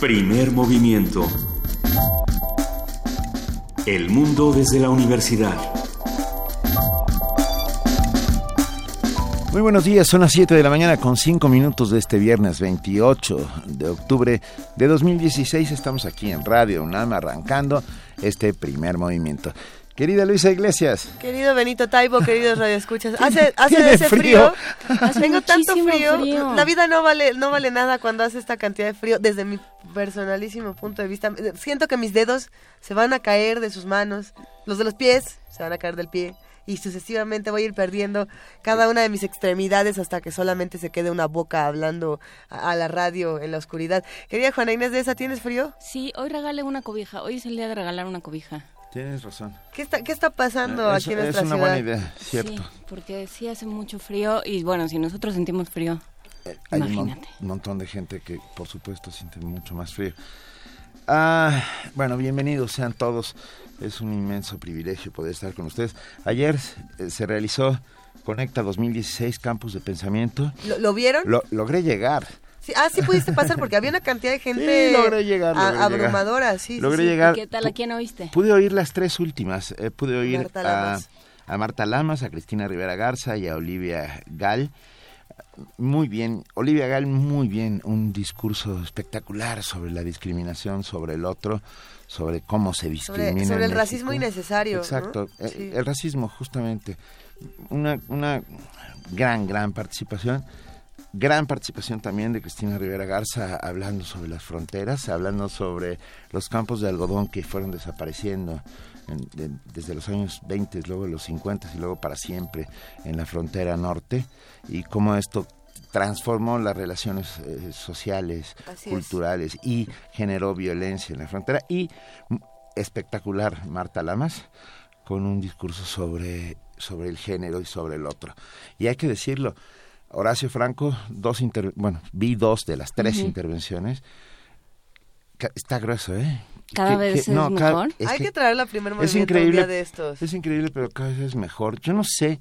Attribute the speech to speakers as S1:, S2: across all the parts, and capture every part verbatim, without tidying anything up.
S1: Primer movimiento. El mundo desde la universidad.
S2: Muy buenos días, son las siete de la mañana con cinco minutos de este viernes veintiocho de octubre de dos mil dieciséis. Estamos aquí en Radio UNAM arrancando este primer movimiento. Querida Luisa Iglesias.
S3: Querido Benito Taibo, queridos radioescuchas. Hace, hace ese frío.
S4: Hace
S3: Tengo tanto frío.
S4: frío.
S3: La vida no vale, no vale nada cuando hace esta cantidad de frío. Desde mi personalísimo punto de vista, siento que mis dedos se van a caer de sus manos. Los de los pies se van a caer del pie. Y sucesivamente voy a ir perdiendo cada una de mis extremidades hasta que solamente se quede una boca hablando a, a la radio en la oscuridad. Querida Juana Inés de esa, ¿tienes frío?
S4: Sí, hoy regalé una cobija. Hoy es el día de regalar una cobija.
S2: Tienes razón.
S3: ¿Qué está, qué está pasando
S2: es,
S3: aquí en nuestra
S2: ciudad? Es una
S3: ciudad?
S2: buena idea, cierto.
S4: Sí, porque sí hace mucho frío y bueno, si nosotros sentimos frío,
S2: eh, hay
S4: imagínate.
S2: un mon- montón de gente que por supuesto siente mucho más frío. Ah, bueno, bienvenidos sean todos. Es un inmenso privilegio poder estar con ustedes. Ayer eh, se realizó Conecta dos mil dieciséis Campus de Pensamiento.
S3: ¿Lo, ¿lo vieron?
S2: Lo, logré llegar.
S3: Sí, ah, sí pudiste pasar porque había una cantidad de gente
S2: Sí, logré llegar, logré
S3: a, abrumadora,
S2: llegar.
S3: sí.
S2: Logré
S3: sí, sí.
S2: llegar.
S4: ¿Qué tal? ¿A quién oíste?
S2: Pude oír las tres últimas. Eh, pude oír
S3: Marta
S2: a,
S3: Lamas.
S2: a Marta Lamas, a Cristina Rivera Garza y a Olivia Gall. Muy bien, Olivia Gall, muy bien, un discurso espectacular sobre la discriminación, sobre el otro, sobre cómo se discrimina.
S3: Sobre, sobre
S2: en
S3: el
S2: México.
S3: racismo innecesario.
S2: Exacto,
S3: ¿no?
S2: el,
S3: Sí.
S2: el racismo, justamente. Una, una gran, gran participación. Gran participación también de Cristina Rivera Garza hablando sobre las fronteras, hablando sobre los campos de algodón que fueron desapareciendo en, de, desde los años veinte, luego los cincuenta y luego para siempre en la frontera norte, y cómo esto transformó las relaciones eh, sociales,
S3: Así
S2: culturales, es. Y generó violencia en la frontera. Y m- espectacular Marta Lamas con un discurso sobre, sobre el género y sobre el otro. Y hay que decirlo, Horacio Franco, dos inter... bueno, vi dos de las tres uh-huh. intervenciones. Está grueso, ¿eh?
S4: Cada
S2: que,
S4: vez
S2: que,
S4: es
S2: no,
S4: mejor.
S3: Cada, hay que, que traer la primer movimiento
S2: es increíble,
S3: un día de estos.
S2: Es increíble, pero cada vez es mejor. Yo no sé,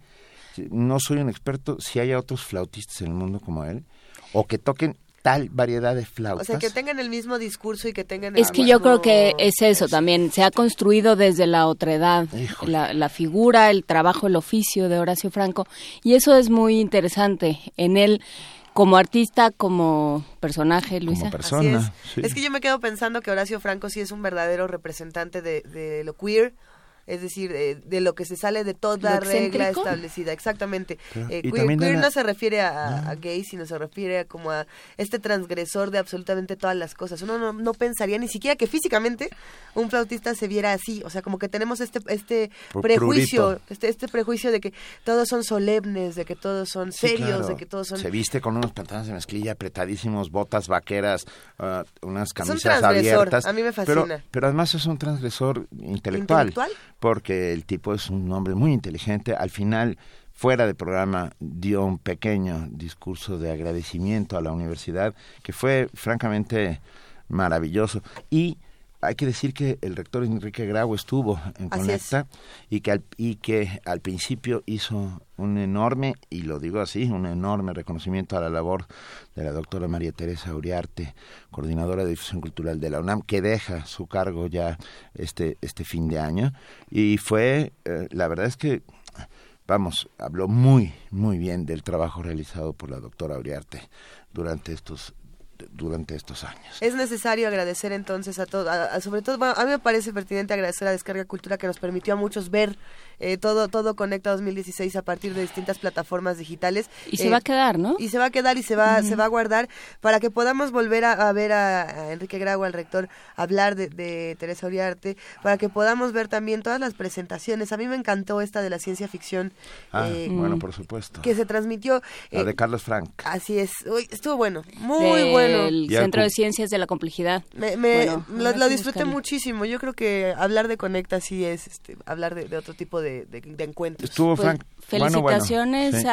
S2: no soy un experto, si hay otros flautistas en el mundo como él, o que toquen tal variedad de flautas.
S3: O sea, que tengan el mismo discurso y que tengan...
S4: Es
S3: el
S4: que
S3: mismo...
S4: yo creo que es eso también, se ha construido desde la otredad, la, la figura, el trabajo, el oficio de Horacio Franco, y eso es muy interesante en él como artista, como personaje, Luisa.
S2: Como persona,
S3: Así es.
S2: Sí.
S3: Es que yo me quedo pensando que Horacio Franco sí es un verdadero representante de, de lo queer, es decir, de, de lo que se sale de toda regla establecida, exactamente.
S2: Claro.
S3: Eh,
S2: Y
S3: queer queer
S2: la...
S3: no se refiere a, a, a gay, sino se refiere a como a este transgresor de absolutamente todas las cosas. Uno no, no pensaría ni siquiera que físicamente un flautista se viera así, o sea, como que tenemos este este Por prejuicio, este, este prejuicio de que todos son solemnes, de que todos son serios, sí, claro. de que todos son...
S2: Se viste con unos pantalones de mezclilla apretadísimos, botas vaqueras, uh, unas camisas abiertas.
S3: A mí me fascina.
S2: Pero, pero además es un transgresor intelectual.
S3: ¿Intelectual?
S2: Porque el tipo es un hombre muy inteligente. Al final, fuera de programa, dio un pequeño discurso de agradecimiento a la universidad que fue francamente maravilloso. Y hay que decir que el rector Enrique Grau estuvo en Conecta y que, al, y que al principio hizo un enorme, y lo digo así, un enorme reconocimiento a la labor de la doctora María Teresa Uriarte, coordinadora de difusión cultural de la UNAM, que deja su cargo ya este, este fin de año. Y fue, eh, la verdad es que, vamos, habló muy, muy bien del trabajo realizado por la doctora Uriarte durante estos durante estos años.
S3: Es necesario agradecer entonces a todos, sobre todo, bueno, a mí me parece pertinente agradecer a Descarga Cultura que nos permitió a muchos ver eh, todo todo Conecta dos mil dieciséis a partir de distintas plataformas digitales.
S4: Y
S3: eh,
S4: se va a quedar, ¿no?
S3: Y se va a quedar y se va uh-huh. se va a guardar para que podamos volver a, a ver a, a Enrique Grau, al rector, hablar de, de Teresa Uriarte, para que podamos ver también todas las presentaciones. A mí me encantó esta de la ciencia ficción.
S2: Ah,
S3: eh,
S2: bueno, por supuesto.
S3: Que se transmitió.
S2: La
S3: eh,
S2: de Carlos Frank.
S3: Así es. Uy, estuvo bueno, muy
S4: de...
S3: bueno.
S4: El Centro de Ciencias de la Complejidad.
S3: Me, me
S4: bueno,
S3: lo, lo disfruté muchísimo. Yo creo que hablar de Conecta sí es este, hablar de, de otro tipo de, de, de encuentros.
S2: Estuvo
S4: pues,
S2: Frank.
S4: Felicitaciones
S2: bueno, bueno, sí.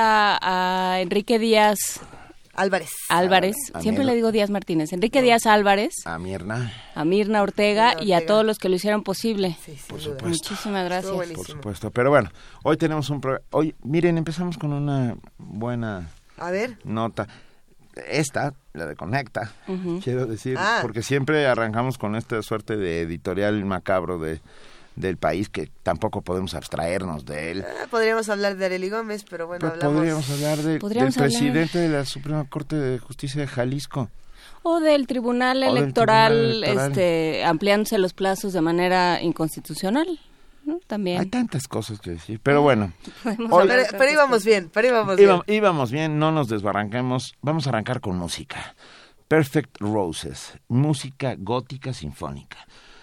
S4: a, a Enrique Díaz
S3: Álvarez.
S4: Álvarez. A Siempre Mirna. Le digo Díaz Martínez. Enrique no. Díaz Álvarez.
S2: A Mirna.
S4: A Mirna Ortega,
S3: Mirna
S4: y
S3: Ortega.
S4: a todos los que lo hicieron posible.
S3: Sí, sí,
S2: por supuesto.
S4: Muchísimas gracias.
S2: Por supuesto. Pero bueno, hoy tenemos un programa. Hoy, miren, empezamos con una buena
S3: a ver.
S2: nota. esta, la de Conecta, uh-huh. quiero decir, ah. porque siempre arrancamos con esta suerte de editorial macabro de del país que tampoco podemos abstraernos de él.
S3: Ah, podríamos hablar de Arely Gómez, pero bueno,
S2: pero
S3: hablamos...
S2: Podríamos hablar de,
S4: ¿Podríamos
S2: del
S4: hablar?
S2: presidente de la Suprema Corte de Justicia de Jalisco.
S4: O del Tribunal,
S2: o
S4: electoral,
S2: del tribunal electoral,
S4: este, ampliándose los plazos de manera inconstitucional, ¿no? También.
S2: Hay tantas cosas que decir, pero bueno.
S3: Hoy, pero, pero íbamos bien, pero íbamos bien.
S2: Íbamos, íbamos bien, no nos desbarranquemos. Vamos a arrancar con música. Perfect Roses, música gótica sinfónica.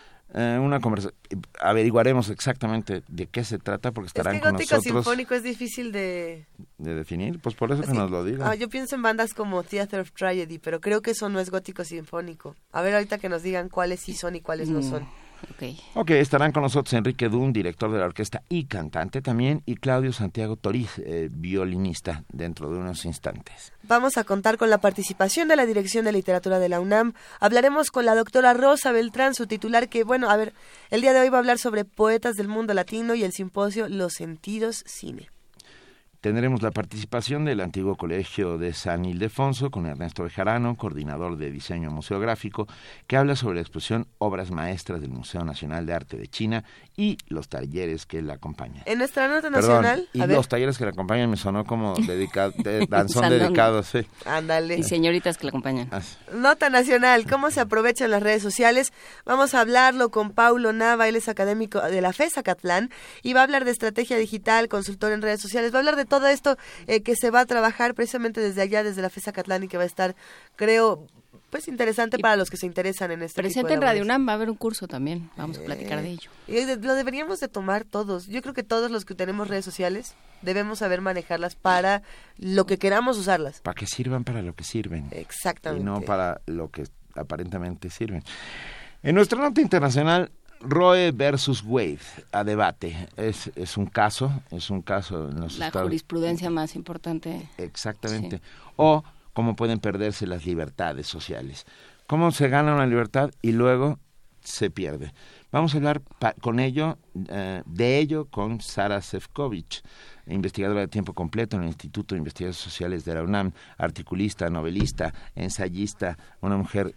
S2: Eh, una conversa... Averiguaremos exactamente de qué se trata porque estarán
S3: es que
S2: con
S3: gótico
S2: nosotros.
S3: Sinfónico es difícil de...
S2: de definir, pues por eso sí. que nos lo digan.
S3: Ah, yo pienso en bandas como Theater of Tragedy, pero creo que eso no es gótico sinfónico. A ver ahorita que nos digan cuáles sí son y cuáles mm. no son.
S4: Okay.
S2: ok, estarán con nosotros Enrique Dunn, director de la orquesta y cantante también, y Claudio Santiago Toriz, eh, violinista, dentro de unos instantes.
S3: Vamos a contar con la participación de la Dirección de Literatura de la UNAM. Hablaremos con la doctora Rosa Beltrán, su titular, que, bueno, a ver, el día de hoy va a hablar sobre poetas del mundo latino y el simposio Los Sentidos Cine.
S2: Tendremos la participación del antiguo Colegio de San Ildefonso con Ernesto Bejarano, coordinador de diseño museográfico, que habla sobre la exposición Obras Maestras del Museo Nacional de Arte de China y los talleres que la acompañan.
S3: En nuestra nota
S2: Perdón,
S3: nacional...
S2: y
S3: a
S2: los
S3: ver.
S2: talleres que la acompañan me sonó como dedicado, de, danzón dedicado, sí.
S3: Ándale.
S4: Y señoritas que la acompañan.
S2: Así.
S3: Nota nacional, ¿cómo se aprovechan las redes sociales? Vamos a hablarlo con Paulo Nava, él es académico de la FES Acatlán y va a hablar de estrategia digital, consultor en redes sociales, va a hablar de todo esto eh, que se va a trabajar precisamente desde allá, desde la FES Acatlán y que va a estar, creo, pues interesante y para los que se interesan en este
S4: presente
S3: tipo de
S4: en Radio UNAM va a haber un curso también, vamos eh, a platicar de ello.
S3: Y lo deberíamos de tomar todos, yo creo que todos los que tenemos redes sociales debemos saber manejarlas para lo que queramos usarlas.
S2: Para que sirvan para lo que sirven.
S3: Exactamente.
S2: Y no para lo que aparentemente sirven. En nuestra nota internacional, Roe versus Wade a debate. Es, es un caso, es un caso en los
S4: La
S2: estados...
S4: jurisprudencia más importante.
S2: Exactamente.
S4: Sí.
S2: O cómo pueden perderse las libertades sociales. Cómo se gana una libertad y luego se pierde. Vamos a hablar pa- con ello, uh, de ello con Sara Sefcovic, investigadora de tiempo completo en el Instituto de Investigaciones Sociales de la UNAM, articulista, novelista, ensayista, una mujer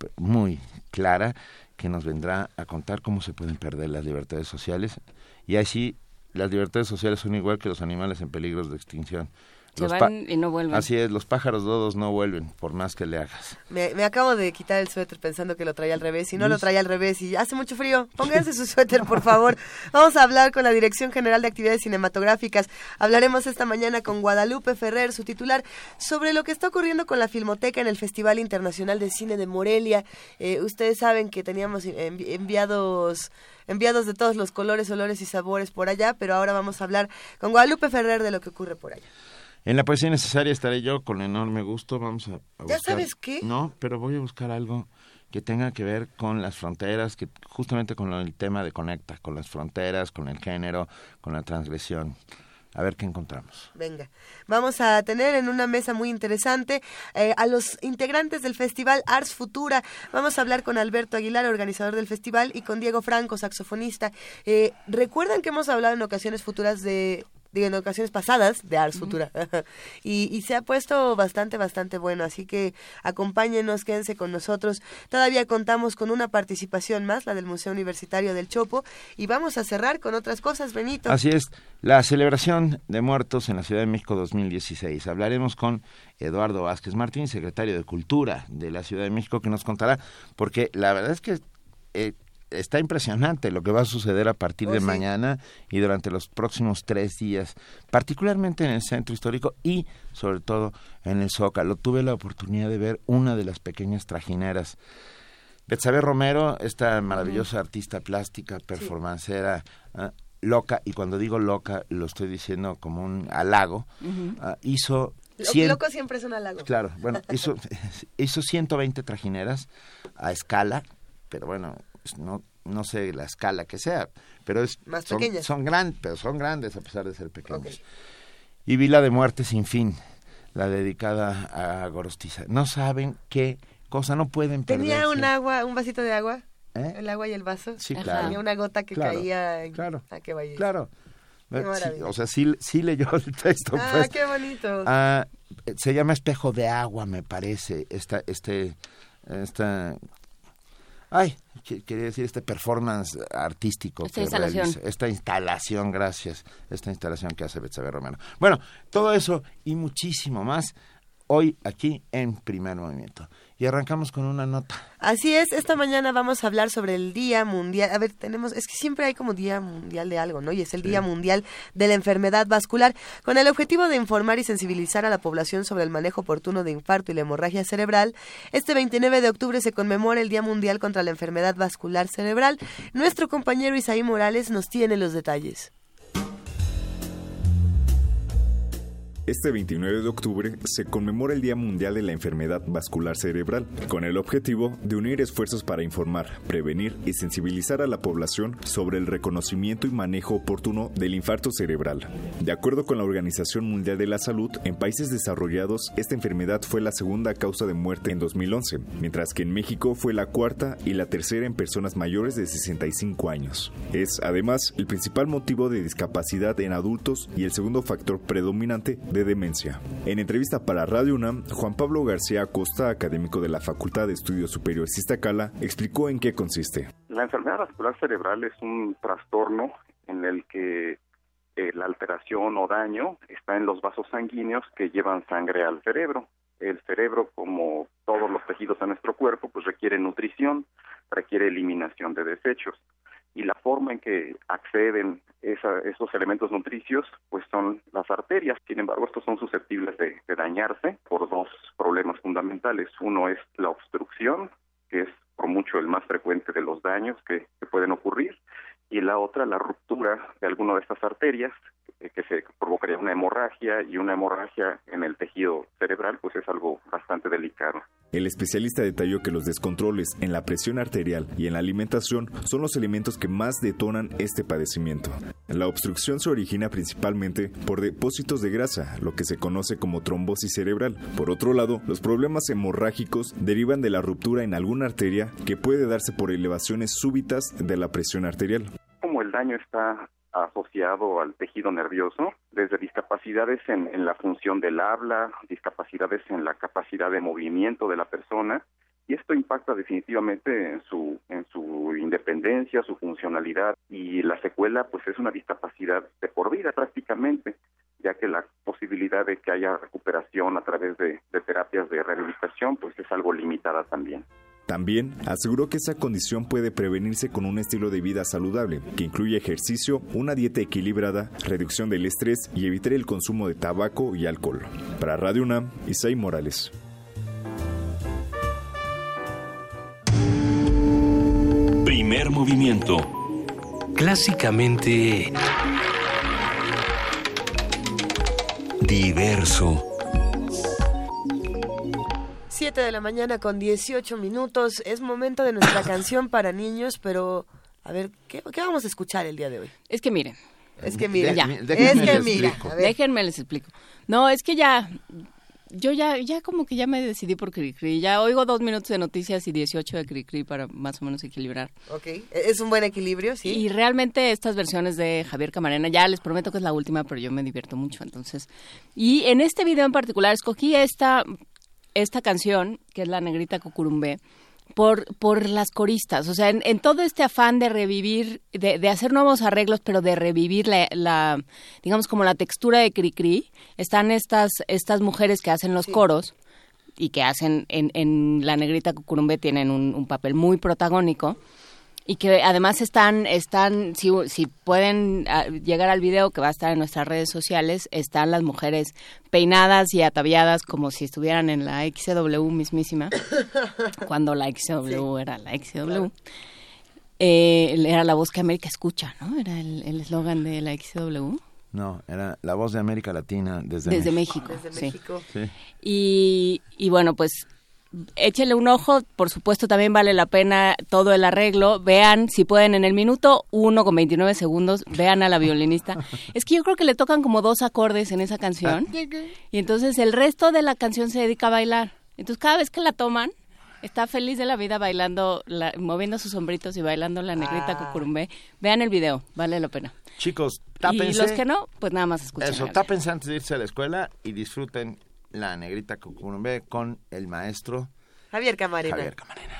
S2: muy clara que nos vendrá a contar cómo se pueden perder las libertades sociales. Y así, las libertades sociales son igual que los animales en peligro de extinción.
S4: Se
S2: Los
S4: van
S2: pa-
S4: y no vuelven.
S2: Así es, los pájaros dodos no vuelven, por más que le hagas.
S3: Me, me acabo de quitar el suéter pensando que lo traía al revés, y no lo traía al revés, y hace mucho frío. Pónganse su suéter, por favor. Vamos a hablar con la Dirección General de Actividades Cinematográficas. Hablaremos esta mañana con Guadalupe Ferrer, su titular, sobre lo que está ocurriendo con la Filmoteca en el Festival Internacional de Cine de Morelia. Eh, ustedes saben que teníamos envi- enviados... enviados de todos los colores, olores y sabores por allá, pero ahora vamos a hablar con Guadalupe Ferrer de lo que ocurre por allá.
S2: En la poesía necesaria estaré yo con enorme gusto. Vamos a, a buscar...
S3: ¿Ya sabes qué?
S2: No, pero voy a buscar algo que tenga que ver con las fronteras, que justamente con el tema de Conecta, con las fronteras, con el género, con la transgresión. A ver qué encontramos.
S3: Venga, vamos a tener en una mesa muy interesante eh, a los integrantes del festival Ars Futura. Vamos a hablar con Alberto Aguilar, organizador del festival, y con Diego Franco, saxofonista. Eh, ¿Recuerdan que hemos hablado en ocasiones futuras de... digo, en ocasiones pasadas de Ars Futura y, y se ha puesto bastante, bastante bueno, así que acompáñenos, quédense con nosotros. Todavía contamos con una participación más, la del Museo Universitario del Chopo, y vamos a cerrar con otras cosas, Benito.
S2: Así es, la celebración de muertos en la Ciudad de México dos mil dieciséis. Hablaremos con Eduardo Vázquez Martín, secretario de Cultura de la Ciudad de México, que nos contará, porque la verdad es que... Eh, está impresionante lo que va a suceder a partir
S3: oh,
S2: de
S3: sí.
S2: mañana y durante los próximos tres días, particularmente en el centro histórico y sobre todo en el Zócalo. Tuve la oportunidad de ver una de las pequeñas trajineras. Betsabe Romero, esta maravillosa uh-huh. artista plástica, performancera, sí. uh, loca, y cuando digo loca lo estoy diciendo como un halago, uh-huh. uh, hizo...
S3: cien... Loco siempre es un halago.
S2: Claro, bueno, hizo, hizo ciento veinte trajineras a escala, pero bueno... no no sé la escala que sea, pero es
S3: más
S2: son,
S3: pequeñas.
S2: Son grandes, pero son grandes a pesar de ser pequeños.
S3: Okay.
S2: Y vi la de Muerte sin fin, la dedicada a Gorostiza. No saben qué cosa, no pueden perderse.
S3: ¿Tenía un agua, un vasito de agua?
S2: ¿Eh?
S3: El agua y el vaso.
S2: Sí,
S3: Ajá.
S2: claro.
S3: Tenía una gota que
S2: claro,
S3: caía en...
S2: Claro,
S3: ¿A qué vaya?
S2: claro. Sí, o sea, sí, sí leyó el texto.
S3: Ah,
S2: pues.
S3: qué bonito.
S2: Ah, se llama Espejo de Agua, me parece, esta, este, esta, ay, quería decir este performance artístico.
S4: Esta instalación.
S2: Realiza, esta instalación, gracias, esta instalación que hace Betsabe Romero. Bueno, todo eso y muchísimo más hoy aquí en Primer Movimiento. Y arrancamos con una nota.
S3: Así es, esta mañana vamos a hablar sobre el Día Mundial. A ver, tenemos, es que siempre hay como Día Mundial de algo, ¿no? Y es el sí. Día Mundial de la Enfermedad Vascular, con el objetivo de informar y sensibilizar a la población sobre el manejo oportuno de infarto y la hemorragia cerebral. Este veintinueve de octubre se conmemora el Día Mundial contra la Enfermedad Vascular Cerebral. Nuestro compañero Isaí Morales nos tiene los detalles.
S5: Este veintinueve de octubre se conmemora el Día Mundial de la Enfermedad Vascular Cerebral, con el objetivo de unir esfuerzos para informar, prevenir y sensibilizar a la población sobre el reconocimiento y manejo oportuno del infarto cerebral. De acuerdo con la Organización Mundial de la Salud, en países desarrollados esta enfermedad fue la segunda causa de muerte en dos mil once, mientras que en México fue la cuarta y la tercera en personas mayores de sesenta y cinco años. Es, además, el principal motivo de discapacidad en adultos y el segundo factor predominante de de demencia. En entrevista para Radio UNAM, Juan Pablo García Acosta, académico de la Facultad de Estudios Superiores Iztacala, explicó en qué consiste.
S6: La enfermedad vascular cerebral es un trastorno en el que eh, la alteración o daño está en los vasos sanguíneos que llevan sangre al cerebro. El cerebro, como todos los tejidos de nuestro cuerpo, pues requiere nutrición, requiere eliminación de desechos. Y la forma en que acceden esa, esos elementos nutricios pues son las arterias. Sin embargo, estos son susceptibles de, de dañarse por dos problemas fundamentales. Uno es la obstrucción, que es por mucho el más frecuente de los daños que, que pueden ocurrir, y la otra, la ruptura de alguna de estas arterias, eh, que se provocaría una hemorragia, y una hemorragia en el tejido cerebral pues es algo bastante delicado.
S5: El especialista detalló que los descontroles en la presión arterial y en la alimentación son los elementos que más detonan este padecimiento. La obstrucción se origina principalmente por depósitos de grasa, lo que se conoce como trombosis cerebral. Por otro lado, los problemas hemorrágicos derivan de la ruptura en alguna arteria que puede darse por elevaciones súbitas de la presión arterial.
S6: Como el daño está asociado al tejido nervioso, desde discapacidades en, en la función del habla, discapacidades en la capacidad de movimiento de la persona, y esto impacta definitivamente en su en su independencia, su funcionalidad, y la secuela pues es una discapacidad de por vida prácticamente, ya que la posibilidad de que haya recuperación a través de, de terapias de rehabilitación pues es algo limitada también.
S5: También aseguró que esa condición puede prevenirse con un estilo de vida saludable, que incluye ejercicio, una dieta equilibrada, reducción del estrés y evitar el consumo de tabaco y alcohol. Para Radio UNAM, Isaí Morales.
S1: Primer movimiento.
S7: Clásicamente diverso.
S3: siete de la mañana con dieciocho minutos. Es momento de nuestra canción para niños, pero a ver, ¿qué, qué vamos a escuchar el día de hoy?
S4: Es que miren.
S3: Es que mira,
S4: ya.
S3: es que mira.
S4: Déjenme les explico. No, es que ya, yo ya, ya como que ya me decidí por Cricri. Ya oigo dos minutos de noticias y dieciocho de Cricri para más o menos equilibrar.
S3: Ok, es un buen equilibrio, sí.
S4: Y realmente estas versiones de Javier Camarena, ya les prometo que es la última, pero yo me divierto mucho, entonces. Y en este video en particular escogí esta... esta canción, que es La Negrita Cucurumbé, por, por las coristas. O sea, en, en todo este afán de revivir, de, de hacer nuevos arreglos, pero de revivir la, la digamos, como la textura de Cricri, están estas, estas mujeres que hacen los sí. coros y que hacen, en, en La Negrita Cucurumbé tienen un, un papel muy protagónico. Y que además están, están si, si pueden llegar al video que va a estar en nuestras redes sociales, están las mujeres peinadas y ataviadas como si estuvieran en la X C W mismísima, cuando la X C W sí. era la X C W. Claro. Eh, era la voz que América escucha, ¿no? Era el eslogan de la X C W.
S2: No, era la voz de América Latina desde,
S4: desde
S2: México.
S4: México.
S3: Desde
S4: sí.
S3: México.
S2: Sí.
S4: Y, y bueno, pues... échenle un ojo, por supuesto también vale la pena todo el arreglo, vean si pueden en el minuto uno con veintinueve segundos, vean a la violinista, es que yo creo que le tocan como dos acordes en esa canción, y entonces el resto de la canción se dedica a bailar, entonces cada vez que la toman, Está feliz de la vida bailando, la, moviendo sus hombritos y bailando la negrita ah. cucurumbé. Vean el video, vale la pena.
S2: Chicos, tápense.
S4: Y los que no, pues nada más escuchen.
S2: Eso, tápense antes de irse a la escuela y disfruten la negrita cucurumbé con el maestro
S3: Javier Camarena.
S2: Javier Camarena.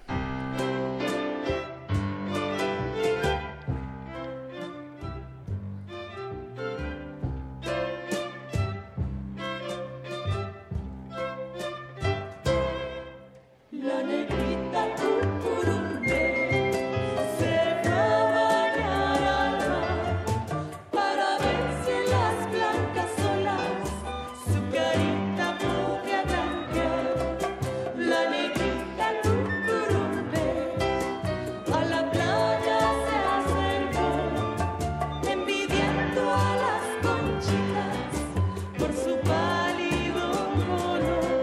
S7: La negrita cucurumbé se va a bañar al mar para ver si en las blancas olas su carita puede blanquear. La negrita cucurumbé a la playa se acercó, envidiando a las conchitas por su pálido color.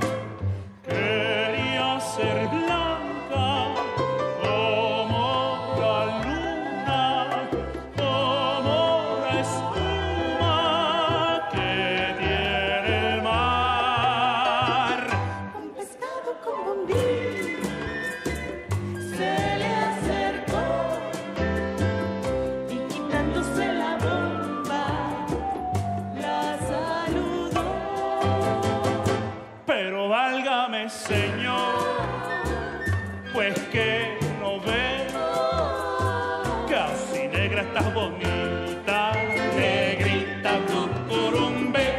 S8: Ser blanca como la luna, como la espuma que tiene el mar.
S7: Un pescado con bombín se le acercó y quitándose la bomba la saludó.
S8: Pero válgame, Señor, pues que no ve, casi negra estás bonita, negrita cucurumbé.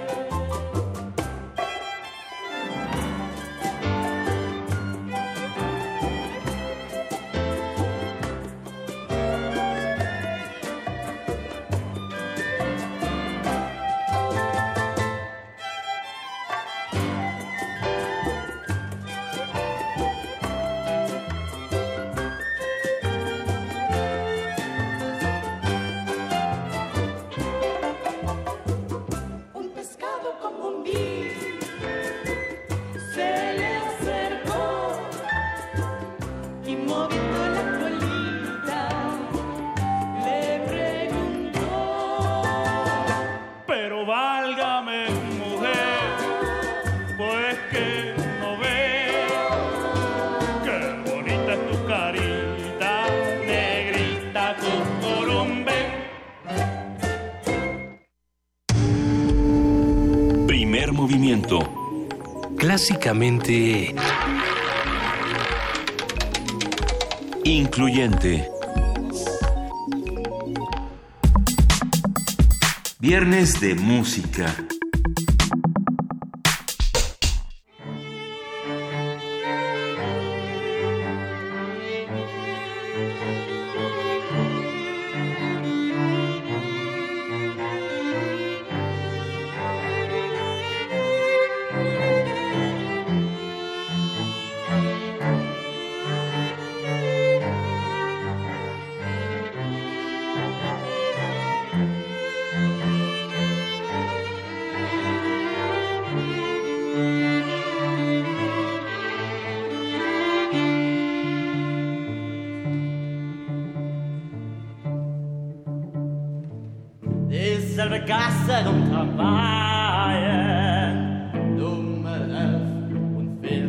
S7: Un pescado con bombín se le acercó y moviendo la colita le preguntó.
S8: Pero válgame, mujer, pues que no ve, qué bonita es tu carita, negrita cucurumbé.
S1: Primer movimiento.
S9: Clásicamente
S1: Incluyente. Viernes de música.
S10: Dieselbe Gasse und Travaillen, Nummer elf und vier.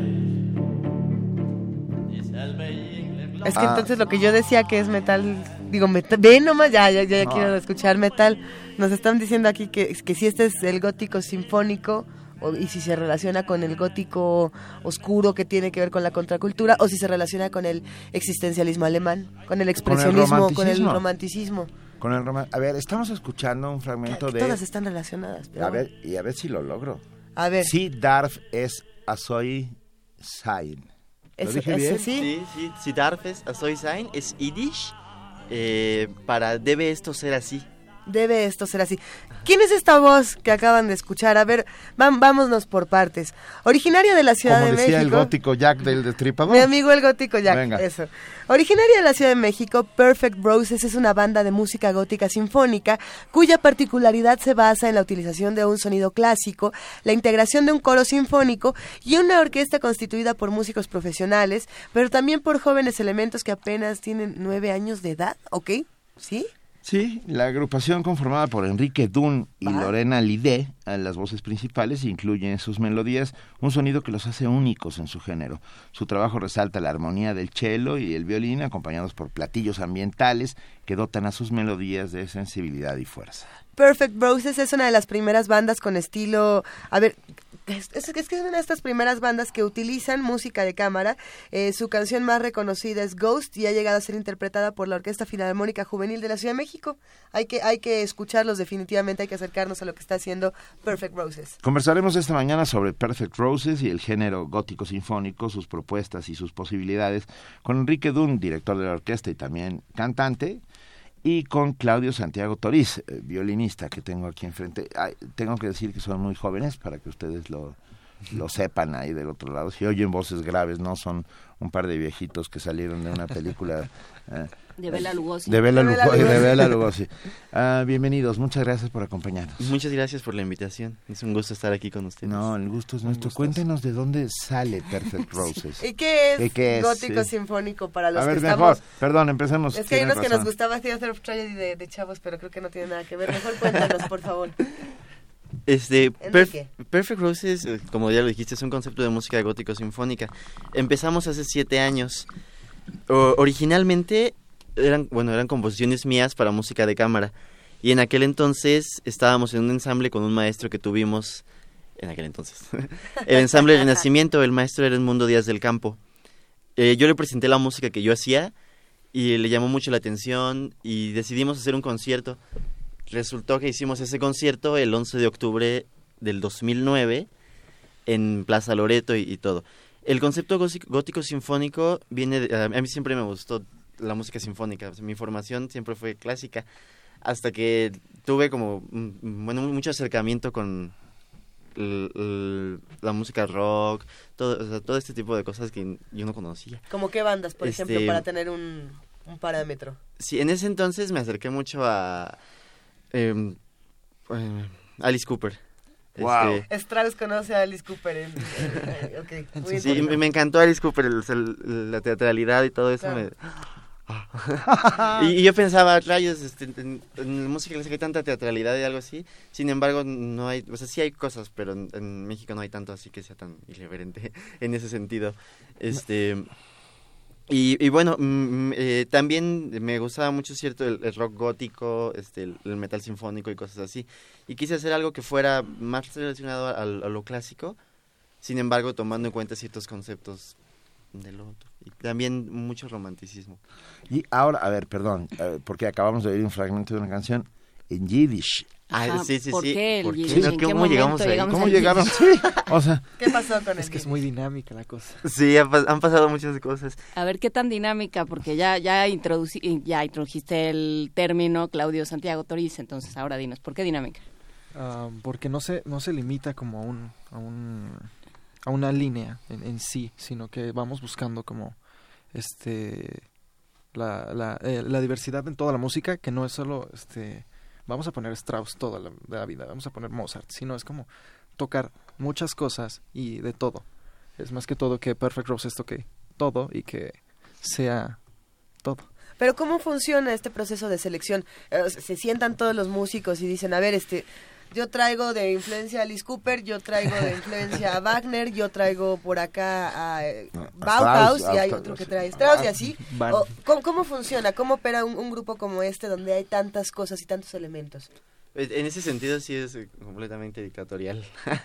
S10: Dieselbe Ingle.
S3: Es que entonces lo que yo decía que es metal, digo, metal, ve nomás, ya, ya, ya
S2: No.
S3: quiero escuchar metal. Nos están diciendo aquí que, que si este es el gótico sinfónico, o, y si se relaciona con el gótico oscuro que tiene que ver con la contracultura, o si se relaciona con el existencialismo alemán, con el expresionismo, con el romanticismo.
S2: Con el roman- A ver, estamos escuchando un fragmento de...
S3: Todas están relacionadas. Pero
S2: A ver, y a ver si lo logro.
S3: A ver.
S2: Si darf es asoy sein. ¿Lo
S3: Ese-
S2: dije
S3: ese
S2: bien?
S3: sí.
S11: Sí, sí, si darf es asoy sein, es Yiddish, eh, para debe esto ser así.
S3: Debe esto ser así. ¿Quién es esta voz que acaban de escuchar? A ver, vam- vámonos por partes. Originaria de la Ciudad
S2: Como
S3: de
S2: decía
S3: México.
S2: el gótico Jack del Destripador.
S3: Mi amigo el gótico Jack,
S2: Venga.
S3: eso. Originaria de la Ciudad de México, Perfect Roses es una banda de música gótica sinfónica cuya particularidad se basa en la utilización de un sonido clásico, la integración de un coro sinfónico y una orquesta constituida por músicos profesionales, pero también por jóvenes elementos que apenas tienen nueve años de edad, ¿ok? ¿Sí?
S2: Sí, la agrupación conformada por Enrique Dunn y
S3: ¿Va?
S2: Lorena Lidé, a las voces principales, incluye en sus melodías un sonido que los hace únicos en su género. Su trabajo resalta la armonía del cello y el violín, acompañados por platillos ambientales que dotan a sus melodías de sensibilidad y fuerza.
S3: Perfect Roses es una de las primeras bandas con estilo, a ver, es, es, es que es una de estas primeras bandas que utilizan música de cámara. Eh, su canción más reconocida es Ghost y ha llegado a ser interpretada por la Orquesta Filarmónica Juvenil de la Ciudad de México. Hay que, hay que escucharlos definitivamente, hay que acercarnos a lo que está haciendo Perfect Roses.
S2: Conversaremos esta mañana sobre Perfect Roses y el género gótico sinfónico, sus propuestas y sus posibilidades, con Enrique Dunn, director de la orquesta y también cantante, y con Claudio Santiago Toriz, eh, violinista que tengo aquí enfrente. Ay, tengo que decir que son muy jóvenes para que ustedes lo, lo sepan ahí del otro lado. Si oyen voces graves, no son un par de viejitos que salieron de una película... Eh,
S4: de Bela Lugosi.
S2: De Bela Lugosi. De Bela Lugosi. Ah, bienvenidos, muchas gracias por acompañarnos.
S11: Muchas gracias por la invitación. Es un gusto estar aquí con ustedes.
S2: No, el gusto es nuestro. Cuéntenos de dónde sale Perfect Roses.
S3: ¿Y qué es,
S2: ¿Y qué es?
S3: gótico
S2: Sí.
S3: sinfónico para los
S2: A ver,
S3: que
S2: mejor,
S3: estamos?
S2: perdón, empecemos.
S3: Es que hay
S2: Tiene
S3: unos que
S2: razón.
S3: nos gustaba Theater of Tragedy de, de chavos, pero creo que no tiene nada que ver. Mejor cuéntanos, por favor.
S11: Este,
S3: Enrique.
S11: Perf- Perfect Roses, eh, como ya lo dijiste, es un concepto de música gótico sinfónica. Empezamos hace siete años. O- originalmente eran, bueno, eran composiciones mías para música de cámara. Y en aquel entonces estábamos en un ensamble con un maestro que tuvimos, en aquel entonces, el ensamble del Renacimiento. El maestro era Edmundo Díaz del Campo. Eh, yo le presenté la música que yo hacía y le llamó mucho la atención y decidimos hacer un concierto. Resultó que hicimos ese concierto el once de octubre del dos mil nueve en Plaza Loreto y, y todo. El concepto gótico, gótico sinfónico viene de, a mí siempre me gustó la música sinfónica. O sea, mi formación siempre fue clásica hasta que tuve como mm, bueno mucho acercamiento con l- l- la música rock, todo, o sea, todo este tipo de cosas que yo no conocía.
S3: ¿Como qué bandas, por
S11: Este,
S3: ejemplo, para tener un, un parámetro?
S11: Sí, en ese entonces me acerqué mucho a eh, eh, Alice Cooper.
S2: Wow.
S11: Este,
S3: Strauss conoce a Alice Cooper. En, en- en- okay, muy
S11: sí,
S3: bien.
S11: me, me encantó Alice Cooper, el- el- la teatralidad y todo eso.
S3: Claro.
S11: Me... y, y yo pensaba, rayos, este, en, en la música clásica hay tanta teatralidad y algo así. Sin embargo, no hay, o sea, sí hay cosas, pero en, en México no hay tanto así que sea tan irreverente en ese sentido. Este... Y, y bueno, mm, eh, también me gustaba mucho, cierto, el, el rock gótico, este, el, el metal sinfónico y cosas así. Y quise hacer algo que fuera más relacionado a, a lo clásico, sin embargo, tomando en cuenta ciertos conceptos del otro. Y también mucho romanticismo.
S2: Y ahora, a ver, perdón, eh, porque acabamos de oír un fragmento de una canción en Yiddish.
S11: Ah,
S4: Ajá,
S11: sí, sí,
S4: ¿por
S11: sí.
S4: qué el
S11: ¿Por qué?
S4: Yiddish?
S11: No,
S4: ¿En qué
S11: ¿Cómo
S4: momento
S11: llegamos ahí?
S4: llegamos
S2: ¿Cómo
S4: al
S2: llegaron?
S4: Yiddish?
S2: Sí, o sea,
S3: ¿Qué pasó con el
S9: Es que es muy dinámica la cosa.
S11: Sí, ha pas- han pasado muchas cosas.
S4: A ver, ¿qué tan dinámica? Porque ya ya, introduci- ya introdujiste el término Claudio Santiago Toriz, entonces ahora dinos, ¿por qué dinámica?
S9: Ah, porque no se, no se limita como a, un, a, un, a una línea en, en sí, sino que vamos buscando como este la, la, eh, la diversidad en toda la música, que no es solo este vamos a poner Strauss toda la, de la vida, vamos a poner Mozart, sino es como tocar muchas cosas y de todo. Es más que todo que Perfect Roses toque todo y que sea todo.
S3: Pero ¿cómo funciona este proceso de selección? Eh, se sientan todos los músicos y dicen, a ver, este, yo traigo de influencia a Alice Cooper, yo traigo de influencia a Wagner, yo traigo por acá a eh, Bauhaus
S2: Strauss,
S3: y hay
S2: Strauss,
S3: otro que trae Strauss y así.
S9: Van.
S3: O, ¿cómo, ¿Cómo funciona? ¿Cómo opera un, un grupo como este donde hay tantas cosas y tantos elementos?
S11: En ese sentido sí es eh, completamente dictatorial.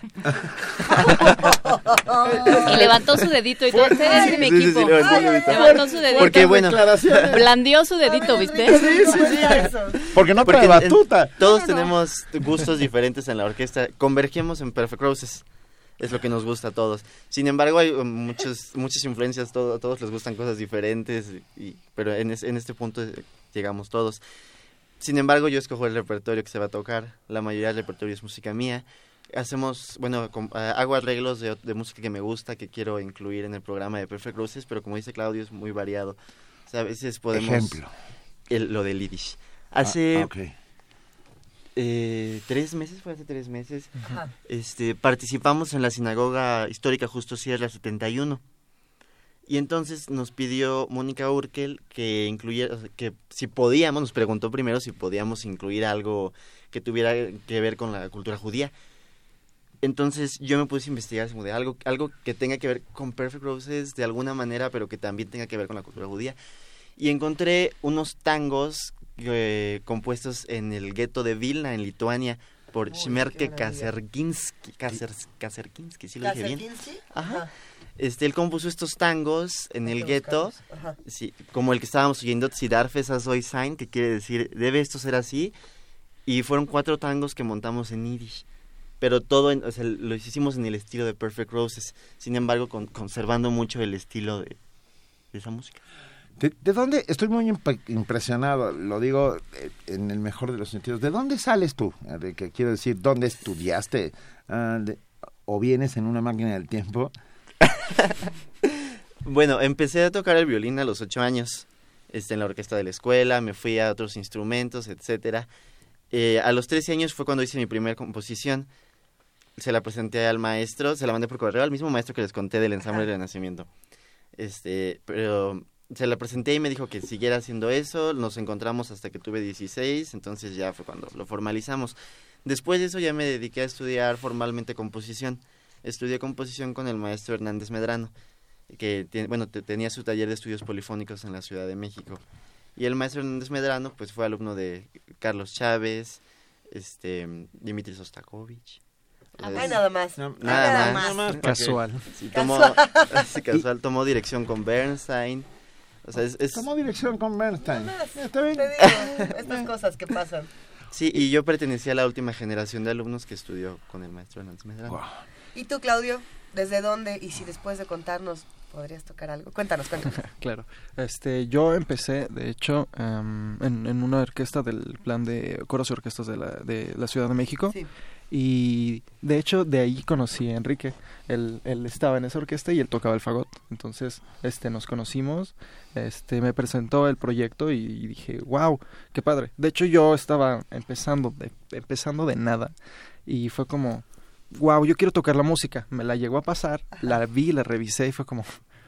S4: Y levantó su dedito y todo, este es de mi
S11: Sí, sí, sí,
S4: equipo.
S11: levantó su dedito.
S4: Levantó su dedito.
S11: Porque bueno,
S4: Blandió su dedito, ¿viste?
S2: porque no
S11: porque
S2: trae
S11: en-
S2: batuta.
S11: todos tenemos gustos diferentes en la orquesta. Convergemos en Perfect Roses. Es lo que nos gusta a todos. Sin embargo, hay um, muchos, muchas influencias, todo, a todos les gustan cosas diferentes, y, pero en, es- en este punto eh, llegamos todos. Sin embargo, yo escojo el repertorio que se va a tocar. La mayoría del repertorio es música mía. Hacemos, bueno, com- eh, hago arreglos de, de música que me gusta, que quiero incluir en el programa de Perfect Roses, pero como dice Claudio, es muy variado. O sea, a veces podemos...
S2: Ejemplo.
S11: El, lo del Yiddish. Hace...
S2: Ah, ok.
S11: Eh, tres meses, fue hace tres meses,
S3: Ajá.
S11: este, participamos en la sinagoga histórica Justo Sierra setenta y uno. Y entonces nos pidió Mónica Urkel que incluyera, que si podíamos, nos preguntó primero si podíamos incluir algo que tuviera que ver con la cultura judía. Entonces yo me puse a investigar como de algo, algo que tenga que ver con Perfect Roses de alguna manera, pero que también tenga que ver con la cultura judía. Y encontré unos tangos eh, compuestos en el gueto de Vilna, en Lituania, por
S3: Uy,
S11: Shmerke
S3: qué maravilla.
S11: Kaserginski, Kasers- Kaserginski, ¿sí lo dije bien?
S3: ¿Kaserginski?
S11: Ajá.
S3: Ajá.
S11: Este, él compuso estos tangos en
S3: Hay
S11: el
S3: que
S11: gueto,
S3: buscarlos. Ajá.
S11: sí, como el que estábamos oyendo, Tsidarfe Sazoy Sein, que quiere decir, debe esto ser así, y fueron cuatro tangos que montamos en Yiddish, pero todo, en, o sea, lo hicimos en el estilo de Perfect Roses, sin embargo, con, conservando mucho el estilo de, de esa música.
S2: ¿De, de dónde? Estoy muy imp- impresionado, lo digo eh, en el mejor de los sentidos. ¿De dónde sales tú, Enrique? Quiero decir, ¿dónde estudiaste? Ah, de- ¿O vienes en una máquina del tiempo?
S11: Bueno, empecé a tocar el violín a los ocho años, este, en la orquesta de la escuela, me fui a otros instrumentos, etcétera. Eh, a los trece años fue cuando hice mi primera composición. Se la presenté al maestro, se la mandé por correo, al mismo maestro que les conté del ensamble del Renacimiento. Este, pero se la presenté y me dijo que siguiera haciendo eso. Nos encontramos hasta que tuve dieciséis, entonces ya fue cuando lo formalizamos. Después de eso ya me dediqué a estudiar formalmente composición. Estudié composición con el maestro Hernández Medrano, que tiene, bueno, te, tenía su taller de estudios polifónicos en la Ciudad de México. Y el maestro Hernández Medrano pues fue alumno de Carlos Chávez, este, Dimitri Sostakovich. O sea,
S3: Ay, nada más.
S2: No,
S3: Ay,
S11: nada
S3: nada
S11: más.
S3: más.
S11: Porque
S9: Casual.
S11: sí, tomó, sí, casual, tomó dirección con Bernstein. O sea, es, es-
S2: Tomó dirección con Bernstein. Está bien.
S3: Te digo, estas cosas que pasan.
S11: sí, y yo pertenecía a la última generación de alumnos que estudió con el maestro Hernández Medrano.
S2: Wow.
S3: ¿Y tú, Claudio? ¿Desde dónde? Y si después de contarnos podrías tocar algo. Cuéntanos, cuéntanos.
S9: Claro. Este, yo empecé, de hecho, em, en, en una orquesta del plan de coros y orquestas de la, de la Ciudad de México.
S3: Sí.
S9: Y de hecho de ahí conocí a Enrique. Él, él estaba en esa orquesta y él tocaba el fagot. Entonces, este, nos conocimos, este, me presentó el proyecto y, y dije, wow, qué padre. De hecho, yo estaba empezando de, empezando de nada y fue como, wow, yo quiero tocar la música. Me la llegó a pasar, la vi, la revisé y fue como,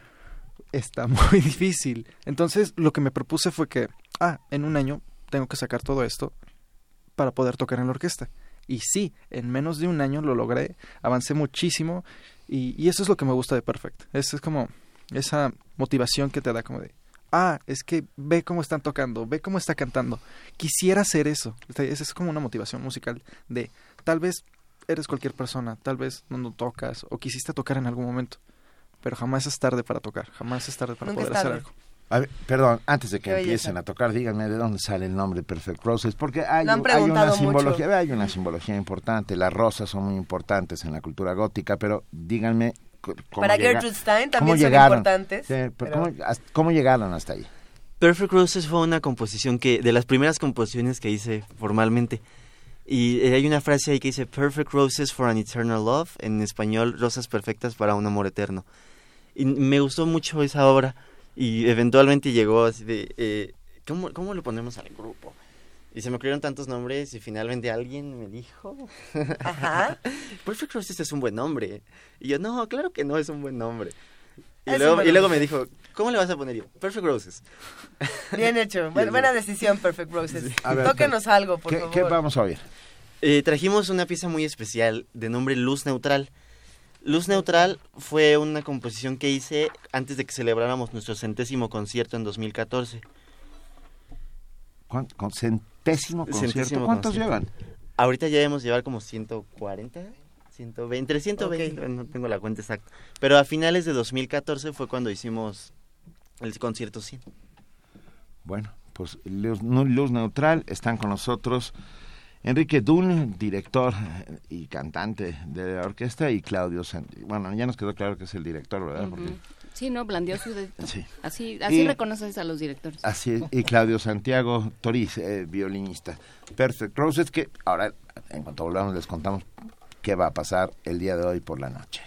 S9: está muy difícil. Entonces, lo que me propuse fue que, ah, en un año tengo que sacar todo esto para poder tocar en la orquesta. Y sí, en menos de un año lo logré, avancé muchísimo y, y eso es lo que me gusta de Perfect. Es, es como esa motivación que te da como de, ah, es que ve cómo están tocando, ve cómo está cantando. Quisiera hacer eso. Esa es como una motivación musical de, tal vez eres cualquier persona, tal vez no lo tocas o quisiste tocar en algún momento, pero jamás es tarde para tocar, jamás es tarde para
S3: Nunca
S9: poder
S3: es
S9: hacer
S3: tarde.
S9: algo.
S2: A ver, perdón, antes de que
S3: Qué
S2: empiecen
S3: belleza.
S2: a tocar, díganme de dónde sale el nombre Perfect Roses, porque hay,
S3: Lo han
S2: un- hay una
S3: preguntado
S2: simbología,
S3: mucho.
S2: hay una simbología importante, las rosas son muy importantes en la cultura gótica, pero díganme c- cómo
S3: Para
S2: llega-
S3: Gertrude Stein
S2: cómo
S3: también son
S2: llegaron.
S3: importantes.
S2: Sí, pero
S3: pero-
S2: ¿cómo, hasta- cómo llegaron hasta ahí?
S11: Perfect Roses fue una composición que, de las primeras composiciones que hice formalmente. Y eh, hay una frase ahí que dice, Perfect Roses for an Eternal Love, en español, Rosas Perfectas para un Amor Eterno. Y me gustó mucho esa obra, y eventualmente llegó así de, eh, ¿cómo, ¿cómo lo ponemos al grupo? Y se me ocurrieron tantos nombres, y finalmente alguien me dijo,
S3: Ajá.
S11: Perfect Roses es un buen nombre. Y yo, no, claro que no es un buen nombre. Y,
S3: Es un
S11: luego,
S3: buen
S11: y luego
S3: nombre.
S11: me dijo, ¿cómo le vas a poner? Y yo, Perfect Roses.
S3: Bien hecho. Buena, buena decisión, Perfect Roses.
S2: A ver,
S3: Tóquenos algo, por
S2: ¿Qué,
S3: favor.
S2: qué vamos a oír?
S11: Eh, trajimos una pieza muy especial de nombre Luz Neutral. Luz Neutral fue una composición que hice antes de que celebráramos nuestro centésimo concierto en dos mil catorce.
S2: ¿Cuán- con centésimo concierto?
S11: Centésimo
S2: ¿Cuántos
S11: concierto.
S2: llevan?
S11: Ahorita ya debemos llevar como ciento cuarenta, ciento veinte, entre ciento veinte,
S3: Ok.
S11: no tengo la cuenta exacta. Pero a finales de dos mil catorce fue cuando hicimos el concierto cien.
S2: Bueno, pues Luz, Nu- Luz Neutral, están con nosotros Enrique Dunn, director eh, y cantante de la orquesta, y Claudio Santi. Bueno, ya nos quedó claro que es el director, ¿verdad? Porque-
S4: Ujú. Sí, no, blandeó su dedo.
S2: Sí.
S4: Así, así
S2: Y-
S4: reconoces a los directores.
S2: Así es, y Claudio Santiago Toriz, eh, violinista. Perfect Roses, que ahora, en cuanto volvamos, les contamos qué va a pasar el día de hoy por la noche.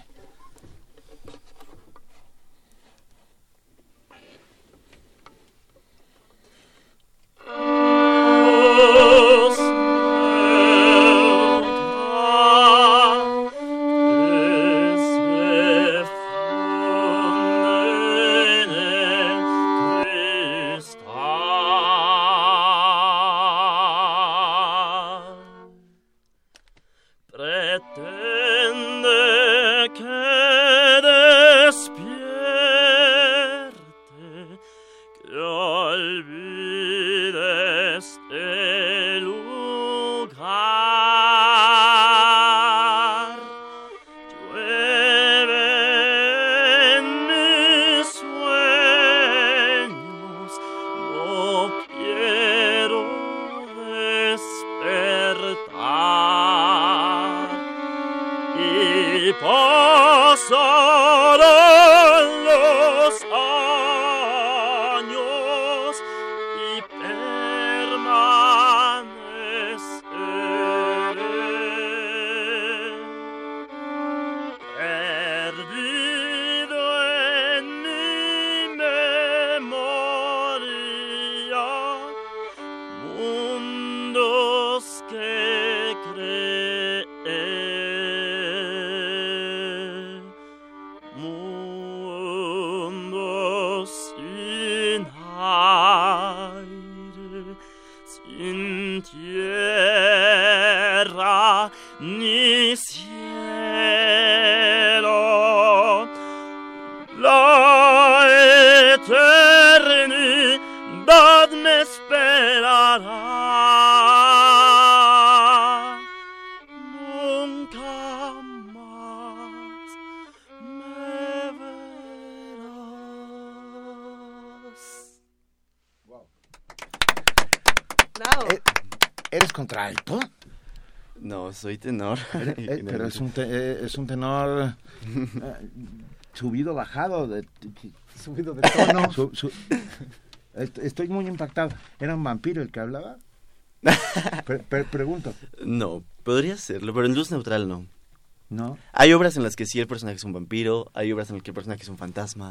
S8: Es pasarán los años y permaneceré perdido en mi memoria, mundos que creé, mundos sin aire, sin tierra ni cielo, la eternidad me esperará. Nunca más me verás.
S3: Bravo.
S2: Eh, ¿Eres contralto?
S11: No, soy tenor.
S2: Eh, eh, pero es un, te- eh, es un tenor eh, subido, bajado, de,
S9: Subido de tono.
S2: su- su- est- estoy muy impactado. ¿Era un vampiro el que hablaba? Pre- pre- pregunto.
S11: No, podría serlo, pero en luz neutral no.
S2: ¿No?
S11: Hay obras en las que sí el personaje es un vampiro, hay obras en las que el personaje es un fantasma.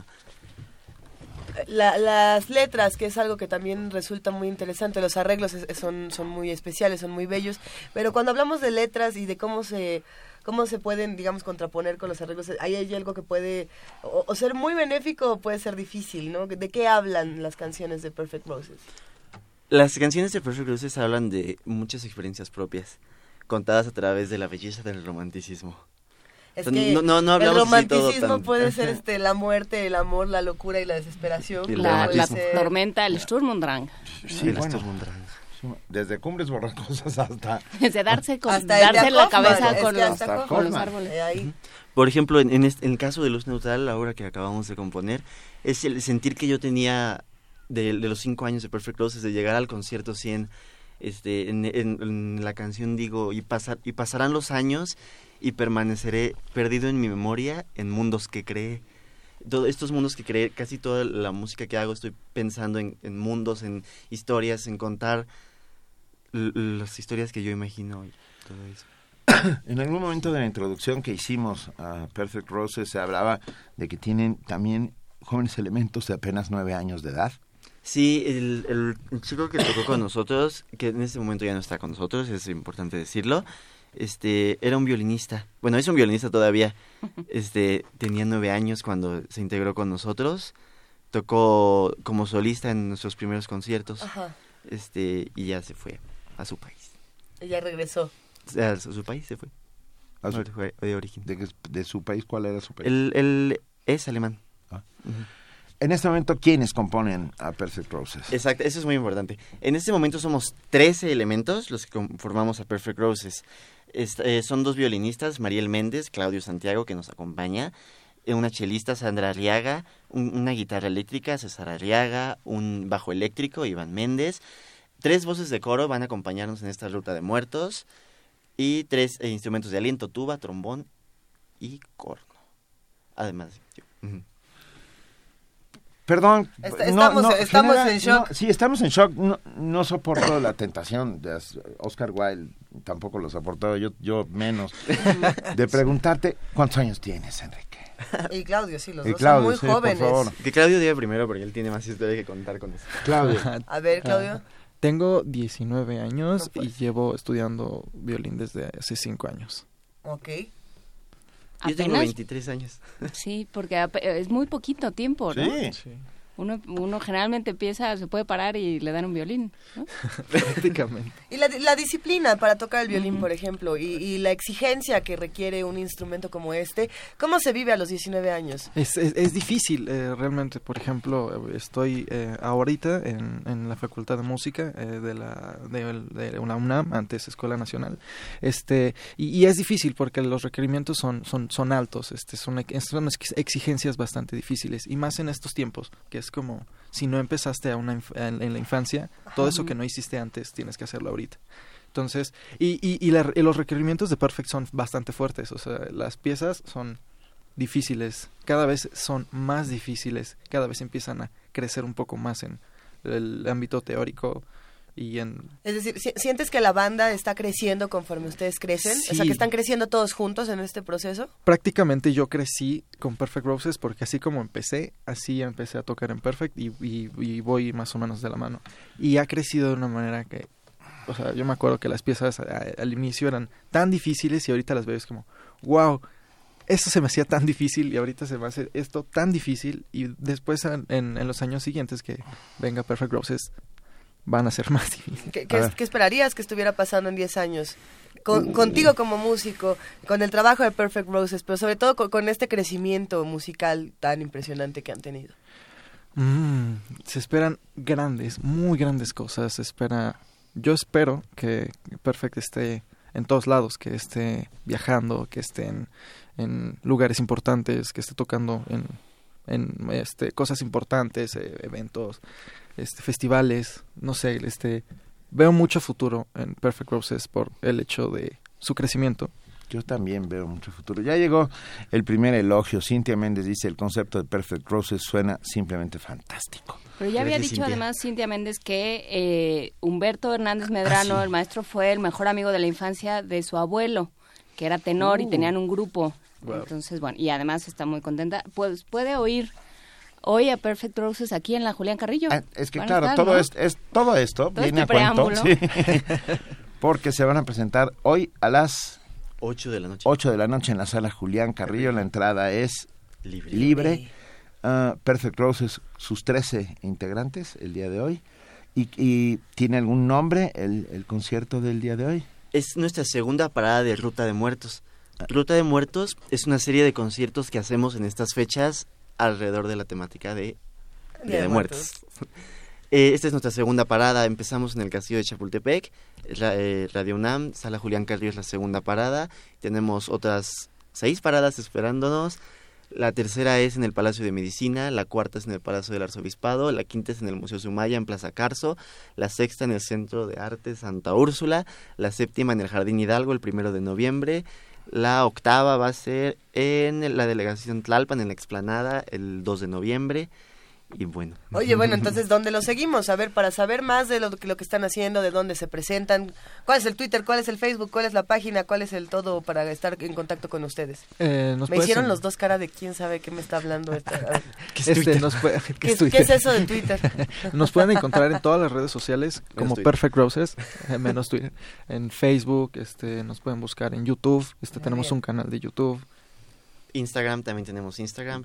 S3: La- las letras, que es algo que también resulta muy interesante, los arreglos es- son, son muy especiales, son muy bellos, pero cuando hablamos de letras y de cómo se cómo se pueden, digamos, contraponer con los arreglos, ahí hay algo que puede o, o ser muy benéfico o puede ser difícil, ¿no? ¿De qué hablan las canciones de Perfect Roses?
S11: Las canciones de Perfect Roses hablan de muchas experiencias propias, contadas a través de la belleza del romanticismo.
S3: Es
S11: O sea,
S3: que
S11: no- no- no
S3: el
S11: hablamos así todo
S3: romanticismo
S11: tan-
S3: puede ser este la muerte, el amor, la locura y la desesperación.
S11: Y el
S4: La, la
S11: dramatismo.
S3: Puede ser-
S4: tormenta, el Sturm und Drang.
S2: Sí,
S11: El
S2: bueno,
S11: Sturm und Drang.
S2: desde Cumbres Borrascosas hasta...
S4: Desde darse, con,
S3: Hasta el
S4: darse
S3: de
S4: la
S3: Hoffman,
S4: cabeza
S3: es
S4: con
S3: que
S4: los,
S3: hasta
S2: Hasta
S4: con los
S2: Hoffman.
S4: árboles.
S3: Eh, ahí.
S11: Por ejemplo, en, en, este- en el caso de Luz Neutral, la obra que acabamos de componer, es el sentir que yo tenía de, de los cinco años de Perfect Roses, de llegar al concierto cien, este, en, en- en la canción digo, y, pasar, y pasarán los años y permaneceré perdido en mi memoria en mundos que creé. Todo, estos mundos que creé, casi toda la música que hago estoy pensando en, en mundos, en historias, en contar l- las historias que yo imagino y todo eso.
S2: En algún momento de la introducción que hicimos a Perfect Roses se hablaba de que tienen también jóvenes elementos de apenas nueve años de edad.
S11: Sí, el, el, el chico que tocó con nosotros, que en este momento ya no está con nosotros, es importante decirlo, este, era un violinista. Bueno, es un violinista todavía. Este, tenía nueve años cuando se integró con nosotros. Tocó como solista en nuestros primeros conciertos.
S3: Ajá.
S11: Este, y ya se fue a su país.
S3: Ella regresó.
S11: A su, su país se fue.
S2: A su-
S11: Fue de origen.
S2: De, que- de su país, ¿cuál era su país?
S11: Él, él es alemán.
S2: Ah.
S11: Ujú.
S2: En este momento, ¿quiénes componen a Perfect Roses?
S11: Exacto, eso es muy importante. En este momento somos trece elementos los que conformamos a Perfect Roses. Est- eh, son dos violinistas, Mariel Méndez, Claudio Santiago, que nos acompaña, eh, una chelista, Sandra Arriaga, un- una guitarra eléctrica, César Arriaga, un bajo eléctrico, Iván Méndez, tres voces de coro van a acompañarnos en esta ruta de muertos, y tres eh, instrumentos de aliento, tuba, trombón y corno. Además, yo. Ujú.
S2: Perdón.
S3: Est- estamos- estamos en shock.
S2: no, sí, estamos en shock. No, no soporto la tentación. De as- Oscar Wilde tampoco lo soportó, yo, yo menos. De preguntarte, ¿cuántos años tienes, Enrique?
S3: Y Claudio, sí, los
S2: Y
S3: dos
S2: Claudio,
S3: son muy
S2: sí, por
S3: jóvenes.
S2: favor.
S11: Que Claudio diga primero porque él tiene más historia que contar con eso.
S2: Claudio.
S3: A ver, Claudio.
S9: Ah, tengo diecinueve años
S3: No, pues.
S9: y llevo estudiando violín desde hace cinco años.
S3: Ok.
S11: Yo tengo
S4: Apenas.
S11: veintitrés años.
S4: Sí, porque ap- es muy poquito tiempo, ¿no?
S2: Sí.
S9: Sí.
S4: Uno, uno generalmente empieza, se puede parar y le dan un violín, ¿no?
S9: Prácticamente.
S3: Y la, la disciplina para tocar el violín, por ejemplo, y, y la exigencia que requiere un instrumento como este, ¿cómo se vive a los diecinueve años?
S9: Es, es, es difícil, eh, realmente. Por ejemplo, eh, estoy eh, ahorita en, en la Facultad de Música eh, de la de, el- de la UNAM, antes Escuela Nacional. Este y, y es difícil porque los requerimientos son son son altos. Este son, ex- son ex- exigencias bastante difíciles y más en estos tiempos, que es como si no empezaste a una inf- en, en la infancia, todo eso que no hiciste antes tienes que hacerlo ahorita. Entonces, y, y, y, la, y los requerimientos de Perfect son bastante fuertes, o sea, las piezas son difíciles, cada vez son más difíciles, cada vez empiezan a crecer un poco más en el ámbito teórico y en...
S3: Es decir, si- ¿sientes que la banda está creciendo conforme ustedes crecen? O sea,
S9: Sí.
S3: que están creciendo todos juntos en este proceso.
S9: Prácticamente yo crecí con Perfect Roses porque así como empecé, así empecé a tocar en Perfect y, y, y voy más o menos de la mano. Y ha crecido de una manera que, o sea, yo me acuerdo que las piezas a- al inicio eran tan difíciles y ahorita las veo y es como, wow, eso se me hacía tan difícil y ahorita se me hace esto tan difícil y después en, en, en los años siguientes que venga Perfect Roses van a ser más difíciles.
S3: ¿Qué, qué, qué esperarías que estuviera pasando en diez años? Con- contigo como músico, con el trabajo de Perfect Roses, pero sobre todo con, con este crecimiento musical tan impresionante que han tenido.
S9: Mm, se esperan grandes, muy grandes cosas. Se espera, yo espero que Perfect esté en todos lados, que esté viajando, que esté en, en lugares importantes, que esté tocando en, en este, cosas importantes, eh, eventos, este, festivales, no sé, este, veo mucho futuro en Perfect Roses por el hecho de su crecimiento.
S2: Yo también veo mucho futuro. Ya llegó el primer elogio. Cintia Méndez dice, el concepto de Perfect Roses suena simplemente fantástico.
S4: Pero ya había
S2: Gracias,
S4: dicho
S2: Cintia.
S4: además Cintia Méndez que eh, Humberto Hernández Medrano,
S2: Ah, sí.
S4: el maestro, fue el mejor amigo de la infancia de su abuelo, que era tenor y
S2: Uh.
S4: tenían un grupo.
S2: Wow.
S4: Entonces, bueno, y además está muy contenta. Pues puede oír hoy a Perfect Roses aquí en la Julián Carrillo.
S2: Ah, es que
S4: Van a
S2: claro,
S4: estar,
S2: todo,
S4: ¿no?
S2: es, es, todo esto
S4: Todo
S2: viene
S4: este
S2: a cuento.
S4: preámbulo.
S2: Sí. Porque se van a presentar hoy a las
S11: ocho de la noche.
S2: ocho de la noche en la sala Julián Carrillo. La entrada es
S11: Libre.
S2: libre. Ah, Perfect Roses, sus trece integrantes el día de hoy. ¿Y, y tiene algún nombre el, el concierto del día de hoy?
S11: Es nuestra segunda parada de Ruta de Muertos. Ruta de Muertos es una serie de conciertos que hacemos en estas fechas alrededor de la temática de Día de,
S3: de
S11: Muertos. Eh, esta es nuestra segunda parada. Empezamos en el Castillo de Chapultepec, Ra- eh, Radio UNAM, Sala Julián Carrillo es la segunda parada. Tenemos otras seis paradas esperándonos. La tercera es en el Palacio de Medicina, la cuarta es en el Palacio del Arzobispado, la quinta es en el Museo Sumaya en Plaza Carso, la sexta en el Centro de Arte Santa Úrsula, la séptima en el Jardín Hidalgo el primero de noviembre, la octava va a ser en la Delegación Tlalpan, en la Explanada, el dos de noviembre. Y bueno.
S3: Oye, bueno, entonces, ¿dónde lo seguimos? A ver, para saber más de lo que, lo que están haciendo, de dónde se presentan, ¿cuál es el Twitter, cuál es el Facebook, cuál es la página, cuál es el todo para estar en contacto con ustedes?
S9: Eh, nos
S3: Me
S9: puedes
S3: hicieron
S9: en-
S3: los dos cara de quién sabe qué me está hablando. Esta, a ver.
S9: Este, nos puede-
S3: ¿Qué,
S9: ¿qué es
S3: es- qué
S9: Twitter?
S3: es eso de Twitter?
S9: Nos pueden encontrar en todas las redes sociales como
S11: Twitter.
S9: Perfect Roses, eh, menos Twitter. En Facebook, este, nos pueden buscar en YouTube, este,
S3: Muy
S9: tenemos
S3: bien.
S9: un canal de YouTube.
S11: Instagram, también tenemos Instagram,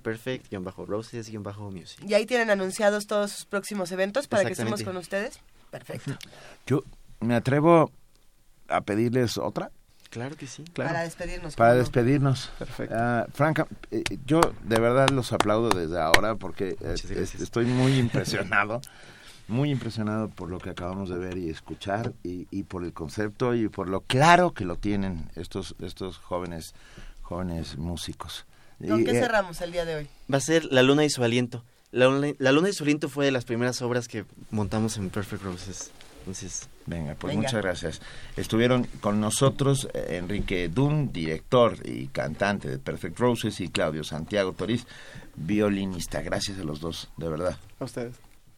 S11: perfect-roses-music.
S3: ¿Y ahí tienen anunciados todos sus próximos eventos para que estemos
S11: Exactamente.
S3: con ustedes? Perfecto.
S2: Yo me atrevo a pedirles otra.
S11: Claro que sí.
S9: Claro.
S3: Para despedirnos.
S2: Para
S3: ¿cómo no?
S2: despedirnos.
S9: Perfecto.
S2: Ah, Franca, eh, yo de verdad los aplaudo desde ahora porque eh,
S11: Muchas gracias.
S2: es- estoy muy impresionado, muy impresionado por lo que acabamos de ver y escuchar y, y por el concepto y por lo claro que lo tienen estos estos jóvenes jóvenes músicos.
S3: ¿Con
S2: Y,
S3: qué
S2: eh,
S3: cerramos el día de hoy?
S11: Va a ser La Luna y su Aliento. La Luna, La Luna y su Aliento fue de las primeras obras que montamos en Perfect Roses. Entonces,
S2: Venga, pues
S3: Venga.
S2: muchas gracias. Estuvieron con nosotros eh, Enrique Dunn, director y cantante de Perfect Roses, y Claudio Santiago Toriz, violinista. Gracias a los dos, de verdad.
S9: A ustedes.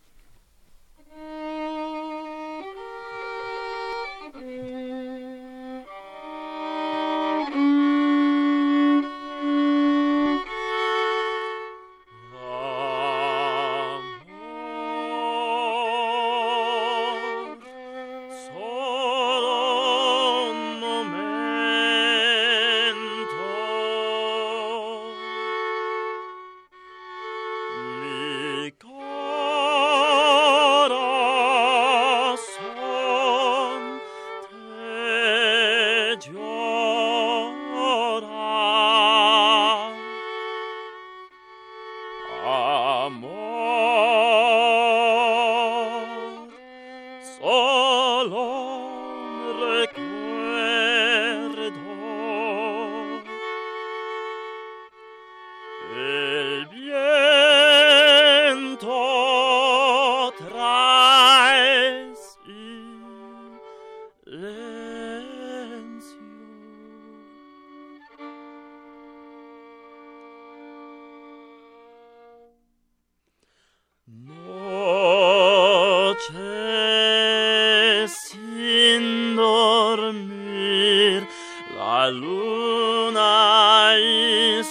S8: Solo un momento mi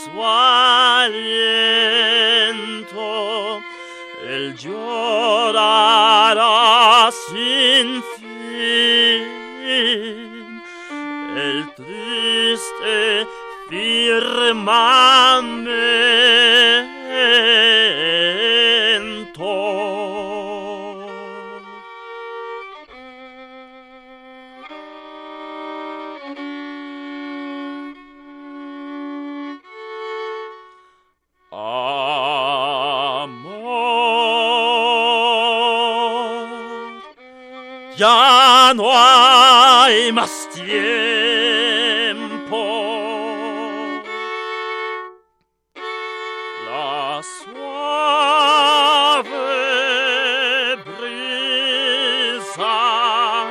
S8: su aliento, él llorará sin fin, el triste firmamento. Amor, ya no hay más tiempo. La suave brisa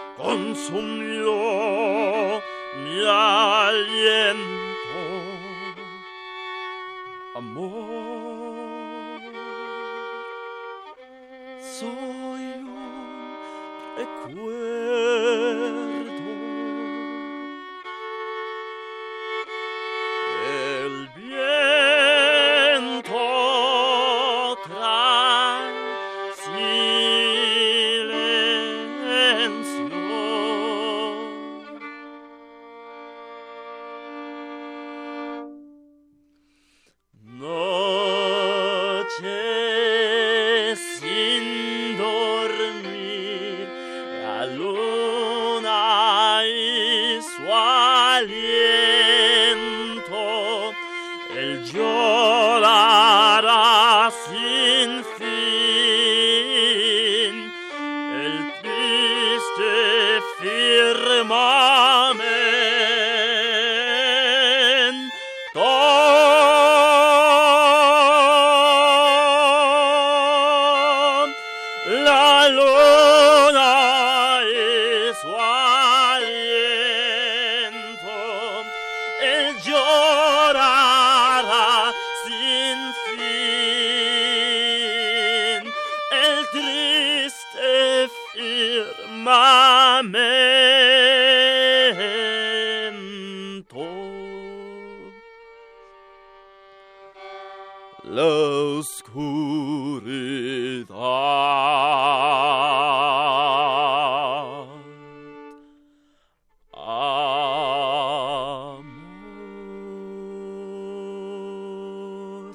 S8: consumió mi aliento. Amor, soy un recuerdo. El viento trae silencio. Noche sin dormir, la luna y su aliento, él llorará sin fin, el triste firmamento. La luna y su aliento, él llorará sin fin, el triste firmamento. La oscuridad. Amor.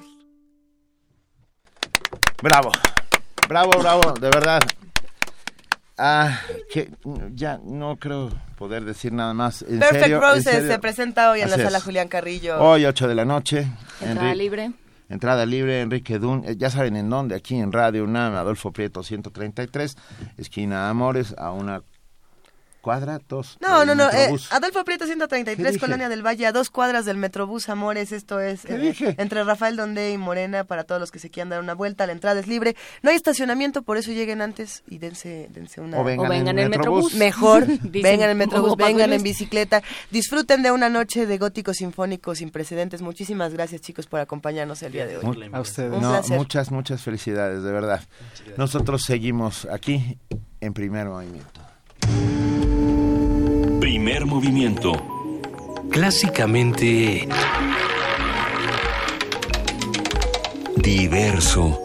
S2: Bravo, bravo, bravo, de verdad. Ah, que ya no creo poder decir nada más. ¿En
S3: Perfect
S2: serio?
S3: Roses
S2: ¿En serio?
S3: se presenta hoy en
S2: Así
S3: la sala
S2: es.
S3: Julián Carrillo.
S2: Hoy, ocho de la noche.
S4: Entrada
S2: Enri-
S4: libre.
S2: Entrada libre, Enrique Dun. Eh, ya saben en dónde, aquí en Radio UNAM, Adolfo Prieto ciento treinta y tres, esquina Amores, a una cuadra, dos.
S3: No,
S2: del
S3: no, no. Eh,
S2: Metrobús.
S3: Adolfo Prieto ciento treinta y
S2: ¿Qué
S3: tres,
S2: dije?
S3: Colonia del Valle, a dos cuadras del Metrobús Amores. Esto es
S2: ¿Qué
S3: eh,
S2: dije?
S3: entre Rafael Donde y Morena, para todos los que se quieran dar una vuelta. La entrada es libre. No hay estacionamiento, por eso lleguen antes y dense, dense una...
S2: O vengan,
S4: O vengan
S2: en
S4: en
S2: Metrobús.
S4: Metrobús.
S3: Mejor,
S4: Dicen,
S3: vengan en Metrobús,
S4: o Paco
S3: vengan
S4: Luis.
S3: en bicicleta, disfruten de una noche de gótico sinfónico sin precedentes. Muchísimas gracias, chicos, por acompañarnos el día de hoy.
S9: A ustedes.
S3: Un
S2: No,
S3: placer.
S2: muchas, muchas felicidades, de verdad. Nosotros seguimos aquí en Primer Movimiento.
S1: Primer movimiento.
S12: Clásicamente diverso.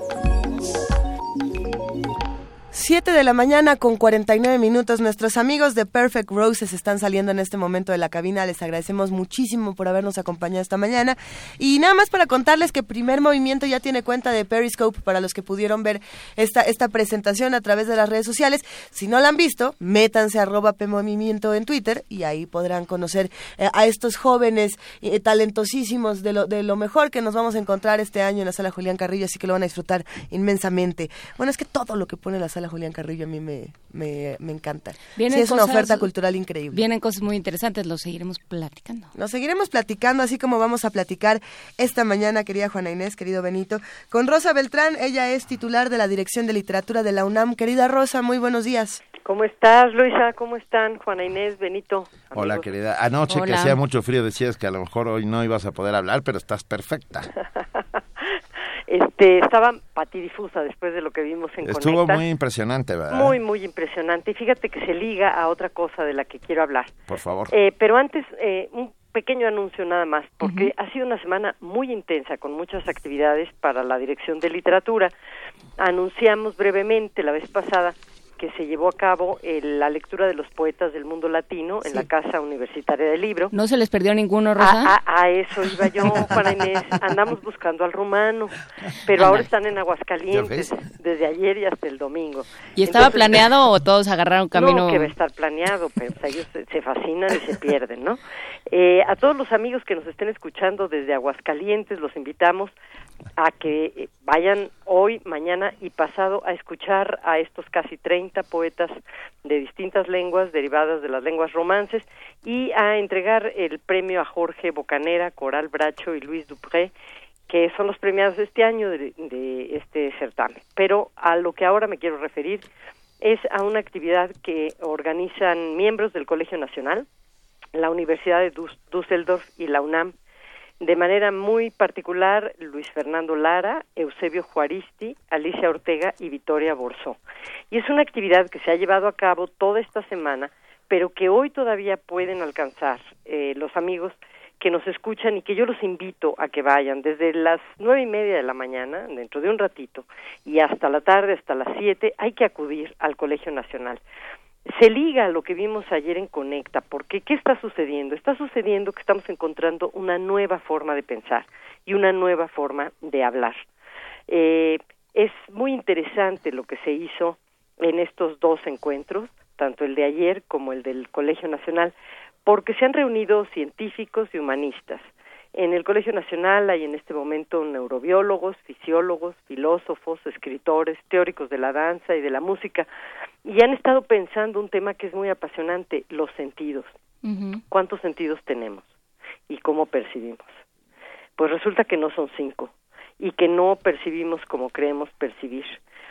S3: Siete de la mañana con cuarenta y nueve minutos. Nuestros amigos de Perfect Roses están saliendo en este momento de la cabina. Les agradecemos muchísimo por habernos acompañado esta mañana. Y nada más para contarles que Primer Movimiento ya tiene cuenta de Periscope para los que pudieron ver esta, esta presentación a través de las redes sociales. Si no la han visto, métanse a arroba PMovimiento en Twitter y ahí podrán conocer eh, a estos jóvenes eh, talentosísimos de lo, de lo mejor que nos vamos a encontrar este año en la Sala Julián Carrillo, así que lo van a disfrutar inmensamente. Bueno, es que todo lo que pone la Sala Julián Carrillo a mí me, me, me encanta.
S4: Vienen
S3: Sí, es una
S4: cosas-
S3: oferta cultural increíble.
S4: Vienen cosas muy interesantes, lo seguiremos platicando.
S3: Nos seguiremos platicando, así como vamos a platicar esta mañana, querida Juana Inés, querido Benito, con Rosa Beltrán. Ella es titular de la Dirección de Literatura de la UNAM. Querida Rosa, muy buenos días.
S13: ¿Cómo estás, Luisa? ¿Cómo están, Juana Inés, Benito?
S2: Hola,
S13: amigos?
S2: querida. Anoche que
S4: Hola.
S2: hacía mucho frío decías que a lo mejor hoy no ibas a poder hablar, pero estás perfecta.
S13: Este, estaba patidifusa después de lo que vimos en
S2: Estuvo
S13: Conecta.
S2: muy impresionante, ¿verdad?
S13: Muy, muy impresionante. Y fíjate que se liga a otra cosa de la que quiero hablar.
S2: Por favor.
S13: Eh, pero antes, eh, un pequeño anuncio nada más, porque uh-huh. ha sido una semana muy intensa con muchas actividades para la Dirección de Literatura. Anunciamos brevemente la vez pasada que se llevó a cabo el, la lectura de los poetas del mundo latino sí. en la Casa Universitaria del Libro.
S4: ¿No se les perdió ninguno, Rosa?
S13: A, a, a eso iba yo, Juana Inés. Andamos buscando al rumano, pero ahora están en Aguascalientes desde ayer y hasta el domingo.
S4: ¿Y estaba Entonces, planeado o todos agarraron camino?
S13: No, que va a estar planeado, pero o sea, ellos se, se fascinan y se pierden, ¿no? Eh, a todos los amigos que nos estén escuchando desde Aguascalientes, los invitamos a que vayan hoy, mañana y pasado a escuchar a estos casi treinta poetas de distintas lenguas derivadas de las lenguas romances y a entregar el premio a Jorge Bocanera, Coral Bracho y Luis Dupré, que son los premiados de este año de, de este certamen. Pero a lo que ahora me quiero referir es a una actividad que organizan miembros del Colegio Nacional, la Universidad de Düsseldorf y la UNAM. De manera muy particular, Luis Fernando Lara, Eusebio Juaristi, Alicia Ortega y Victoria Borzó. Y es una actividad que se ha llevado a cabo toda esta semana, pero que hoy todavía pueden alcanzar eh, los amigos que nos escuchan y que yo los invito a que vayan desde las nueve y media de la mañana, dentro de un ratito, y hasta la tarde, hasta las siete, hay que acudir al Colegio Nacional. Se liga a lo que vimos ayer en Conecta, porque ¿qué está sucediendo? Está sucediendo que estamos encontrando una nueva forma de pensar y una nueva forma de hablar. Eh, es muy interesante lo que se hizo en estos dos encuentros, tanto el de ayer como el del Colegio Nacional, porque se han reunido científicos y humanistas. En el Colegio Nacional hay en este momento neurobiólogos, fisiólogos, filósofos, escritores, teóricos de la danza y de la música, y han estado pensando un tema que es muy apasionante, los sentidos. Uh-huh. ¿Cuántos sentidos tenemos? ¿Y cómo percibimos? Pues resulta que no son cinco, y que no percibimos como creemos percibir,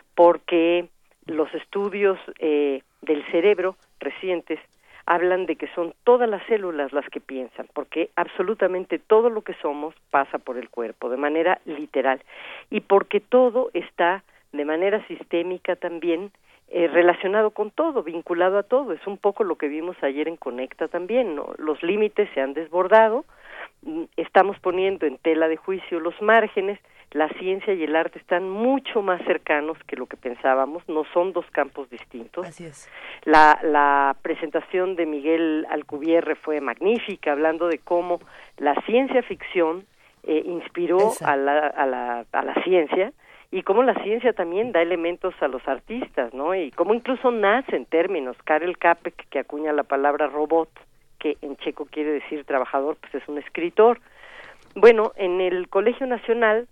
S13: porque los estudios eh, del cerebro recientes hablan de que son todas las células las que piensan, porque absolutamente todo lo que somos pasa por el cuerpo, de manera literal, y porque todo está de manera sistémica también eh, relacionado con todo, vinculado a todo. Es un poco lo que vimos ayer en Conecta también, ¿no? Los límites se han desbordado, estamos poniendo en tela de juicio los márgenes, la ciencia y el arte están mucho más cercanos que lo que pensábamos, no son dos campos distintos.
S3: Así es.
S13: La, la presentación de Miguel Alcubierre fue magnífica, hablando de cómo la ciencia ficción eh, inspiró a la, a, la, a la ciencia, y cómo la ciencia también da elementos a los artistas, ¿no? Y cómo incluso nacen términos. Karel Capek, que acuña la palabra robot, que en checo quiere decir trabajador, pues es un escritor. Bueno, en el Colegio Nacional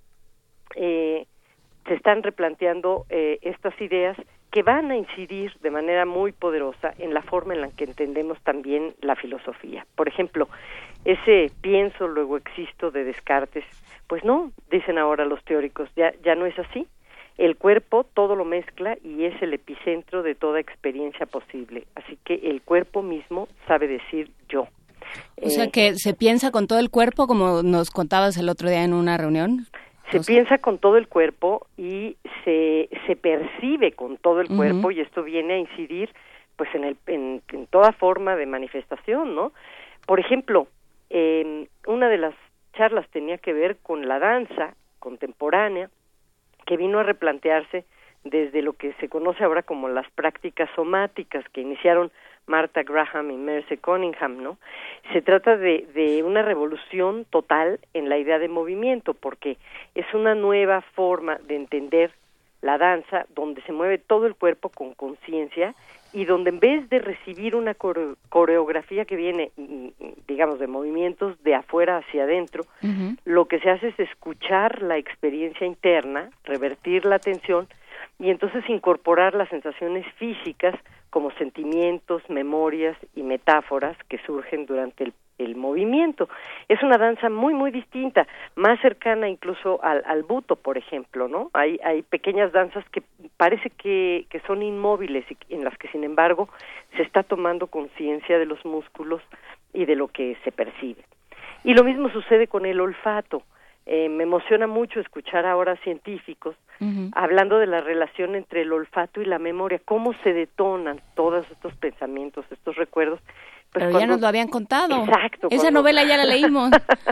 S13: eh, se están replanteando eh, estas ideas que van a incidir de manera muy poderosa en la forma en la que entendemos también la filosofía. Por ejemplo, ese pienso, luego existo de Descartes, pues no, dicen ahora los teóricos, ya, ya no es así. El cuerpo todo lo mezcla y es el epicentro de toda experiencia posible. Así que el cuerpo mismo sabe decir yo.
S4: O sea, que se piensa con todo el cuerpo, como nos contabas el otro día en una reunión.
S13: Se piensa con todo el cuerpo y se se percibe con todo el cuerpo, uh-huh. y esto viene a incidir pues en el en, en toda forma de manifestación, ¿no? Por ejemplo, eh, una de las charlas tenía que ver con la danza contemporánea, que vino a replantearse desde lo que se conoce ahora como las prácticas somáticas que iniciaron Martha Graham y Merce Cunningham, ¿no? Se trata de, de una revolución total en la idea de movimiento, porque es una nueva forma de entender la danza donde se mueve todo el cuerpo con conciencia y donde en vez de recibir una core- coreografía que viene, digamos, de movimientos de afuera hacia adentro, uh-huh. lo que se hace es escuchar la experiencia interna, revertir la atención y entonces incorporar las sensaciones físicas como sentimientos, memorias y metáforas que surgen durante el, el movimiento. Es una danza muy, muy distinta, más cercana incluso al, al buto, por ejemplo, ¿no? Hay, hay pequeñas danzas que parece que, que son inmóviles y en las que, sin embargo, se está tomando conciencia de los músculos y de lo que se percibe. Y lo mismo sucede con el olfato. Eh, me emociona mucho escuchar ahora científicos
S4: Uh-huh.
S13: hablando de la relación entre el olfato y la memoria, cómo se detonan todos estos pensamientos, estos recuerdos. Pues
S4: Pero
S13: cuando...
S4: ya nos lo habían contado.
S13: Exacto.
S4: Esa
S13: cuando...
S4: novela ya la leímos.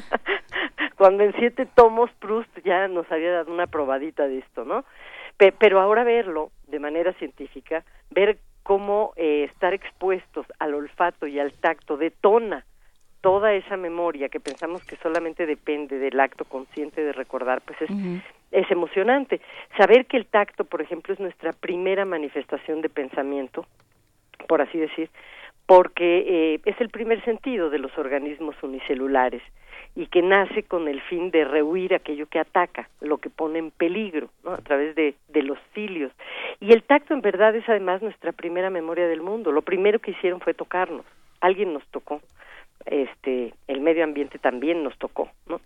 S13: Cuando en siete tomos Proust ya nos había dado una probadita de esto, ¿no? Pe- pero ahora verlo de manera científica, ver cómo eh, estar expuestos al olfato y al tacto detona toda esa memoria que pensamos que solamente depende del acto consciente de recordar, pues es, uh-huh. es emocionante. Saber que el tacto, por ejemplo, es nuestra primera manifestación de pensamiento, por así decir, porque eh, es el primer sentido de los organismos unicelulares y que nace con el fin de rehuir aquello que ataca, lo que pone en peligro, ¿no? A través de, de los cilios. Y el tacto en verdad es además nuestra primera memoria del mundo. Lo primero que hicieron fue tocarnos. Alguien nos tocó. Este, el medio ambiente también nos tocó, ¿no?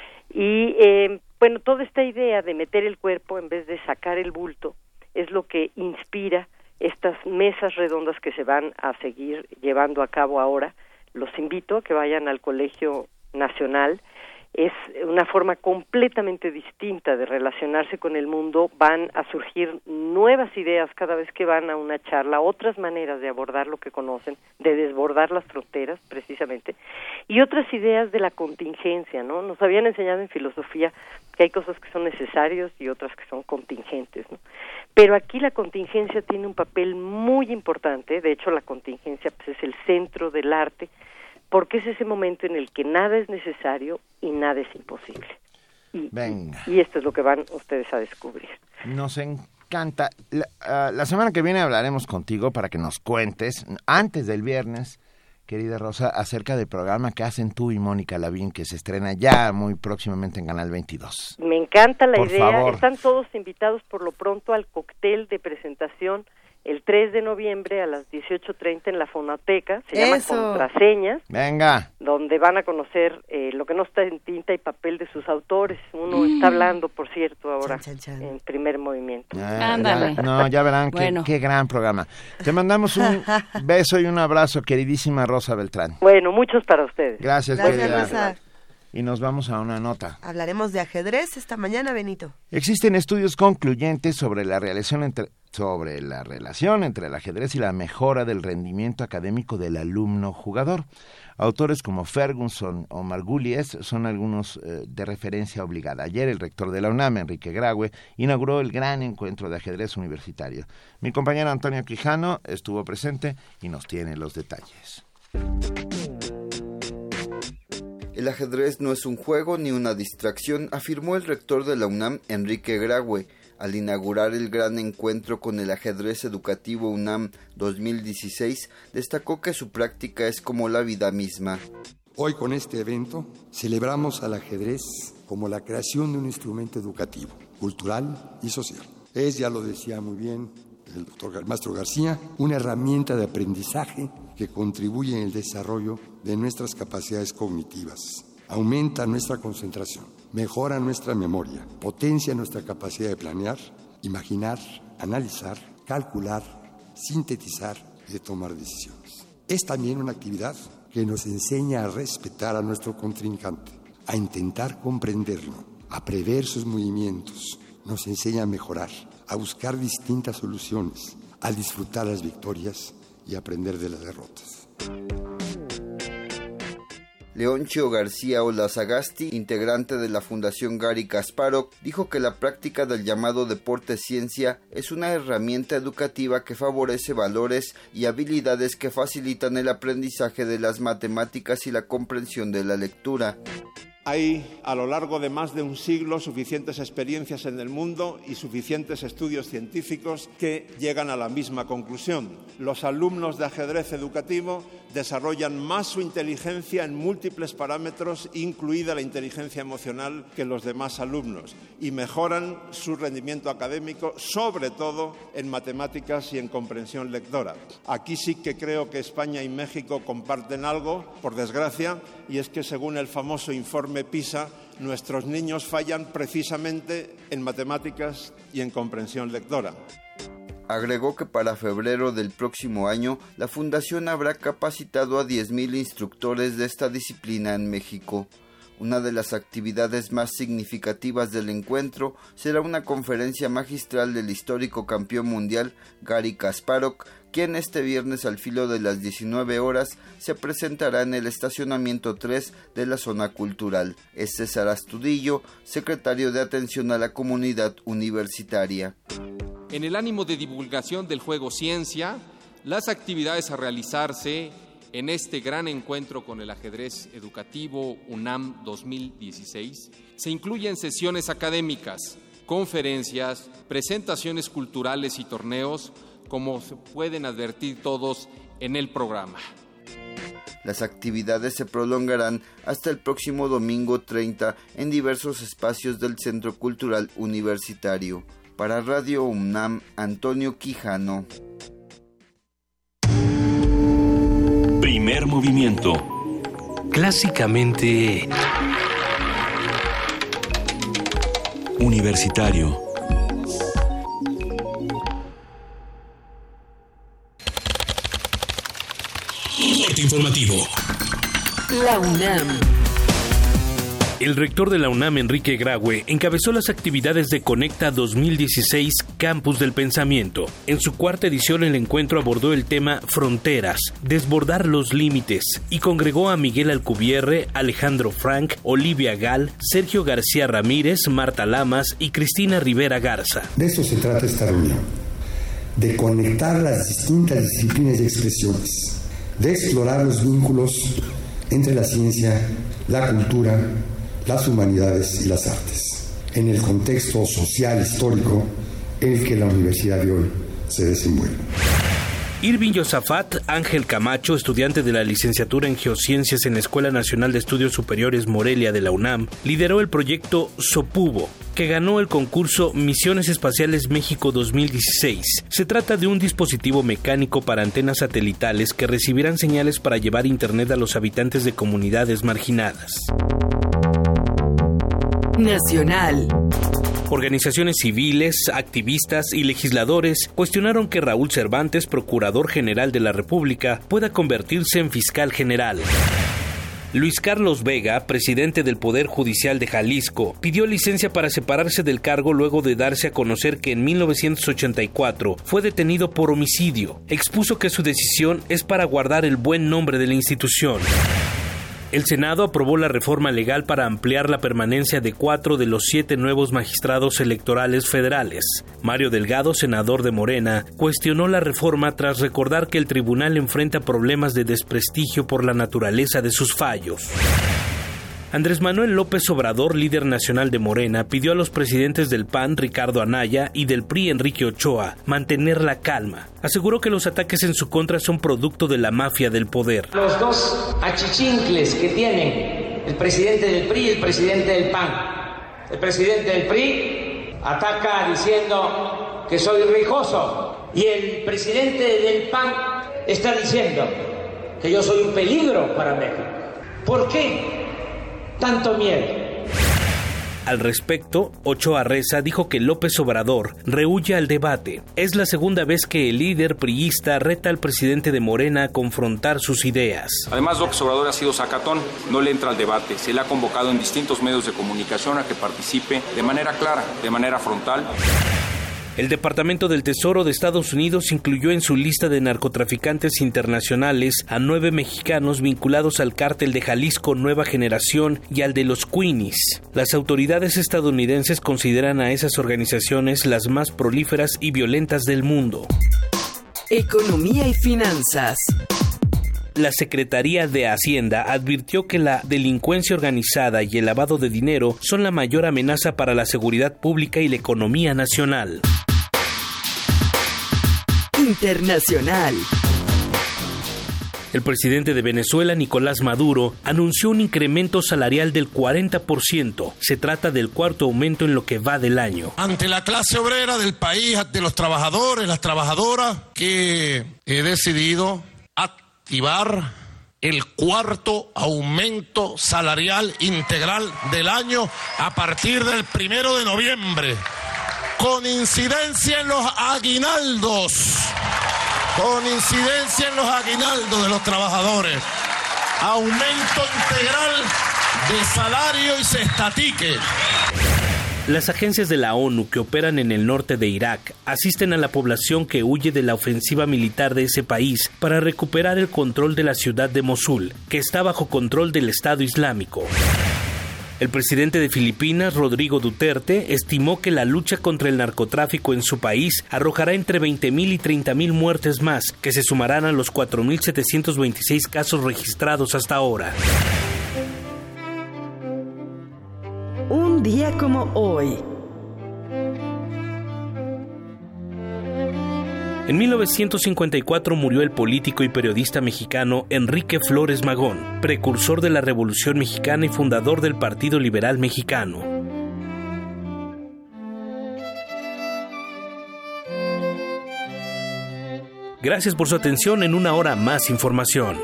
S13: Y eh, bueno, toda esta idea de meter el cuerpo en vez de sacar el bulto es lo que inspira estas mesas redondas que se van a seguir llevando a cabo ahora. Los invito a que vayan al Colegio Nacional. Es una forma completamente distinta de relacionarse con el mundo. Van a surgir nuevas ideas cada vez que van a una charla, otras maneras de abordar lo que conocen, de desbordar las fronteras, precisamente, y otras ideas de la contingencia, ¿no? Nos habían enseñado en filosofía que hay cosas que son necesarias y otras que son contingentes, ¿no? Pero aquí la contingencia tiene un papel muy importante. De hecho, la contingencia pues, es el centro del arte, porque es ese momento en el que nada es necesario y nada es imposible. Y,
S2: Venga.
S13: y esto es lo que van ustedes a descubrir.
S2: Nos encanta. La, uh, la semana que viene hablaremos contigo para que nos cuentes, antes del viernes, querida Rosa, acerca del programa que hacen tú y Mónica Lavín, que se estrena ya muy próximamente en Canal veintidós.
S13: Me encanta la
S2: por
S13: idea.
S2: Favor.
S13: Están todos invitados por lo pronto al cóctel de presentación el tres de noviembre a las dieciocho treinta en la Fonoteca. Se llama
S3: Eso.
S13: Contraseñas.
S2: Venga.
S13: Donde van a conocer eh, lo que no está en tinta y papel de sus autores. Uno mm. está hablando, por cierto, ahora chan, chan, chan. en Primer Movimiento.
S2: Ah, ya, no, ya verán bueno. qué, qué gran programa. Te mandamos un beso y un abrazo, queridísima Rosa Beltrán.
S13: Bueno, muchos para ustedes.
S2: Gracias,
S3: Gracias
S2: querida.
S3: Rosa.
S2: Y nos vamos a una nota.
S3: Hablaremos de ajedrez esta mañana, Benito.
S2: Existen estudios concluyentes sobre la relación entre sobre la relación entre el ajedrez y la mejora del rendimiento académico del alumno jugador. Autores como Ferguson o Margulies son algunos eh, de referencia obligada. Ayer el rector de la UNAM, Enrique Graue, inauguró el gran encuentro de ajedrez universitario. Mi compañero Antonio Quijano estuvo presente y nos tiene los detalles.
S12: El ajedrez no es un juego ni una distracción, afirmó el rector de la UNAM, Enrique Graue, al inaugurar el gran encuentro con el ajedrez educativo UNAM dos mil dieciséis, destacó que su práctica es como la vida misma.
S14: Hoy con este evento celebramos al ajedrez como la creación de un instrumento educativo, cultural y social. Es, ya lo decía muy bien el doctor el maestro García, una herramienta de aprendizaje que contribuye en el desarrollo de nuestras capacidades cognitivas, aumenta nuestra concentración, mejora nuestra memoria, potencia nuestra capacidad de planear, imaginar, analizar, calcular, sintetizar y de tomar decisiones. Es también una actividad que nos enseña a respetar a nuestro contrincante, a intentar comprenderlo, a prever sus movimientos, nos enseña a mejorar, a buscar distintas soluciones, a disfrutar las victorias y aprender de las derrotas.
S12: Leoncio García Olazagasti, integrante de la Fundación Garry Kasparov, dijo que la práctica del llamado deporte ciencia es una herramienta educativa que favorece valores y habilidades que facilitan el aprendizaje de las matemáticas y la comprensión de la lectura.
S15: Hay a lo largo de más de un siglo suficientes experiencias en el mundo y suficientes estudios científicos que llegan a la misma conclusión. Los alumnos de ajedrez educativo desarrollan más su inteligencia en múltiples parámetros, incluida la inteligencia emocional, que los demás alumnos, y mejoran su rendimiento académico, sobre todo en matemáticas y en comprensión lectora. Aquí sí que creo que España y México comparten algo, por desgracia, y es que según el famoso informe PISA, nuestros niños fallan precisamente en matemáticas y en comprensión lectora.
S12: Agregó que para febrero del próximo año, la Fundación habrá capacitado a diez mil instructores de esta disciplina en México. Una de las actividades más significativas del encuentro será una conferencia magistral del histórico campeón mundial Garry Kasparov, quien este viernes al filo de las diecinueve horas se presentará en el estacionamiento tres de la zona cultural. Es César Astudillo, secretario de Atención a la Comunidad Universitaria.
S16: En el ánimo de divulgación del juego ciencia, las actividades a realizarse en este gran encuentro con el ajedrez educativo UNAM dos mil dieciséis se incluyen sesiones académicas, conferencias, presentaciones culturales y torneos, como se pueden advertir todos en el programa.
S12: Las actividades se prolongarán hasta el próximo domingo treinta en diversos espacios del Centro Cultural Universitario. Para Radio UNAM, Antonio Quijano.
S1: Primer movimiento.
S17: Clásicamente
S1: universitario.
S17: Corte informativo.
S18: La UNAM.
S17: El rector de la UNAM, Enrique Graue, encabezó las actividades de Conecta dos mil dieciséis Campus del Pensamiento. En su cuarta edición, el encuentro abordó el tema Fronteras, desbordar los límites, y congregó a Miguel Alcubierre, Alejandro Frank, Olivia Gal, Sergio García Ramírez, Marta Lamas y Cristina Rivera Garza.
S14: De eso se trata esta reunión, de conectar las distintas disciplinas y expresiones, de explorar los vínculos entre la ciencia, la cultura, las humanidades y las artes, en el contexto social histórico en el que la universidad de hoy se desenvuelve.
S17: Irving Yosafat Ángel Camacho, estudiante de la licenciatura en Geociencias en la Escuela Nacional de Estudios Superiores Morelia de la UNAM, lideró el proyecto SOPUBO, que ganó el concurso Misiones Espaciales México dos mil dieciséis. Se trata de un dispositivo mecánico para antenas satelitales que recibirán señales para llevar internet a los habitantes de comunidades marginadas.
S18: Nacional.
S17: Organizaciones civiles, activistas y legisladores cuestionaron que Raúl Cervantes, Procurador General de la República, pueda convertirse en fiscal general. Luis Carlos Vega, presidente del Poder Judicial de Jalisco, pidió licencia para separarse del cargo luego de darse a conocer que en mil novecientos ochenta y cuatro fue detenido por homicidio. Expuso que su decisión es para guardar el buen nombre de la institución. El Senado aprobó la reforma legal para ampliar la permanencia de cuatro de los siete nuevos magistrados electorales federales. Mario Delgado, senador de Morena, cuestionó la reforma tras recordar que el tribunal enfrenta problemas de desprestigio por la naturaleza de sus fallos. Andrés Manuel López Obrador, líder nacional de Morena, pidió a los presidentes del P A N, Ricardo Anaya, y del P R I, Enrique Ochoa, mantener la calma. Aseguró que los ataques en su contra son producto de la mafia del poder.
S19: Los dos achichincles que tienen el presidente del P R I y el presidente del P A N. El presidente del P R I ataca diciendo que soy rijoso y el presidente del P A N está diciendo que yo soy un peligro para México. ¿Por qué tanto miedo?
S17: Al respecto, Ochoa Reza dijo que López Obrador rehúye al debate. Es la segunda vez que el líder priista reta al presidente de Morena a confrontar sus ideas.
S20: Además, López Obrador ha sido sacatón, no le entra al debate. Se le ha convocado en distintos medios de comunicación a que participe de manera clara, de manera frontal.
S17: El Departamento del Tesoro de Estados Unidos incluyó en su lista de narcotraficantes internacionales a nueve mexicanos vinculados al cártel de Jalisco Nueva Generación y al de los Queenies. Las autoridades estadounidenses consideran a esas organizaciones las más prolíferas y violentas del mundo.
S18: Economía y finanzas.
S17: La Secretaría de Hacienda advirtió que la delincuencia organizada y el lavado de dinero son la mayor amenaza para la seguridad pública y la economía nacional.
S18: Internacional.
S17: El presidente de Venezuela, Nicolás Maduro, anunció un incremento salarial del cuarenta por ciento. Se trata del cuarto aumento en lo que va del año.
S21: Ante la clase obrera del país, ante los trabajadores, las trabajadoras, que he decidido activar el cuarto aumento salarial integral del año a partir del primero de noviembre, con incidencia en los aguinaldos, con incidencia en los aguinaldos de los trabajadores. Aumento integral de salario y se estatique.
S17: Las agencias de la ONU que operan en el norte de Irak asisten a la población que huye de la ofensiva militar de ese país para recuperar el control de la ciudad de Mosul, que está bajo control del Estado Islámico. El presidente de Filipinas, Rodrigo Duterte, estimó que la lucha contra el narcotráfico en su país arrojará entre veinte mil y treinta mil muertes más, que se sumarán a los cuatro mil setecientos veintiséis casos registrados hasta ahora.
S18: Un día como hoy.
S17: En mil novecientos cincuenta y cuatro murió el político y periodista mexicano Enrique Flores Magón, precursor de la Revolución Mexicana y fundador del Partido Liberal Mexicano. Gracias por su atención. En una hora más información.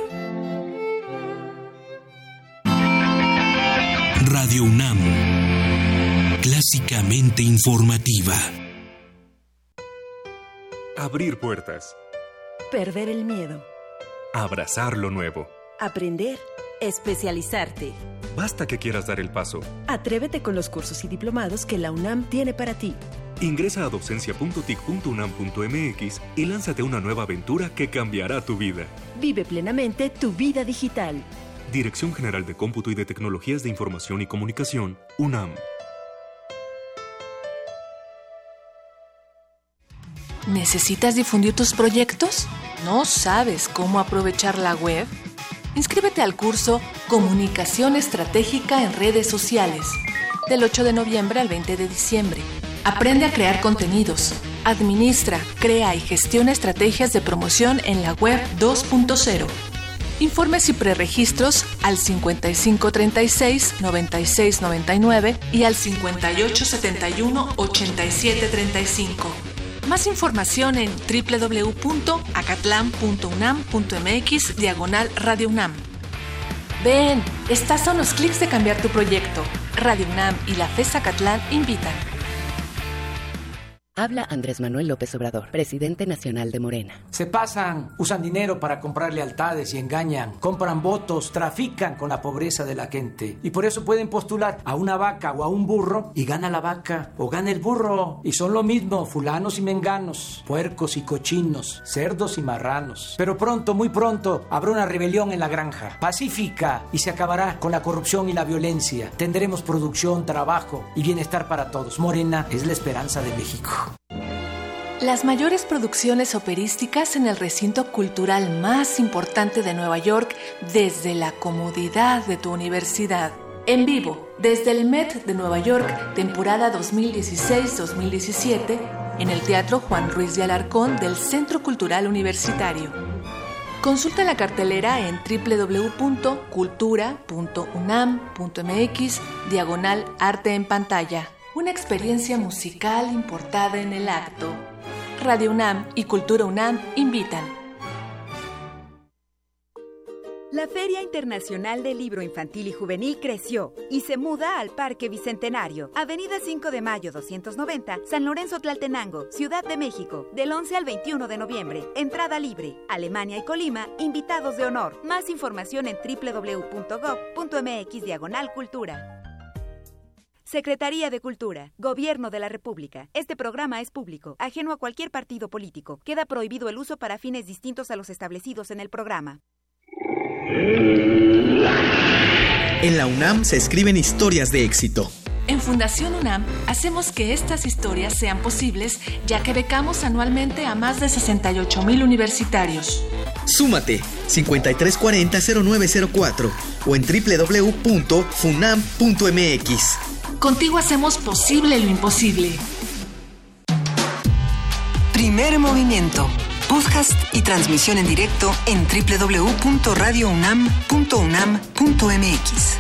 S1: Radio UNAM, clásicamente informativa.
S6: Abrir puertas.
S22: Perder el miedo.
S6: Abrazar lo nuevo.
S22: Aprender. Especializarte.
S6: Basta que quieras dar el paso.
S22: Atrévete con los cursos y diplomados que la UNAM tiene para ti.
S6: Ingresa a docencia punto tic punto unam punto m x y lánzate a una nueva aventura que cambiará tu vida.
S22: Vive plenamente tu vida digital.
S6: Dirección General de Cómputo y de Tecnologías de Información y Comunicación, UNAM.
S23: ¿Necesitas difundir tus proyectos? ¿No sabes cómo aprovechar la web? Inscríbete al curso Comunicación Estratégica en Redes Sociales, del ocho de noviembre al veinte de diciembre. Aprende a crear contenidos, administra, crea y gestiona estrategias de promoción en la web dos punto cero. Informes y preregistros al cincuenta y cinco treinta y seis noventa y seis noventa y nueve y al cincuenta y ocho setenta y uno ochenta y siete treinta y cinco. Más información en doble u doble u doble u punto acatlán punto unam punto m x diagonal Radio UNAM. Ven, estás a unos clics de cambiar tu proyecto. Radio UNAM y la FES Acatlán invitan.
S24: Habla Andrés Manuel López Obrador, presidente nacional de Morena.
S25: Se pasan, usan dinero para comprar lealtades y engañan, compran votos, trafican con la pobreza de la gente. Y por eso pueden postular a una vaca o a un burro y gana la vaca o gana el burro. Y son lo mismo, fulanos y menganos, puercos y cochinos, cerdos y marranos. Pero pronto, muy pronto, habrá una rebelión en la granja, pacífica, y se acabará con la corrupción y la violencia. Tendremos producción, trabajo y bienestar para todos. Morena es la esperanza de México.
S23: Las mayores producciones operísticas en el recinto cultural más importante de Nueva York desde la comodidad de tu universidad. En vivo, desde el Met de Nueva York, temporada dos mil dieciséis dos mil diecisiete, en el Teatro Juan Ruiz de Alarcón del Centro Cultural Universitario. Consulta la cartelera en doble u doble u doble u punto cultura punto unam punto m x diagonal arte en pantalla. Una experiencia musical importada en el acto. Radio UNAM y Cultura UNAM invitan.
S26: La Feria Internacional del Libro Infantil y Juvenil creció y se muda al Parque Bicentenario, Avenida cinco de Mayo doscientos noventa, San Lorenzo Tlaltenango, Ciudad de México, del once al veintiuno de noviembre. Entrada libre. Alemania y Colima, invitados de honor. Más información en doble u doble u doble u punto gob punto m x diagonal cultura. Secretaría de Cultura, Gobierno de la República. Este programa es público, ajeno a cualquier partido político. Queda prohibido el uso para fines distintos a los establecidos en el programa.
S27: En la UNAM se escriben historias de éxito.
S23: En Fundación UNAM hacemos que estas historias sean posibles, ya que becamos anualmente a más de sesenta y ocho mil universitarios.
S27: Súmate cincuenta y tres cuarenta cero nueve cero cuatro o en doble u doble u doble u punto funam punto m x.
S23: Contigo hacemos posible lo imposible.
S18: Primer movimiento. Podcast y transmisión en directo en doble u doble u doble u punto radio unam punto unam punto m x.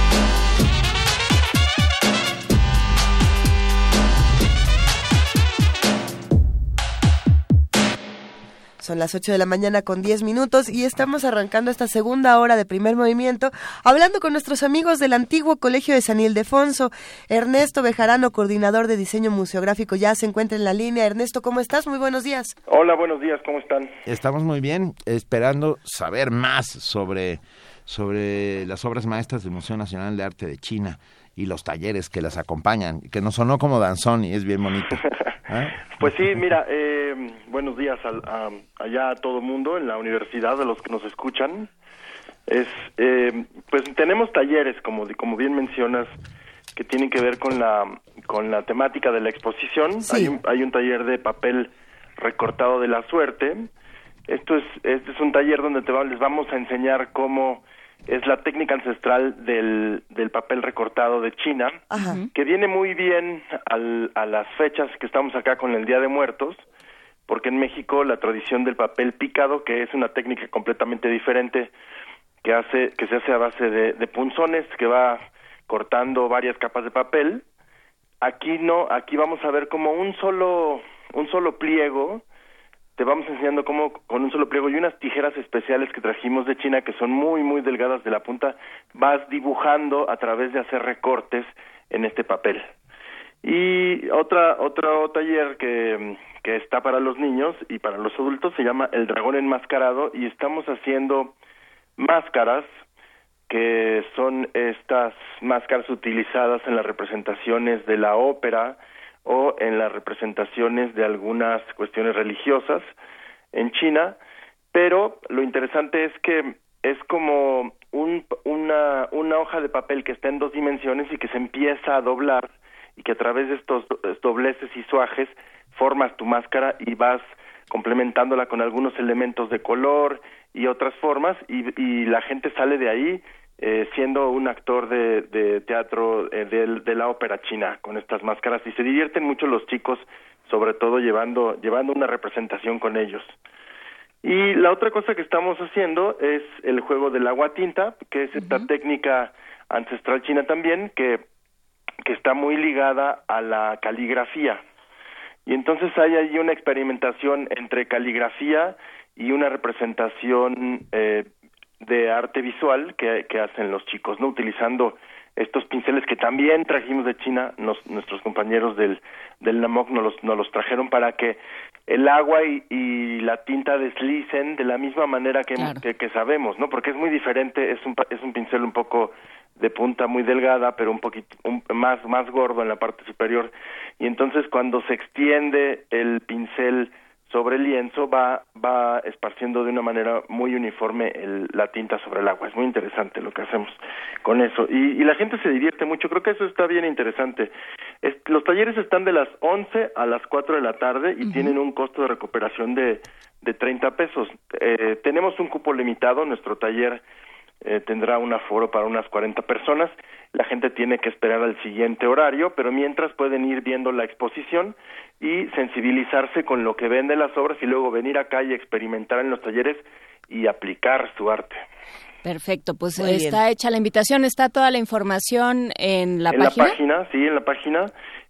S3: Son las ocho de la mañana con diez minutos y estamos arrancando esta segunda hora de Primer Movimiento hablando con nuestros amigos del antiguo Colegio de San Ildefonso. Ernesto Bejarano, coordinador de diseño museográfico, ya se encuentra en la línea. Ernesto, ¿cómo estás? Muy buenos días.
S2: Hola, buenos días, ¿cómo están? Estamos muy bien, esperando saber más sobre sobre las obras maestras del Museo Nacional de Arte de China y los talleres que las acompañan, que nos sonó como danzón y es bien bonito. ¿Eh?
S4: Pues sí, mira, eh, buenos días al, a, allá a todo mundo en la universidad, a los que nos escuchan. Es, eh, pues tenemos talleres, como como bien mencionas, que tienen que ver con la con la temática de la exposición. Sí. Hay un, hay un taller de papel recortado de la suerte. Esto es este es un taller donde te va, les vamos a enseñar cómo es la técnica ancestral del, del papel recortado de China, Ajá. que viene muy bien al, a las fechas que estamos acá con el Día de Muertos, porque en México la tradición del papel picado, que es una técnica completamente diferente, que hace que se hace a base de, de punzones, que va cortando varias capas de papel. Aquí no, aquí vamos a ver como un solo un solo pliego. Te vamos enseñando cómo con un solo pliego y unas tijeras especiales que trajimos de China, que son muy, muy delgadas de la punta, vas dibujando a través de hacer recortes en este papel. Y otra otro taller que, que está para los niños y para los adultos se llama El Dragón Enmascarado, y estamos haciendo máscaras, que son estas máscaras utilizadas en las representaciones de la ópera, o en las representaciones de algunas cuestiones religiosas en China, pero lo interesante es que es como un, una, una hoja de papel que está en dos dimensiones y que se empieza a doblar, y que a través de estos dobleces y suajes formas tu máscara y vas complementándola con algunos elementos de color y otras formas, y, y la gente sale de ahí Eh, siendo un actor de, de teatro eh, de, de la ópera china con estas máscaras, y se divierten mucho los chicos, sobre todo llevando llevando una representación con ellos. Y la otra cosa que estamos haciendo es el juego del agua tinta, que es esta uh-huh. técnica ancestral china también, que, que está muy ligada a la caligrafía. Y entonces hay ahí una experimentación entre caligrafía y una representación eh, de arte visual que, que hacen los chicos, ¿no? Utilizando estos pinceles que también trajimos de China, nos, nuestros compañeros del del NAMOC nos los, nos los trajeron para que el agua y, y la tinta deslicen de la misma manera que, claro. que, que sabemos, ¿no? Porque es muy diferente, es un es un pincel un poco de punta muy delgada, pero un poquito un, más más gordo en la parte superior, y entonces cuando se extiende el pincel sobre el lienzo va va esparciendo de una manera muy uniforme el, la tinta sobre el agua. Es muy interesante lo que hacemos con eso, y, y la gente se divierte mucho. Creo que eso está bien interesante. Es, los talleres están de las once a las cuatro de la tarde y uh-huh. tienen un costo de recuperación de, de treinta pesos. Eh, tenemos un cupo limitado. Nuestro taller eh, tendrá un aforo para unas cuarenta personas. La gente tiene que esperar al siguiente horario, pero mientras pueden ir viendo la exposición y sensibilizarse con lo que ven de las obras, y luego venir acá y experimentar en los talleres y aplicar su arte.
S5: Perfecto, pues Muy está bien. hecha la invitación, está toda la información en la
S4: en
S5: página.
S4: En la página, sí, en la página.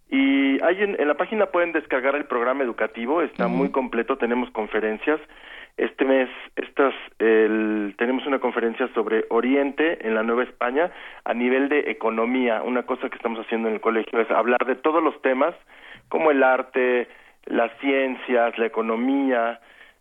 S4: Y hay en, en la página pueden descargar el programa educativo, está uh-huh. muy completo, tenemos conferencias. Este mes estas, el, tenemos una conferencia sobre Oriente en la Nueva España a nivel de economía. Una cosa que estamos haciendo en el colegio es hablar de todos los temas, como el arte, las ciencias, la economía,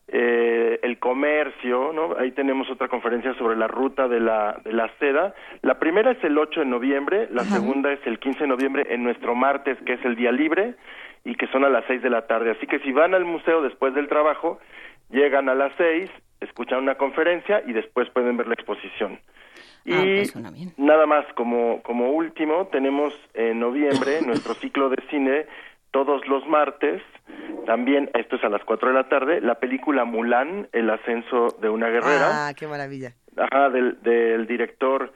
S4: eh, el comercio, ¿no? Ahí tenemos otra conferencia sobre la ruta de la de la seda. La primera es el ocho de noviembre, la Ajá. segunda es el quince de noviembre en nuestro martes, que es el día libre, y que son a las seis de la tarde. Así que si van al museo después del trabajo, llegan a las seis, escuchan una conferencia y después pueden ver la exposición. Y ah, pues nada más, como como último, tenemos en noviembre nuestro ciclo de cine todos los martes, también, esto es a las cuatro de la tarde, la película Mulan, el ascenso de una guerrera.
S3: Ah, qué maravilla.
S4: Ajá, del, del director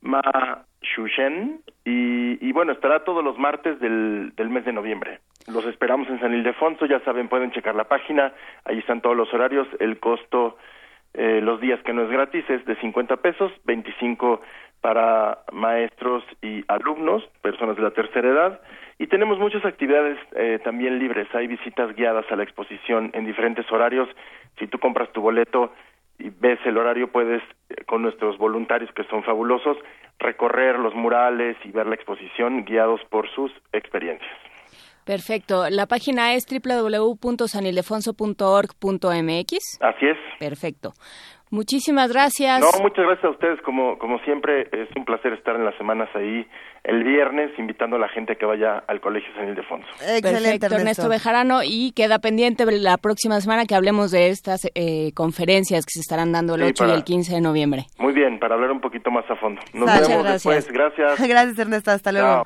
S4: Ma Shushen, y, y bueno, estará todos los martes del, del mes de noviembre. Los esperamos en San Ildefonso, ya saben, pueden checar la página, ahí están todos los horarios, el costo, eh, los días que no es gratis, es de cincuenta pesos, veinticinco para maestros y alumnos, personas de la tercera edad, y tenemos muchas actividades eh, también libres. Hay visitas guiadas a la exposición en diferentes horarios. Si tú compras tu boleto y ves el horario, puedes, eh, con nuestros voluntarios que son fabulosos, recorrer los murales y ver la exposición guiados por sus experiencias.
S5: Perfecto. La página es doble u doble u doble u punto san ildefonso punto org punto m x.
S4: Así es.
S5: Perfecto. Muchísimas gracias.
S4: No, muchas gracias a ustedes, como como siempre, es un placer estar en las semanas ahí el viernes, invitando a la gente a que vaya al Colegio San Ildefonso.
S5: Excelente, Perfecto, Ernesto. Ernesto Bejarano, y queda pendiente la próxima semana que hablemos de estas eh, conferencias que se estarán dando el sí, ocho para... y el quince de noviembre.
S4: Muy bien, para hablar un poquito más a fondo. Nos
S5: Muchas
S4: vemos
S5: gracias.
S4: después, gracias.
S3: Gracias, Ernesto, hasta luego.
S4: Chao.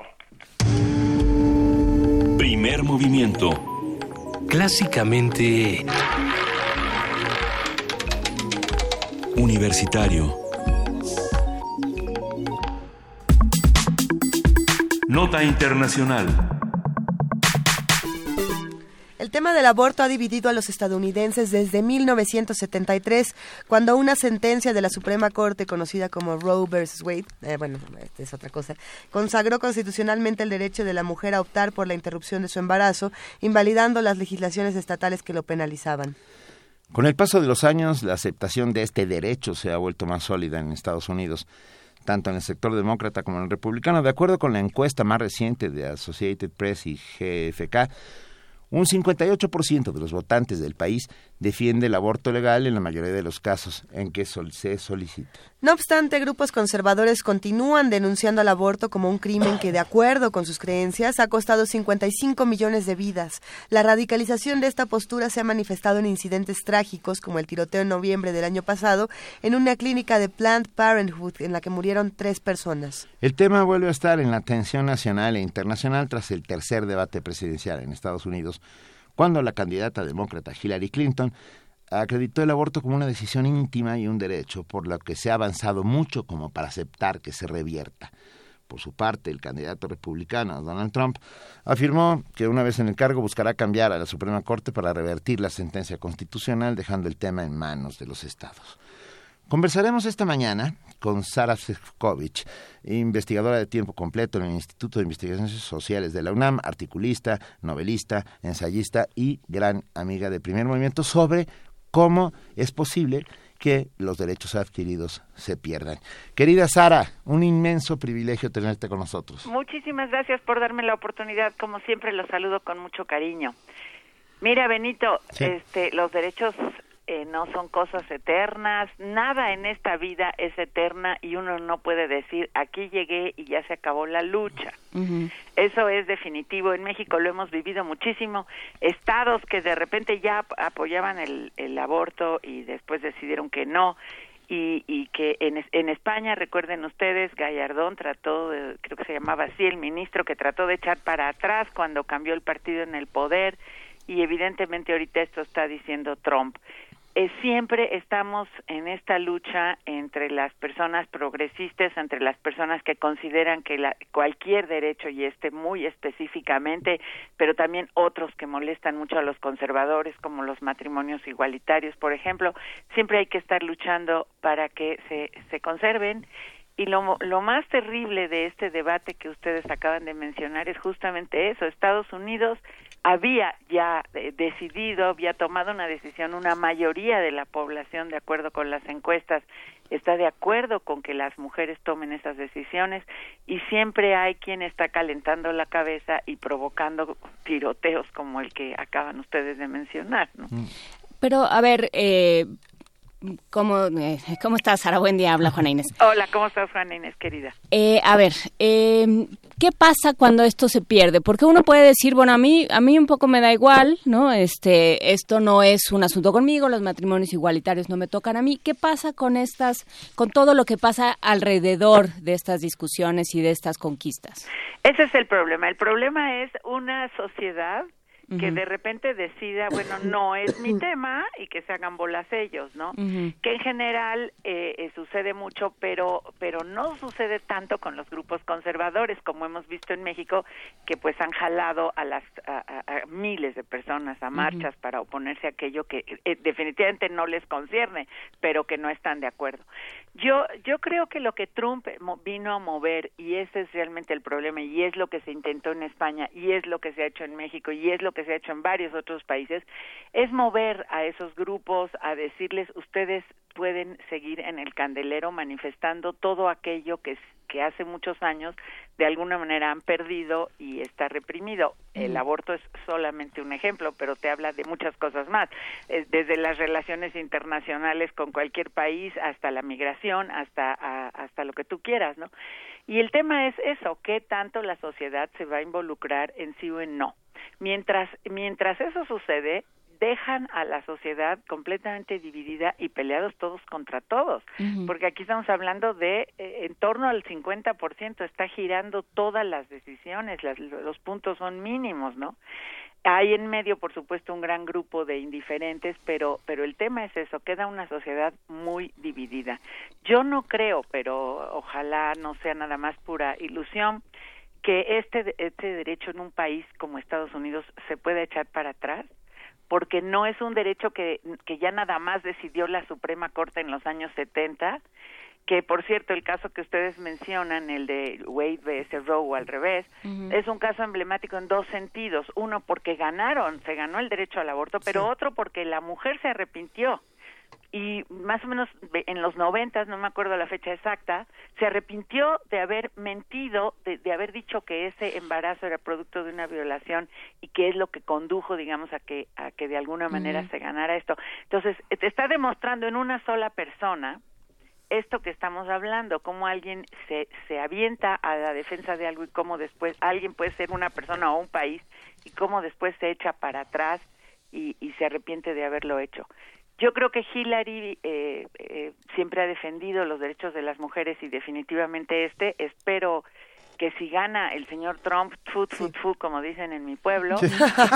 S1: Primer movimiento.
S17: Clásicamente
S1: universitario. Nota internacional.
S3: El tema del aborto ha dividido a los estadounidenses desde mil novecientos setenta y tres, cuando una sentencia de la Suprema Corte, conocida como Roe versus Wade, eh, bueno, esta es otra cosa, consagró constitucionalmente el derecho de la mujer a optar por la interrupción de su embarazo, invalidando las legislaciones estatales que lo penalizaban.
S2: Con el paso de los años, la aceptación de este derecho se ha vuelto más sólida en Estados Unidos, tanto en el sector demócrata como en el republicano. De acuerdo con la encuesta más reciente de Associated Press y G F K, un cincuenta y ocho por ciento de los votantes del país defiende el aborto legal en la mayoría de los casos en que sol- se solicita.
S3: No obstante, grupos conservadores continúan denunciando al aborto como un crimen que, de acuerdo con sus creencias, ha costado cincuenta y cinco millones de vidas. La radicalización de esta postura se ha manifestado en incidentes trágicos, como el tiroteo en noviembre del año pasado en una clínica de Planned Parenthood en la que murieron tres personas.
S2: El tema vuelve a estar en la atención nacional e internacional tras el tercer debate presidencial en Estados Unidos, cuando la candidata demócrata Hillary Clinton acreditó el aborto como una decisión íntima y un derecho, por lo que se ha avanzado mucho como para aceptar que se revierta. Por su parte, el candidato republicano Donald Trump afirmó que una vez en el cargo buscará cambiar a la Suprema Corte para revertir la sentencia constitucional, dejando el tema en manos de los estados. Conversaremos esta mañana con Sara Sefcovic, investigadora de tiempo completo en el Instituto de Investigaciones Sociales de la UNAM, articulista, novelista, ensayista y gran amiga de Primer Movimiento, sobre cómo es posible que los derechos adquiridos se pierdan. Querida Sara, un inmenso privilegio tenerte con nosotros.
S7: Muchísimas gracias por darme la oportunidad. Como siempre, los saludo con mucho cariño. Mira, Benito, sí. este, los derechos eh, no son cosas eternas. Nada en esta vida es eterna y uno no puede decir, aquí llegué y ya se acabó la lucha. Uh-huh. Eso es definitivo. En México lo hemos vivido muchísimo. Estados que de repente ya apoyaban el, el aborto y después decidieron que no. Y, y que en, en España, recuerden ustedes, Gallardón trató, de, creo que se llamaba así, el ministro que trató de echar para atrás cuando cambió el partido en el poder, y evidentemente ahorita esto está diciendo Trump. Eh, siempre estamos en esta lucha entre las personas progresistas, entre las personas que consideran que la, cualquier derecho, y este muy específicamente, pero también otros que molestan mucho a los conservadores, como los matrimonios igualitarios, por ejemplo, siempre hay que estar luchando para que se, se conserven. Y lo, lo más terrible de este debate que ustedes acaban de mencionar es justamente eso. Estados Unidos había ya eh, decidido, había tomado una decisión, una mayoría de la población, de acuerdo con las encuestas, está de acuerdo con que las mujeres tomen esas decisiones, y siempre hay quien está calentando la cabeza y provocando tiroteos como el que acaban ustedes de mencionar, ¿no?
S5: Pero, a ver, eh... ¿Cómo, eh, ¿Cómo estás, Sara? Buen día, habla Juana Inés.
S7: Hola, ¿cómo estás, Juana Inés, querida?
S5: Eh, a ver, eh, ¿qué pasa cuando esto se pierde? Porque uno puede decir, bueno, a mí a mí un poco me da igual, ¿no? Este, esto no es un asunto conmigo, los matrimonios igualitarios no me tocan a mí. ¿Qué pasa con estas, con todo lo que pasa alrededor de estas discusiones y de estas conquistas?
S7: Ese es el problema. El problema es una sociedad que de repente decida, bueno, no es mi tema, y que se hagan bolas ellos, ¿no? Uh-huh. Que en general eh, eh, sucede mucho, pero pero no sucede tanto con los grupos conservadores, como hemos visto en México, que pues han jalado a las a, a, a miles de personas a marchas uh-huh. para oponerse a aquello que eh, definitivamente no les concierne, pero que no están de acuerdo. Yo yo creo que lo que Trump vino a mover, y ese es realmente el problema, y es lo que se intentó en España, y es lo que se ha hecho en México, y es lo que que se ha hecho en varios otros países, es mover a esos grupos a decirles, ustedes pueden seguir en el candelero manifestando todo aquello que, que hace muchos años de alguna manera han perdido y está reprimido. El aborto es solamente un ejemplo, pero te habla de muchas cosas más, desde las relaciones internacionales con cualquier país hasta la migración, hasta a, hasta lo que tú quieras, ¿no? Y el tema es eso, ¿qué tanto la sociedad se va a involucrar en sí o en no? Mientras, mientras eso sucede, dejan a la sociedad completamente dividida y peleados todos contra todos, uh-huh. porque aquí estamos hablando de eh, en torno al cincuenta por ciento está girando todas las decisiones, las, los puntos son mínimos, ¿no? Hay en medio, por supuesto, un gran grupo de indiferentes, pero pero el tema es eso, queda una sociedad muy dividida. Yo no creo, pero ojalá no sea nada más pura ilusión, que este este derecho en un país como Estados Unidos se pueda echar para atrás, porque no es un derecho que, que ya nada más decidió la Suprema Corte en los años setenta, que por cierto el caso que ustedes mencionan, el de Wade versus Roe o al revés, uh-huh. es un caso emblemático en dos sentidos. Uno, porque ganaron, se ganó el derecho al aborto, pero sí. otro porque la mujer se arrepintió. Y más o menos en los noventas, no me acuerdo la fecha exacta, se arrepintió de haber mentido, de, de haber dicho que ese embarazo era producto de una violación y que es lo que condujo, digamos, a que a que de alguna manera uh-huh. se ganara esto. Entonces, te está demostrando en una sola persona esto que estamos hablando, cómo alguien se, se avienta a la defensa de algo y cómo después alguien puede ser una persona o un país y cómo después se echa para atrás y, y se arrepiente de haberlo hecho. Yo creo que Hillary eh, eh, siempre ha defendido los derechos de las mujeres y definitivamente este, espero que si gana el señor Trump, tfu, tfu, tfu, como dicen en mi pueblo, sí.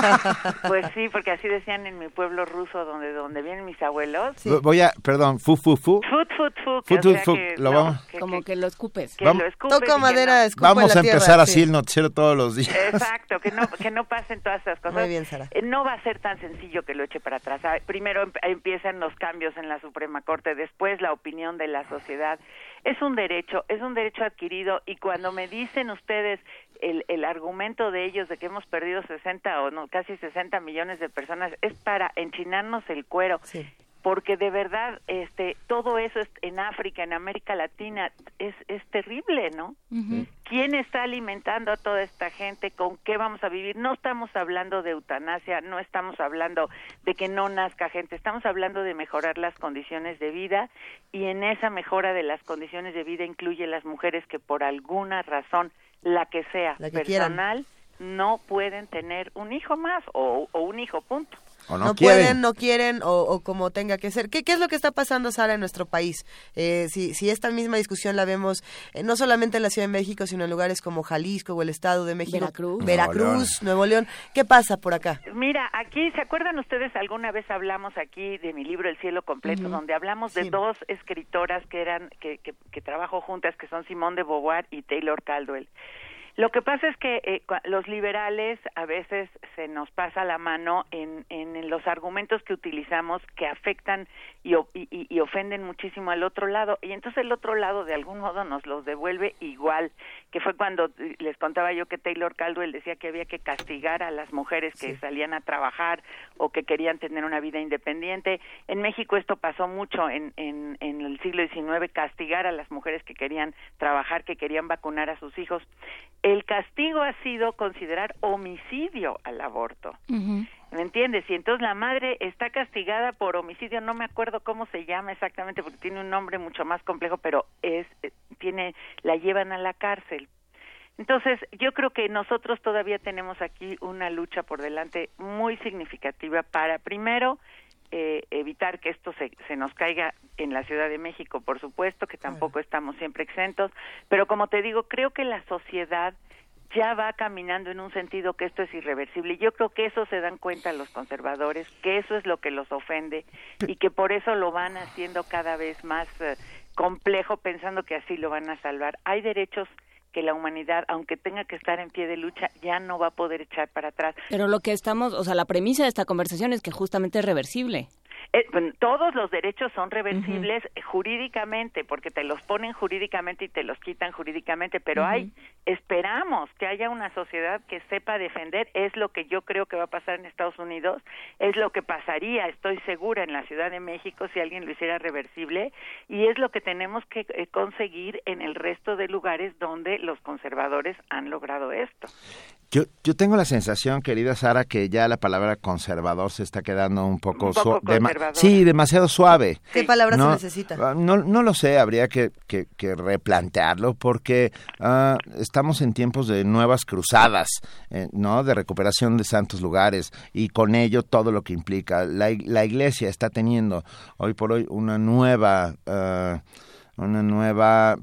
S7: pues sí, porque así decían en mi pueblo ruso, donde donde vienen mis abuelos.
S2: Sí. Voy a, perdón, fu, fu, fu.
S7: Fu, tfu, tfu,
S2: fu, tfu, fu. Lo
S5: no,
S2: vamos.
S5: Que, como que lo escupes.
S7: Que
S2: vamos.
S7: lo escupes.
S3: Toca madera,
S7: no,
S3: escupa
S2: Vamos
S3: la
S2: a
S3: tierra,
S2: empezar así
S3: sí.
S2: el noticiero todos los días.
S7: Exacto, que no que no pasen todas esas cosas.
S3: Muy bien, Sara.
S7: Eh, no va a ser tan sencillo que lo eche para atrás. Primero empiezan los cambios en la Suprema Corte, después la opinión de la sociedad. Es un derecho, es un derecho adquirido y cuando me dicen ustedes el, el argumento de ellos de que hemos perdido sesenta o no, casi sesenta millones de personas, es para enchinarnos el cuero. Sí. Porque de verdad este todo eso es en África, en América Latina, es es terrible, ¿no? Uh-huh. ¿Quién está alimentando a toda esta gente? ¿Con qué vamos a vivir? No estamos hablando de eutanasia, no estamos hablando de que no nazca gente, estamos hablando de mejorar las condiciones de vida y en esa mejora de las condiciones de vida incluye las mujeres que por alguna razón, la que sea, la que personal, quieran. No pueden tener un hijo más o, o un hijo, punto.
S2: O no,
S3: no pueden, no quieren, o, o como tenga que ser. ¿Qué, qué es lo que está pasando, Sara, en nuestro país? Eh, si, si esta misma discusión la vemos eh, no solamente en la Ciudad de México, sino en lugares como Jalisco o el Estado de México,
S5: Veracruz,
S3: Veracruz, Nuevo León. Nuevo León. ¿Qué pasa por acá?
S7: Mira, aquí, ¿se acuerdan ustedes? Alguna vez hablamos aquí de mi libro El cielo completo, uh-huh. donde hablamos de sí. dos escritoras que eran que, que, que trabajo juntas, que son Simone de Beauvoir y Taylor Caldwell. Lo que pasa es que eh, los liberales a veces se nos pasa la mano en, en los argumentos que utilizamos que afectan y, y, y ofenden muchísimo al otro lado, y entonces el otro lado de algún modo nos los devuelve igual, que fue cuando les contaba yo que Taylor Caldwell decía que había que castigar a las mujeres que sí. salían a trabajar o que querían tener una vida independiente. En México esto pasó mucho en, en, en el siglo diecinueve, castigar a las mujeres que querían trabajar, que querían vacunar a sus hijos. El castigo ha sido considerar homicidio al aborto. Uh-huh. ¿Me entiendes? Y entonces la madre está castigada por homicidio, no me acuerdo cómo se llama exactamente porque tiene un nombre mucho más complejo, pero es tiene la llevan a la cárcel. Entonces, yo creo que nosotros todavía tenemos aquí una lucha por delante muy significativa para primero Eh, evitar que esto se, se nos caiga en la Ciudad de México, por supuesto, que tampoco estamos siempre exentos, pero como te digo, creo que la sociedad ya va caminando en un sentido que esto es irreversible. Yo creo que eso se dan cuenta los conservadores, que eso es lo que los ofende y que por eso lo van haciendo cada vez más eh, complejo, pensando que así lo van a salvar. Hay derechos que la humanidad, aunque tenga que estar en pie de lucha, ya no va a poder echar para atrás.
S5: Pero lo que estamos, o sea, la premisa de esta conversación es que justamente es reversible.
S7: Eh, todos los derechos son reversibles uh-huh. jurídicamente, porque te los ponen jurídicamente y te los quitan jurídicamente, pero uh-huh. hay, esperamos que haya una sociedad que sepa defender, es lo que yo creo que va a pasar en Estados Unidos, es lo que pasaría, estoy segura, en la Ciudad de México si alguien lo hiciera reversible, y es lo que tenemos que eh, conseguir en el resto de lugares donde los conservadores han logrado esto.
S2: Yo, yo tengo la sensación, querida Sara, que ya la palabra conservador se está quedando un poco,
S7: un poco
S2: su- dema- sí, demasiado suave.
S3: ¿Qué sí. palabra
S2: no,
S3: se necesita?
S2: Uh, no, no lo sé, habría que, que, que replantearlo porque uh, estamos en tiempos de nuevas cruzadas, eh, ¿no? De recuperación de santos lugares y con ello todo lo que implica. La, la Iglesia está teniendo hoy por hoy una nueva, uh, una nueva...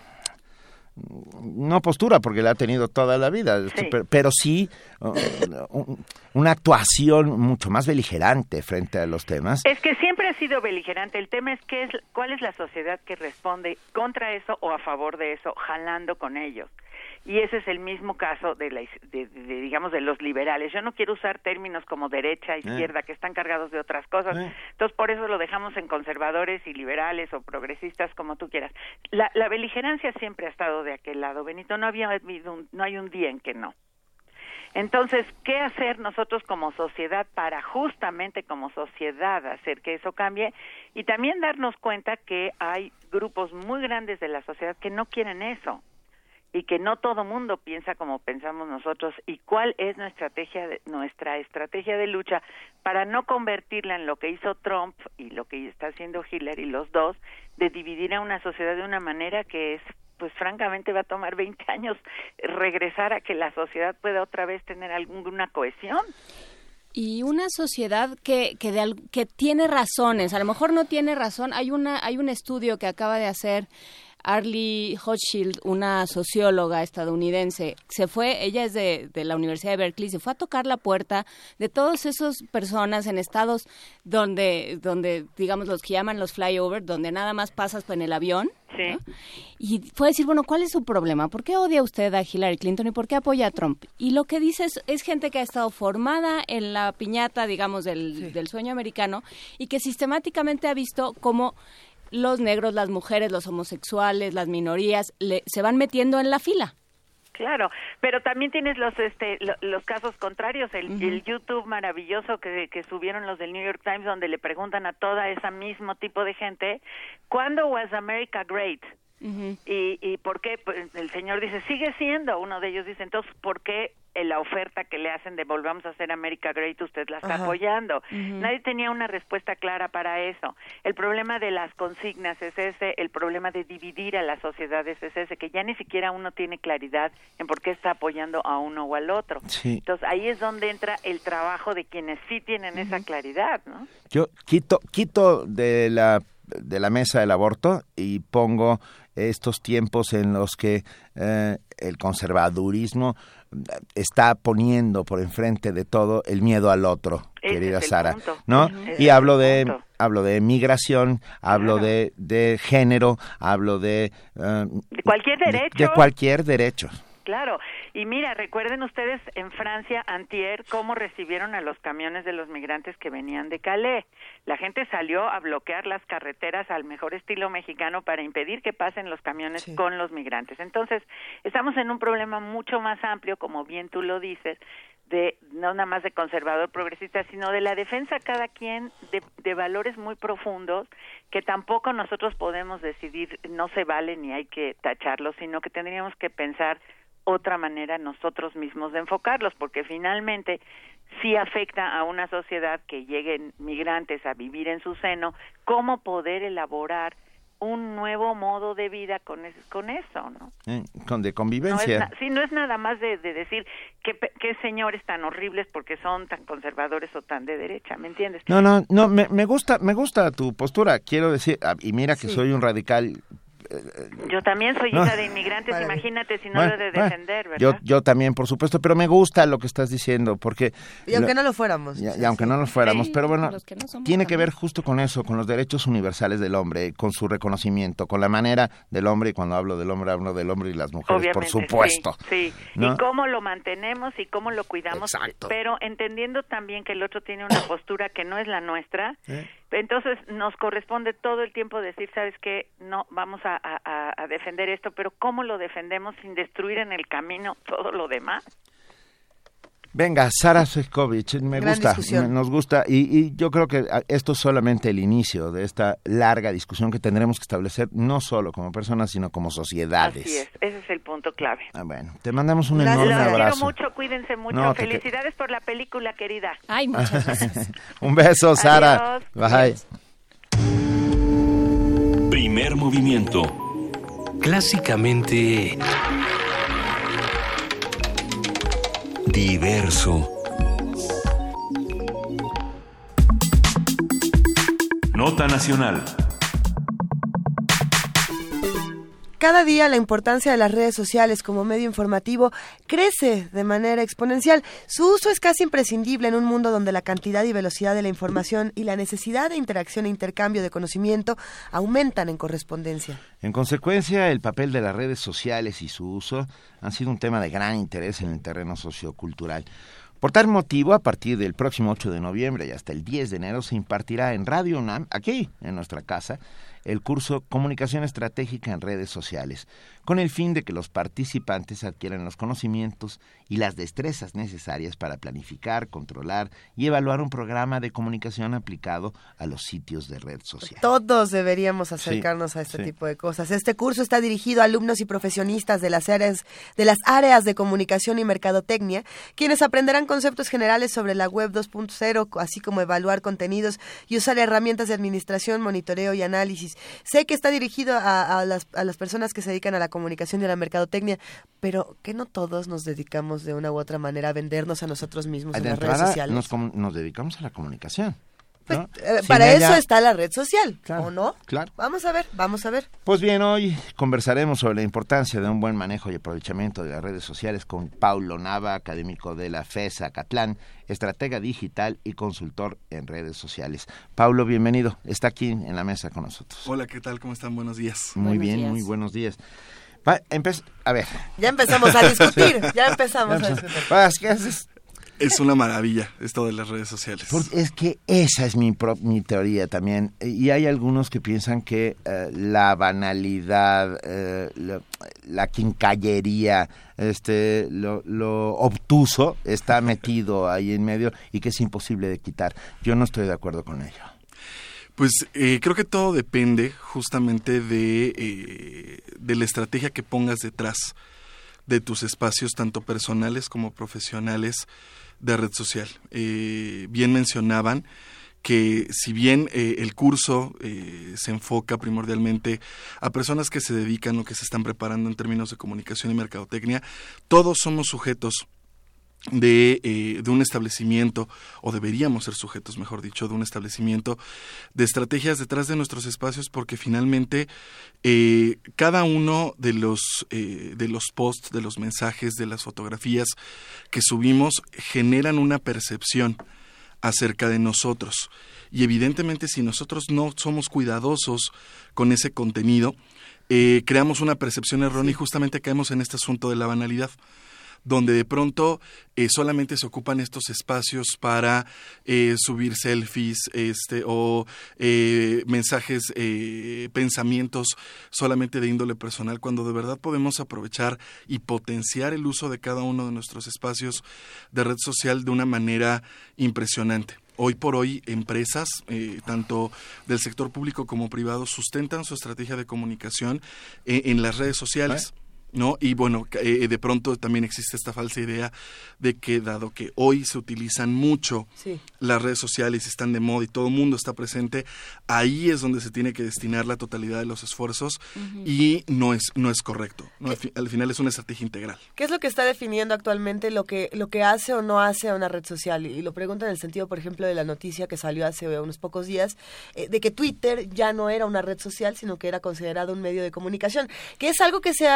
S2: no postura, porque la ha tenido toda la vida, sí. pero, pero sí uh, un, una actuación mucho más beligerante frente a los temas.
S7: Es que siempre ha sido beligerante. El tema es, qué es cuál es la sociedad que responde contra eso o a favor de eso, jalando con ellos. Y ese es el mismo caso de, la, de, de, de digamos, de los liberales. Yo no quiero usar términos como derecha, izquierda, eh. que están cargados de otras cosas. Eh. Entonces, por eso lo dejamos en conservadores y liberales o progresistas, como tú quieras. La, la beligerancia siempre ha estado de aquel lado, Benito. No había un, no hay un día en que no. Entonces, ¿qué hacer nosotros como sociedad para justamente como sociedad hacer que eso cambie? Y también darnos cuenta que hay grupos muy grandes de la sociedad que no quieren eso. Y que no todo mundo piensa como pensamos nosotros, y cuál es nuestra estrategia de, nuestra estrategia de lucha para no convertirla en lo que hizo Trump y lo que está haciendo Hillary, los dos, de dividir a una sociedad de una manera que es, pues francamente va a tomar veinte años regresar a que la sociedad pueda otra vez tener alguna cohesión.
S5: Y una sociedad que que, de, que tiene razones, a lo mejor no tiene razón. Hay una hay un estudio que acaba de hacer Arlie Hochschild, una socióloga estadounidense, se fue, ella es de, de la Universidad de Berkeley, se fue a tocar la puerta de todas esas personas en estados donde, donde digamos, los que llaman los flyover, donde nada más pasas en el avión,
S7: sí.
S5: ¿no? Y fue a decir, bueno, ¿cuál es su problema? ¿Por qué odia usted a Hillary Clinton y por qué apoya a Trump? Y lo que dice es, es gente que ha estado formada en la piñata, digamos, del, sí. del sueño americano y que sistemáticamente ha visto cómo los negros, las mujeres, los homosexuales, las minorías, le, se van metiendo en la fila.
S7: Claro, pero también tienes los este lo, los casos contrarios, el, uh-huh. el YouTube maravilloso que, que subieron los del New York Times, donde le preguntan a toda esa mismo tipo de gente, ¿cuándo was America great? Uh-huh. Y, y por qué, pues, el señor dice, sigue siendo, uno de ellos dice, entonces, ¿por qué la oferta que le hacen de volvamos a hacer America Great usted la está Ajá. apoyando? Uh-huh. Nadie tenía una respuesta clara para eso. El problema de las consignas es ese, el problema de dividir a las sociedades es ese, que ya ni siquiera uno tiene claridad en por qué está apoyando a uno o al otro.
S2: Sí.
S7: Entonces, ahí es donde entra el trabajo de quienes sí tienen uh-huh. esa claridad, ¿no?
S2: Yo quito, quito de la de la mesa el aborto y pongo estos tiempos en los que eh, el conservadurismo está poniendo por enfrente de todo el miedo al otro, ese querida Sara, punto. ¿No? Uh-huh. Y hablo de punto. hablo de migración, hablo claro. de de género, hablo de uh,
S7: de cualquier derecho,
S2: de, de cualquier derecho.
S7: Claro, y mira, recuerden ustedes en Francia, antier, cómo recibieron a los camiones de los migrantes que venían de Calais. La gente salió a bloquear las carreteras al mejor estilo mexicano para impedir que pasen los camiones sí. con los migrantes. Entonces, estamos en un problema mucho más amplio, como bien tú lo dices, de no nada más de conservador progresista, sino de la defensa cada quien de, de valores muy profundos que tampoco nosotros podemos decidir no se vale ni hay que tacharlos, sino que tendríamos que pensar otra manera nosotros mismos de enfocarlos, porque finalmente sí afecta a una sociedad que lleguen migrantes a vivir en su seno, cómo poder elaborar un nuevo modo de vida con es, con eso, ¿no?
S2: Eh, con de convivencia.
S7: No es na- sí, no es nada más de, de decir qué, qué señores tan horribles porque son tan conservadores o tan de derecha, ¿me entiendes?
S2: No, no, no, me, me gusta, me gusta tu postura, quiero decir, y mira que sí. soy un radical.
S7: Yo también soy
S2: no.
S7: hija de inmigrantes, vale. imagínate si no
S2: bueno,
S7: lo de defender,
S2: bueno.
S7: ¿verdad?
S2: Yo, yo también, por supuesto, pero me gusta lo que estás diciendo, porque...
S3: Y aunque lo, no lo fuéramos.
S2: Y, y aunque sí. no lo fuéramos, sí, pero bueno, que no tiene también. que ver justo con eso, con los derechos universales del hombre, con su reconocimiento, con la manera del hombre, y cuando hablo del hombre, hablo del hombre y las mujeres,
S7: Obviamente,
S2: por supuesto.
S7: Sí, sí. ¿no? Y cómo lo mantenemos y cómo lo cuidamos,
S2: Exacto.
S7: pero entendiendo también que el otro tiene una postura que no es la nuestra, ¿Eh? Entonces nos corresponde todo el tiempo decir, ¿sabes qué? No, vamos a, a, a defender esto, pero ¿cómo lo defendemos sin destruir en el camino todo lo demás?
S2: Venga, Sara Sefcovic, me
S3: Gran
S2: gusta,
S3: discusión.
S2: me- nos gusta, y, y yo creo que esto es solamente el inicio de esta larga discusión que tendremos que establecer, no solo como personas, sino como sociedades.
S7: Así es, ese es el punto clave.
S2: Ah, bueno, te mandamos un
S7: Gracias,
S2: enorme
S7: los quiero
S2: abrazo.
S7: mucho, cuídense mucho.
S2: No, te que-
S7: Felicidades por la película, querida.
S5: Ay, muchas gracias.
S2: Un beso, Sara.
S7: Adiós.
S2: Bye.
S1: Primer movimiento.
S17: Clásicamente
S1: Diverso. Nota nacional.
S3: Cada día la importancia de las redes sociales como medio informativo crece de manera exponencial. Su uso es casi imprescindible en un mundo donde la cantidad y velocidad de la información y la necesidad de interacción e intercambio de conocimiento aumentan en correspondencia.
S2: En consecuencia, el papel de las redes sociales y su uso han sido un tema de gran interés en el terreno sociocultural. Por tal motivo, a partir del próximo ocho de noviembre y hasta el diez de enero se impartirá en Radio UNAM, aquí, en nuestra casa, el curso Comunicación Estratégica en Redes Sociales, con el fin de que los participantes adquieran los conocimientos y las destrezas necesarias para planificar, controlar y evaluar un programa de comunicación aplicado a los sitios de red social.
S3: Todos deberíamos acercarnos
S2: Sí,
S3: a este
S2: sí.
S3: tipo de cosas. Este curso está dirigido a alumnos y profesionistas de las áreas de las áreas de comunicación y mercadotecnia, quienes aprenderán conceptos generales sobre la web dos punto cero, así como evaluar contenidos y usar herramientas de administración, monitoreo y análisis. Sé que está dirigido a, a, las, a las personas que se dedican a la comunicación y a la mercadotecnia, pero que no todos nos dedicamos de una u otra manera a vendernos a nosotros mismos
S2: De
S3: en las redes
S2: entrada,
S3: sociales.
S2: nos, com- nos dedicamos a la comunicación.
S3: Pues,
S2: ¿no?
S3: eh,
S2: Sin
S3: para
S2: ella-
S3: eso está la red social,
S2: Claro,
S3: ¿o no?
S2: claro.
S3: Vamos a ver, vamos a ver.
S2: Pues bien, hoy conversaremos sobre la importancia de un buen manejo y aprovechamiento de las redes sociales con Paulo Nava, académico de la FES Acatlán, estratega digital y consultor en redes sociales. Paulo, bienvenido. Está aquí en la mesa con nosotros.
S8: Hola, ¿qué tal? ¿Cómo están? Buenos días.
S2: Muy
S8: Buenos
S2: bien,
S8: días.
S2: muy buenos días. Va, empe- a ver.
S3: Ya empezamos a discutir, ya empezamos a discutir.
S2: Va, es que haces-
S8: Es una maravilla esto de las redes sociales.
S2: Por- es que esa es mi, pro- mi teoría también. Y hay algunos que piensan que eh, la banalidad, eh, la, la quincallería, este, lo, lo obtuso está metido ahí en medio y que es imposible de quitar. Yo no estoy de acuerdo con ello.
S8: Pues eh, creo que todo depende justamente de, eh, de la estrategia que pongas detrás de tus espacios, tanto personales como profesionales de red social. Eh, bien mencionaban que si bien eh, el curso eh, se enfoca primordialmente a personas que se dedican o que se están preparando en términos de comunicación y mercadotecnia, todos somos sujetos de, eh, de un establecimiento, o deberíamos ser sujetos, mejor dicho, de un establecimiento de estrategias detrás de nuestros espacios, porque finalmente eh, cada uno de los, eh, de los posts, de los mensajes, de las fotografías que subimos generan una percepción acerca de nosotros. Y evidentemente si nosotros no somos cuidadosos con ese contenido, eh, creamos una percepción errónea y justamente caemos en este asunto de la banalidad, donde de pronto eh, solamente se ocupan estos espacios para eh, subir selfies este, o eh, mensajes, eh, pensamientos solamente de índole personal, cuando de verdad podemos aprovechar y potenciar el uso de cada uno de nuestros espacios de red social de una manera impresionante. Hoy por hoy, empresas, eh, tanto del sector público como privado, sustentan su estrategia de comunicación eh, en las redes sociales. ¿Eh? ¿No? Y bueno, eh, de pronto también existe esta falsa idea de que dado que hoy se utilizan mucho
S3: sí.
S8: las redes sociales, están de moda y todo el mundo está presente, ahí es donde se tiene que destinar la totalidad de los esfuerzos uh-huh. y no es no es correcto, ¿no? Al, fi- al final es una estrategia integral.
S3: ¿Qué es lo que está definiendo actualmente lo que lo que hace o no hace a una red social? Y lo pregunto en el sentido, por ejemplo, de la noticia que salió hace unos pocos días, eh, de que Twitter ya no era una red social, sino que era considerado un medio de comunicación, que es algo que se ha dicho de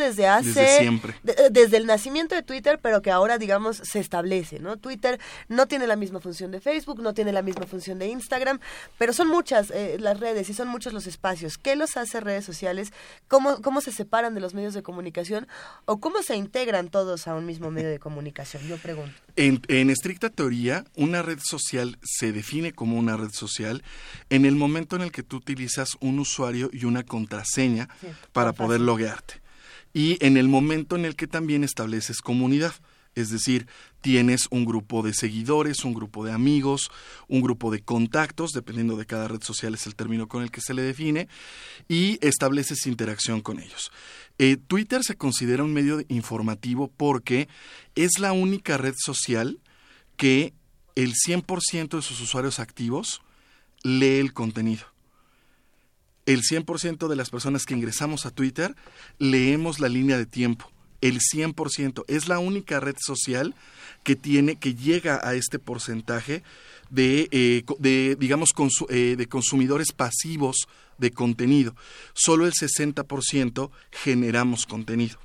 S3: desde hace...
S8: Desde siempre.
S3: De, desde el nacimiento de Twitter, pero que ahora, digamos, se establece, ¿no? Twitter no tiene la misma función de Facebook, no tiene la misma función de Instagram, pero son muchas eh, las redes y son muchos los espacios. ¿Qué los hace redes sociales? ¿Cómo, cómo se separan de los medios de comunicación? ¿O cómo se integran todos a un mismo medio de comunicación? Yo pregunto.
S8: En, en estricta teoría, una red social se define como una red social en el momento en el que tú utilizas un usuario y una contraseña sí, para poder fácil. loguearte. Y en el momento en el que también estableces comunidad. Es decir, tienes un grupo de seguidores, un grupo de amigos, un grupo de contactos, dependiendo de cada red social es el término con el que se le define, y estableces interacción con ellos. Eh, Twitter se considera un medio informativo porque es la única red social que el cien por ciento de sus usuarios activos lee el contenido. El cien por ciento de las personas que ingresamos a Twitter leemos la línea de tiempo. El cien por ciento. Es la única red social que tiene, que llega a este porcentaje de, eh, de digamos, consu- eh, de consumidores pasivos de contenido. Solo el sesenta por ciento generamos contenido.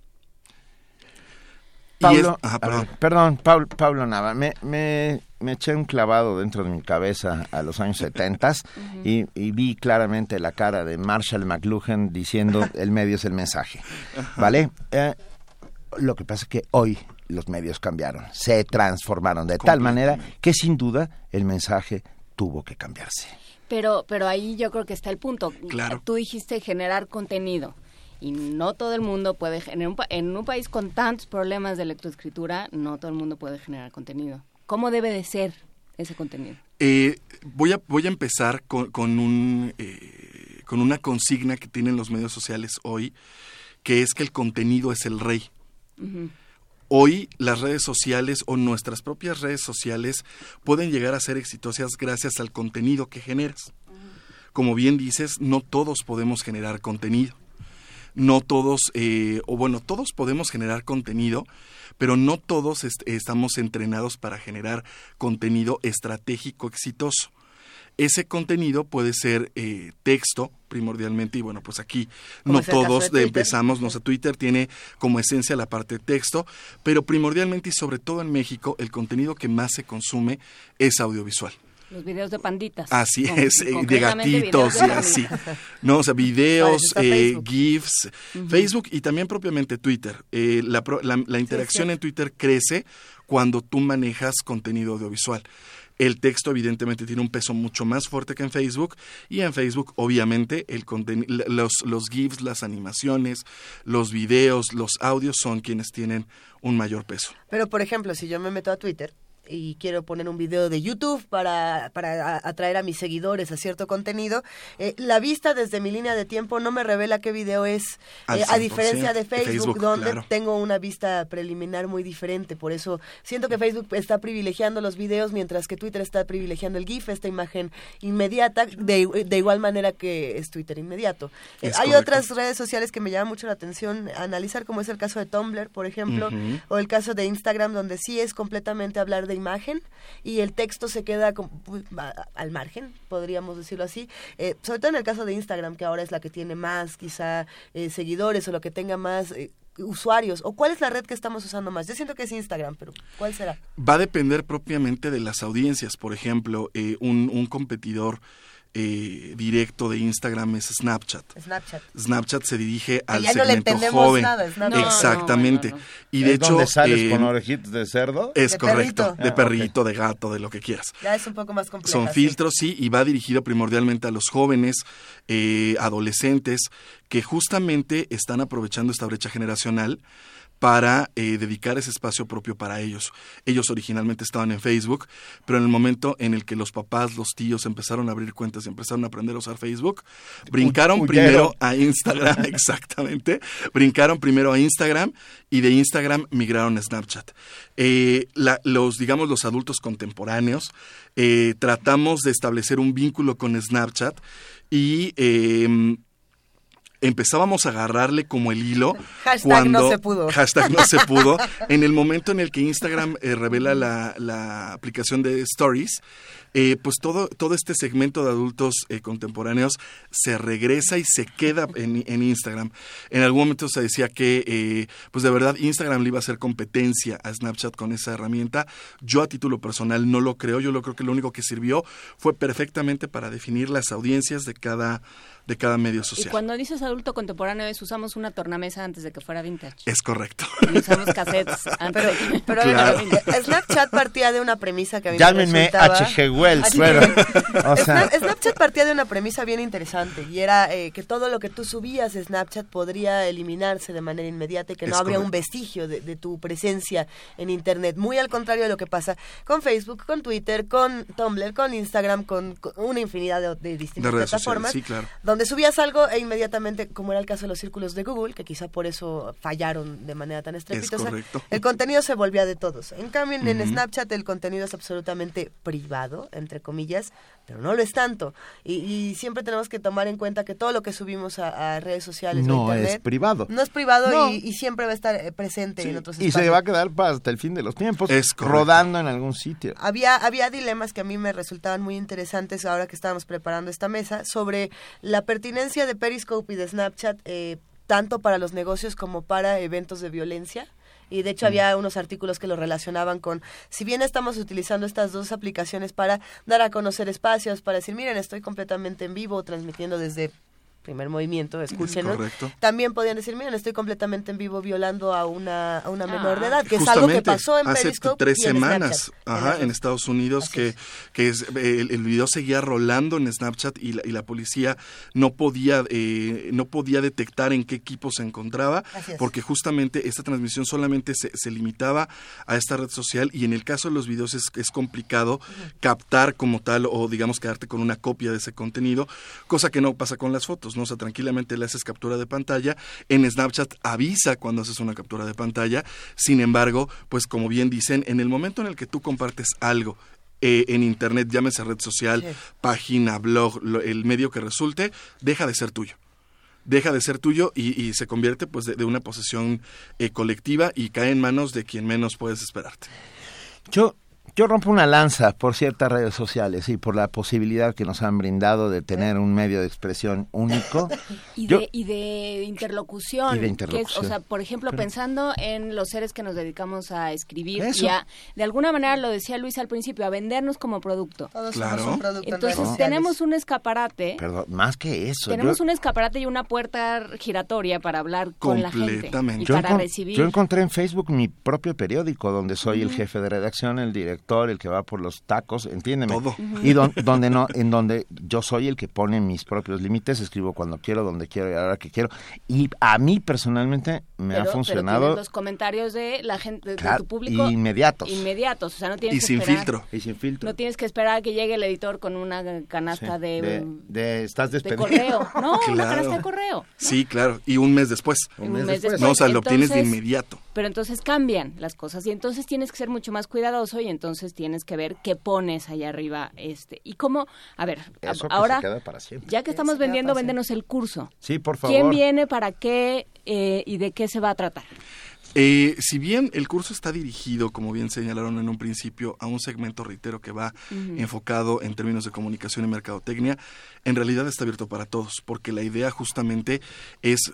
S2: Pablo,
S8: es, ajá, perdón,
S2: ver, perdón Pablo, Pablo Nava, me, me, me eché un clavado dentro de mi cabeza a los años setentas uh-huh. y, y vi claramente la cara de Marshall McLuhan diciendo el medio es el mensaje, ¿vale? Eh, Lo que pasa es que hoy los medios cambiaron, se transformaron de tal manera que sin duda el mensaje tuvo que cambiarse.
S5: Pero, pero ahí yo creo que está el punto.
S8: Claro.
S5: Tú dijiste generar contenido y no todo el mundo puede, en un, en un país con tantos problemas de lectoescritura, no todo el mundo puede generar contenido. ¿Cómo debe de ser ese contenido?
S8: Eh, voy a voy a empezar con, con un eh, con una consigna que tienen los medios sociales hoy, que es que el contenido es el rey. Uh-huh. Hoy las redes sociales o nuestras propias redes sociales pueden llegar a ser exitosas gracias al contenido que generas. Uh-huh. Como bien dices, no todos podemos generar contenido. No todos, eh, o bueno, todos podemos generar contenido, pero no todos est- estamos entrenados para generar contenido estratégico exitoso. Ese contenido puede ser eh, texto primordialmente y bueno, pues aquí no todos de empezamos, no sé, Twitter tiene como esencia la parte de texto, pero primordialmente y sobre todo en México el contenido que más se consume es audiovisual.
S5: Los videos de panditas.
S8: Así con, es, eh, de gatitos y así. No, o sea, videos, eh, GIFs, uh-huh. Facebook y también propiamente Twitter. Eh, la, la, la interacción sí, en Twitter crece cuando tú manejas contenido audiovisual. El texto evidentemente tiene un peso mucho más fuerte que en Facebook y en Facebook obviamente el conten- los, los GIFs, las animaciones, los videos, los audios son quienes tienen un mayor peso.
S3: Pero por ejemplo, si yo me meto a Twitter y quiero poner un video de YouTube para, para atraer a mis seguidores a cierto contenido, eh, la vista desde mi línea de tiempo no me revela qué video es, eh, a diferencia de Facebook, Facebook donde claro. tengo una vista preliminar muy diferente. Por eso siento que Facebook está privilegiando los videos, mientras que Twitter está privilegiando el GIF, esta imagen inmediata, de, de igual manera que es Twitter inmediato. Eh, hay correcto. Otras redes sociales que me llaman mucho la atención analizar, como es el caso de Tumblr, por ejemplo, uh-huh. o el caso de Instagram, donde sí es completamente hablar de imagen y el texto se queda con, al margen, podríamos decirlo así, eh, sobre todo en el caso de Instagram, que ahora es la que tiene más quizá eh, seguidores o lo que tenga más eh, usuarios, o cuál es la red que estamos usando más. Yo siento que es Instagram, pero ¿cuál será?
S8: Va a depender propiamente de las audiencias. Por ejemplo, eh, un, un competidor Eh, directo de Instagram es Snapchat.
S3: Snapchat.
S8: Snapchat se dirige al
S3: ya
S8: segmento
S3: no
S8: joven.
S3: Nada,
S8: no, Exactamente. No, no, no. Y de
S2: ¿Es
S8: hecho,
S2: donde sales
S8: eh,
S2: con orejitas de cerdo?
S8: Es
S3: de
S8: correcto,
S3: perrito.
S8: de
S2: ah,
S8: perrito,
S2: okay.
S8: de gato, de lo que quieras.
S3: Ya es un poco más complejo.
S8: Son filtros, sí, y va dirigido primordialmente a los jóvenes, eh, adolescentes, que justamente están aprovechando esta brecha generacional para eh, dedicar ese espacio propio para ellos. Ellos originalmente estaban en Facebook, pero en el momento en el que los papás, los tíos empezaron a abrir cuentas y empezaron a aprender a usar Facebook, brincaron
S2: Uy,
S8: primero a Instagram, exactamente, brincaron primero a Instagram y de Instagram migraron a Snapchat. Eh, la, los, digamos, los adultos contemporáneos eh, tratamos de establecer un vínculo con Snapchat y... Eh, empezábamos a agarrarle como el hilo.
S3: Hashtag
S8: cuando,
S3: no se pudo.
S8: Hashtag no se pudo. En el momento en el que Instagram eh, revela la, la aplicación de Stories, eh, pues todo, todo este segmento de adultos eh, contemporáneos se regresa y se queda en, en Instagram. En algún momento se decía que, eh, pues de verdad, Instagram le iba a hacer competencia a Snapchat con esa herramienta. Yo a título personal no lo creo. Yo lo creo que lo único que sirvió fue perfectamente para definir las audiencias de cada de cada medio social.
S5: Y cuando dices adulto contemporáneo es usamos una tornamesa antes de que fuera vintage.
S8: Es correcto.
S5: Y usamos cassettes antes
S3: pero,
S5: de que...
S3: pero
S8: Claro.
S3: bueno, Snapchat partía de una premisa que a mí
S2: Llámenme
S3: me resultaba...
S2: H G. Wells.
S3: H G.
S2: Bueno, o sea,
S3: Snap- Snapchat partía de una premisa bien interesante y era eh, que todo lo que tú subías de Snapchat podría eliminarse de manera inmediata y que no
S9: Es
S3: habría
S9: correcto.
S3: un vestigio de, de tu presencia en Internet. Muy al contrario de lo que pasa con Facebook, con Twitter, con Tumblr, con Instagram, con, con una infinidad de, de distintas
S8: De redes
S3: plataformas.
S8: sociales, sí, claro.
S3: Donde subías algo e inmediatamente, como era el caso de los círculos de Google, que quizá por eso fallaron de manera tan estrepitosa,
S8: correcto.
S3: el contenido se volvía de todos. En cambio, en, en
S8: Ujú.
S3: Snapchat el contenido es absolutamente privado, entre comillas, pero no lo es tanto. Y, y siempre tenemos que tomar en cuenta que todo lo que subimos a, a redes sociales
S2: No
S3: o a Internet
S2: es privado.
S3: no es privado
S2: No.
S3: Y, y siempre va a estar eh, presente en otros
S2: y
S3: espacios.
S2: se va a quedar para hasta el fin de los tiempos,
S8: Es correcto.
S2: rodando en algún sitio.
S3: Había, había dilemas que a mí me resultaban muy interesantes ahora que estábamos preparando esta mesa sobre la pertinencia de Periscope y de Snapchat eh, tanto para los negocios como para eventos de violencia. Y de hecho había unos artículos que lo relacionaban con, si bien estamos utilizando estas dos aplicaciones para dar a conocer espacios, para decir, miren, estoy completamente en vivo, transmitiendo desde Primer Movimiento, escúchenos.
S8: Correcto.
S3: También podían decir, miren, estoy completamente en vivo violando a una, a una
S5: Ah.
S3: menor de edad, que es algo que
S8: Justamente,
S3: pasó en
S8: hace
S3: Periscope
S8: tres
S3: y en
S8: semanas,
S3: Snapchat.
S8: ajá,
S3: En
S8: en Estados Unidos, que, que es, el, el video seguía rolando en Snapchat y la, y la policía no podía eh, no podía detectar en qué equipo se encontraba,
S3: Así es.
S8: porque justamente esta transmisión solamente se, se limitaba a esta red social y en el caso de los videos es, es complicado captar como tal o digamos quedarte con una copia de ese contenido, cosa que no pasa con las fotos, ¿no? O sea, tranquilamente le haces captura de pantalla, en Snapchat avisa cuando haces una captura de pantalla, sin embargo, pues como bien dicen, en el momento en el que tú compartes algo eh, en internet, llámese red social,
S3: Sí.
S8: página, blog, lo- el medio que resulte, deja de ser tuyo. Deja de ser tuyo y, y se convierte pues de, de una posesión eh, colectiva y cae en manos de quien menos puedes esperarte.
S2: Yo, yo rompo una lanza por ciertas redes sociales y por la posibilidad que nos han brindado de tener un medio de expresión único.
S5: Y,
S2: Yo-
S5: de, y de interlocución.
S2: Y de
S5: que es,
S2: interlocución.
S5: o sea, por ejemplo,
S2: Pero-
S5: pensando en los seres que nos dedicamos a escribir
S2: Eso.
S5: y a, de alguna manera, lo decía Luis al principio, a vendernos como producto.
S3: Todos
S2: Claro.
S3: somos un producto en
S5: Entonces
S3: redes sociales.
S5: tenemos un escaparate,
S2: Perdón, más que eso.
S5: tenemos
S2: yo,
S5: un escaparate y una puerta giratoria para hablar con la gente y
S2: yo
S5: para
S2: encon-
S5: recibir.
S2: yo encontré en Facebook mi propio periódico donde soy el
S5: Ujú.
S2: jefe de redacción, el director, el que va por los tacos, entiéndeme.
S8: Todo.
S5: Ujú.
S2: Y don- donde no, en donde yo soy el que pone mis propios límites, escribo cuando quiero, donde quiero y a la hora que quiero. Y a mí personalmente me
S5: pero,
S2: ha
S5: pero
S2: funcionado.
S5: tienes los comentarios de la gente, de
S2: Claro,
S5: tu público.
S2: inmediatos.
S5: Inmediatos, o sea, no tienes
S8: Y
S5: que
S8: sin
S5: esperar.
S8: filtro.
S2: Y sin filtro.
S5: No tienes que esperar a que llegue el editor con una canasta
S2: Sí,
S5: de,
S2: de, de- estás
S5: de
S2: despedido.
S5: correo. No, una
S8: Claro.
S5: canasta de correo.
S8: Sí, claro, y un mes después.
S5: Un mes después.
S8: No, o sea, lo obtienes de
S5: Entonces,
S8: inmediato.
S5: Pero entonces cambian las cosas y entonces tienes que ser mucho más cuidadoso y entonces tienes que ver qué pones allá arriba. este Y cómo, a ver, a-
S2: Eso que
S5: ahora,
S2: se queda para siempre.
S5: ya que estamos
S3: se queda
S5: vendiendo,
S3: para siempre.
S5: véndenos el curso.
S2: Sí, por favor.
S5: ¿Quién viene, para qué eh, y de qué se va a tratar?
S8: Eh, si bien el curso está dirigido, como bien señalaron en un principio, a un segmento, reitero, que va
S5: Ujú.
S8: enfocado en términos de comunicación y mercadotecnia, en realidad está abierto para todos, porque la idea justamente es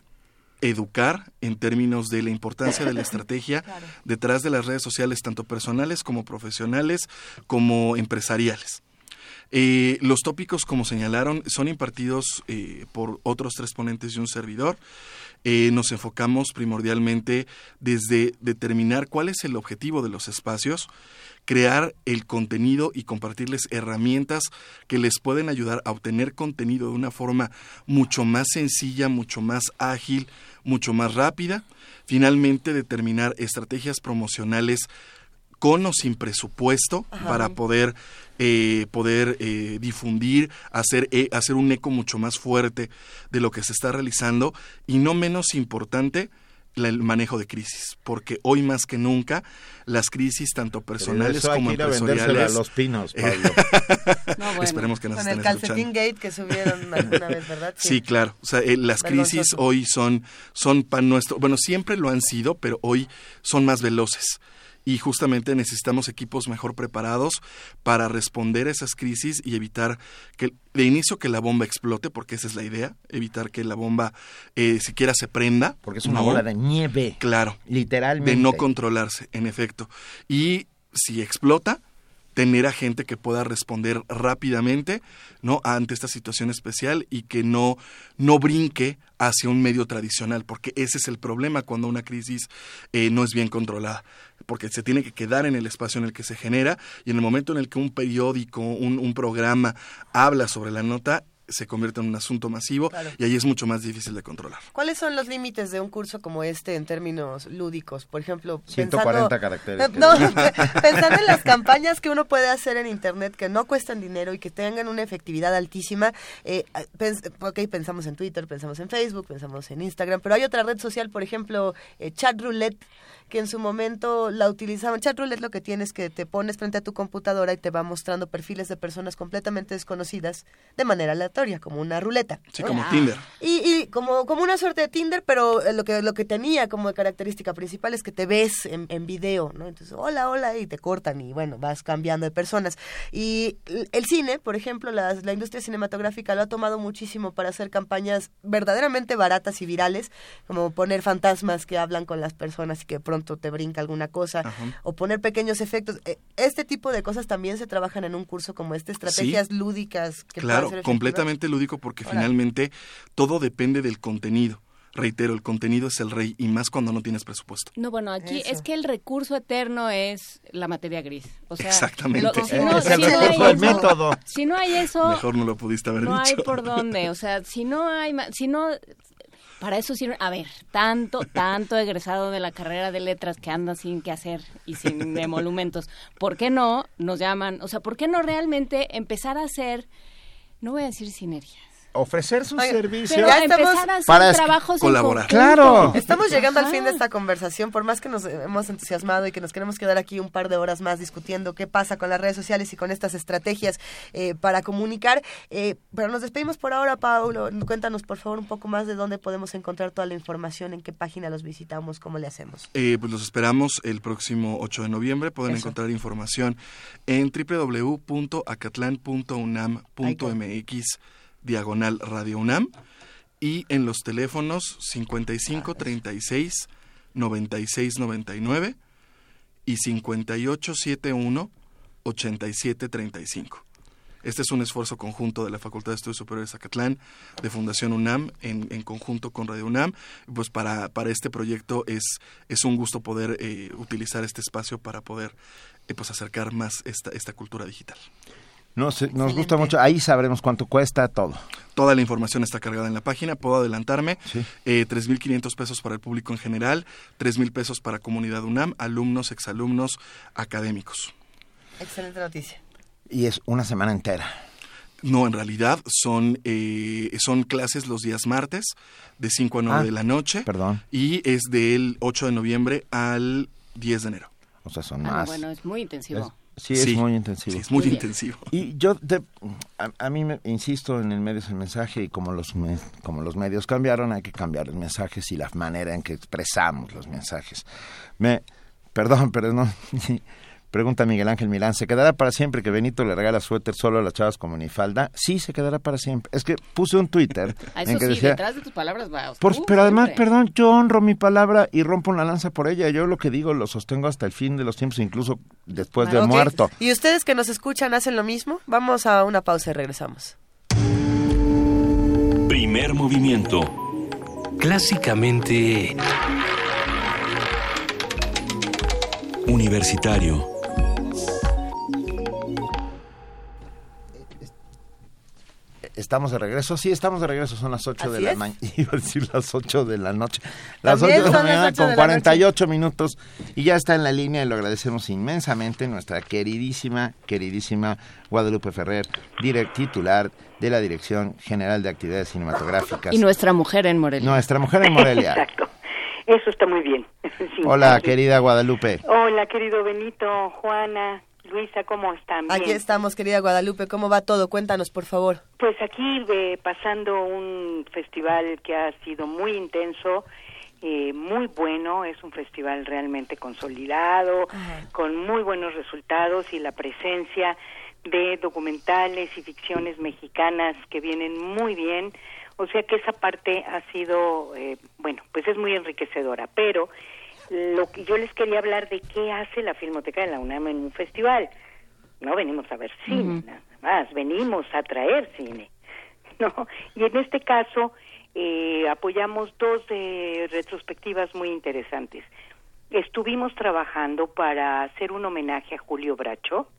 S8: educar en términos de la importancia de la estrategia detrás de las redes sociales, tanto personales como profesionales, como empresariales. Eh, los tópicos, como señalaron, son impartidos eh, por otros tres ponentes y un servidor. Eh, nos enfocamos primordialmente desde determinar cuál es el objetivo de los espacios, crear el contenido y compartirles herramientas que les pueden ayudar a obtener contenido de una forma mucho más sencilla, mucho más ágil, mucho más rápida. Finalmente, determinar estrategias promocionales con o sin presupuesto
S3: Ajá.
S8: para poder eh, poder eh, difundir, hacer eh, hacer un eco mucho más fuerte de lo que se está realizando y no menos importante, la, el manejo de crisis, porque hoy más que nunca las crisis tanto personales
S2: eso
S8: como
S2: hay que ir a
S8: empresariales.
S2: a los pinos, Pablo.
S8: No, bueno. Esperemos que nos
S3: Con
S8: estén
S3: el calcetín
S8: escuchando.
S3: gate que subieron alguna vez, ¿verdad?
S8: Sí, sí claro. O sea, eh, las
S3: Vergonzoso.
S8: crisis hoy son son pan nuestro. Bueno, siempre lo han sido, pero hoy son más veloces. Y justamente necesitamos equipos mejor preparados para responder a esas crisis y evitar que de inicio que la bomba explote, porque esa es la idea, evitar que la bomba eh, siquiera se prenda.
S2: Porque es una
S8: ¿no?
S2: bola de nieve.
S8: Claro.
S2: Literalmente.
S8: De no controlarse, en efecto. Y si explota, tener a gente que pueda responder rápidamente, ¿no? ante esta situación especial y que no, no brinque hacia un medio tradicional, porque ese es el problema cuando una crisis eh, no es bien controlada, porque se tiene que quedar en el espacio en el que se genera, y en el momento en el que un periódico, un, un programa habla sobre la nota, se convierte en un asunto masivo, claro. y ahí es mucho más difícil de controlar.
S3: ¿Cuáles son los límites de un curso como este en términos lúdicos? Por ejemplo,
S2: ciento cuarenta
S3: pensando,
S2: caracteres.
S3: No, pensando en las campañas que uno puede hacer en Internet que no cuestan dinero y que tengan una efectividad altísima. Eh, pens ok, pensamos en Twitter, pensamos en Facebook, pensamos en Instagram, pero hay otra red social, por ejemplo, eh, Chatroulette, que en su momento la utilizaban. Chatroulette lo que tiene es que te pones frente a tu computadora y te va mostrando perfiles de personas completamente desconocidas de manera aleatoria, como una ruleta.
S8: Sí,
S3: ¿no?
S8: como ah. Tinder.
S3: Y, y como, como una suerte de Tinder, pero lo que, lo que tenía como característica principal es que te ves en, en video, ¿no? Entonces, hola, hola, y te cortan y bueno, vas cambiando de personas. Y el cine, por ejemplo, la, la industria cinematográfica lo ha tomado muchísimo para hacer campañas verdaderamente baratas y virales, como poner fantasmas que hablan con las personas y que pronto te brinca alguna cosa, ajá. o poner pequeños efectos. Este tipo de cosas también se trabajan en un curso como este, estrategias sí, lúdicas. Que
S8: claro, completamente lúdico, porque Ahora. finalmente todo depende del contenido. Reitero, el contenido es el rey, y más cuando no tienes presupuesto.
S5: No, bueno, aquí Eso. es que el recurso eterno es la materia gris. O sea,
S8: exactamente.
S5: Lo, si, no,
S2: es
S5: si,
S2: el,
S5: no
S2: recurso,
S5: hay
S2: el
S5: eso,
S2: método.
S5: Si no hay eso,
S8: mejor no lo pudiste haber
S5: no
S8: dicho.
S5: No hay por dónde. O sea, si no hay, si no... Para eso sirve, a ver, tanto, tanto egresado de la carrera de letras que anda sin qué hacer y sin emolumentos. ¿Por qué no nos llaman? O sea, ¿por qué no realmente empezar a hacer, no voy a decir sinergias?
S2: Ofrecer sus
S3: Oye,
S2: servicios
S3: ya estamos
S5: a hacer
S2: para
S5: trabajos
S8: colaborar.
S5: En
S2: claro.
S3: Estamos llegando Ajá. al fin de esta conversación, por más que nos hemos entusiasmado y que nos queremos quedar aquí un par de horas más discutiendo qué pasa con las redes sociales y con estas estrategias eh, para comunicar. Eh, pero nos despedimos por ahora, Paulo. Cuéntanos, por favor, un poco más de dónde podemos encontrar toda la información, en qué página los visitamos, cómo le hacemos.
S8: Eh, pues los esperamos el próximo ocho de noviembre. Pueden Eso. encontrar información en doble u doble u doble u punto acatlan punto unam punto m x diagonal Radio UNAM, y en los teléfonos cincuenta y cinco, treinta y seis, noventa y seis, noventa y nueve y cincuenta y ocho, setenta y uno, ochenta y siete, treinta y cinco. Este es un esfuerzo conjunto de la Facultad de Estudios Superiores Acatlán, de Fundación UNAM, en, en conjunto con Radio UNAM. Pues para, para este proyecto es, es un gusto poder eh, utilizar este espacio para poder eh, pues acercar más esta, esta cultura digital.
S2: Nos, nos gusta mucho, ahí sabremos cuánto cuesta todo.
S8: Toda la información está cargada en la página, puedo adelantarme, sí. eh, tres mil quinientos pesos para el público en general, tres mil pesos para comunidad UNAM, alumnos, exalumnos, académicos.
S3: Excelente noticia.
S2: Y es una semana entera.
S8: No, en realidad son eh, son clases los días martes, de cinco a nueve ah, de la noche,
S2: perdón.
S8: Y es del ocho de noviembre al diez de enero.
S2: O sea, son
S5: ah,
S2: más.
S5: Bueno, es muy intensivo.
S2: Es, Sí, es sí, muy intensivo.
S8: Sí, es muy, muy intensivo.
S2: Y yo, te, a, a mí me insisto en el medio es el mensaje, y como los, me, como los medios cambiaron, hay que cambiar los mensajes y la manera en que expresamos los mensajes. Me, perdón, pero no... Pregunta Miguel Ángel Milán, ¿se quedará para siempre que Benito le regala suéter solo a las chavas con minifalda? Sí, se quedará para siempre. Es que puse un Twitter
S5: Eso
S2: en que
S5: sí,
S2: decía...
S5: detrás de tus palabras va
S2: por, uh, Pero además, siempre. perdón, yo honro mi palabra y rompo una lanza por ella. Yo lo que digo lo sostengo hasta el fin de los tiempos, incluso después de okay. muerto.
S3: ¿Y ustedes que nos escuchan hacen lo mismo? Vamos a una pausa y regresamos.
S1: Primer movimiento.
S17: Clásicamente...
S1: Universitario.
S2: ¿Estamos de regreso? Sí, estamos de regreso, son las ocho de la mañana, iba a decir las ocho de la noche,
S3: las
S2: ocho de la mañana con cuarenta y ocho
S3: noche.
S2: Minutos, y ya está en la línea, y lo agradecemos inmensamente, nuestra queridísima, queridísima Guadalupe Ferrer, direct, titular de la Dirección General de Actividades Cinematográficas.
S5: Y nuestra mujer en Morelia.
S2: Nuestra mujer en Morelia.
S9: Exacto. Eso está muy bien. Sí,
S2: Hola,
S9: así.
S2: querida Guadalupe.
S9: Hola, querido Benito, Juana, Luisa, ¿cómo están? Bien.
S3: Aquí estamos, querida Guadalupe. ¿Cómo va todo? Cuéntanos, por favor.
S9: Pues aquí eh, pasando un festival que ha sido muy intenso, eh, muy bueno. Es un festival realmente consolidado, Ajá. con muy buenos resultados y la presencia de documentales y ficciones mexicanas que vienen muy bien. O sea que esa parte ha sido, eh, bueno, pues es muy enriquecedora. Pero lo que yo les quería hablar de qué hace la Filmoteca de la UNAM en un festival. No venimos a ver cine, uh-huh. nada más, venimos a traer cine, ¿no? Y en este caso eh, apoyamos dos eh, retrospectivas muy interesantes. Estuvimos trabajando para hacer un homenaje a Julio Bracho,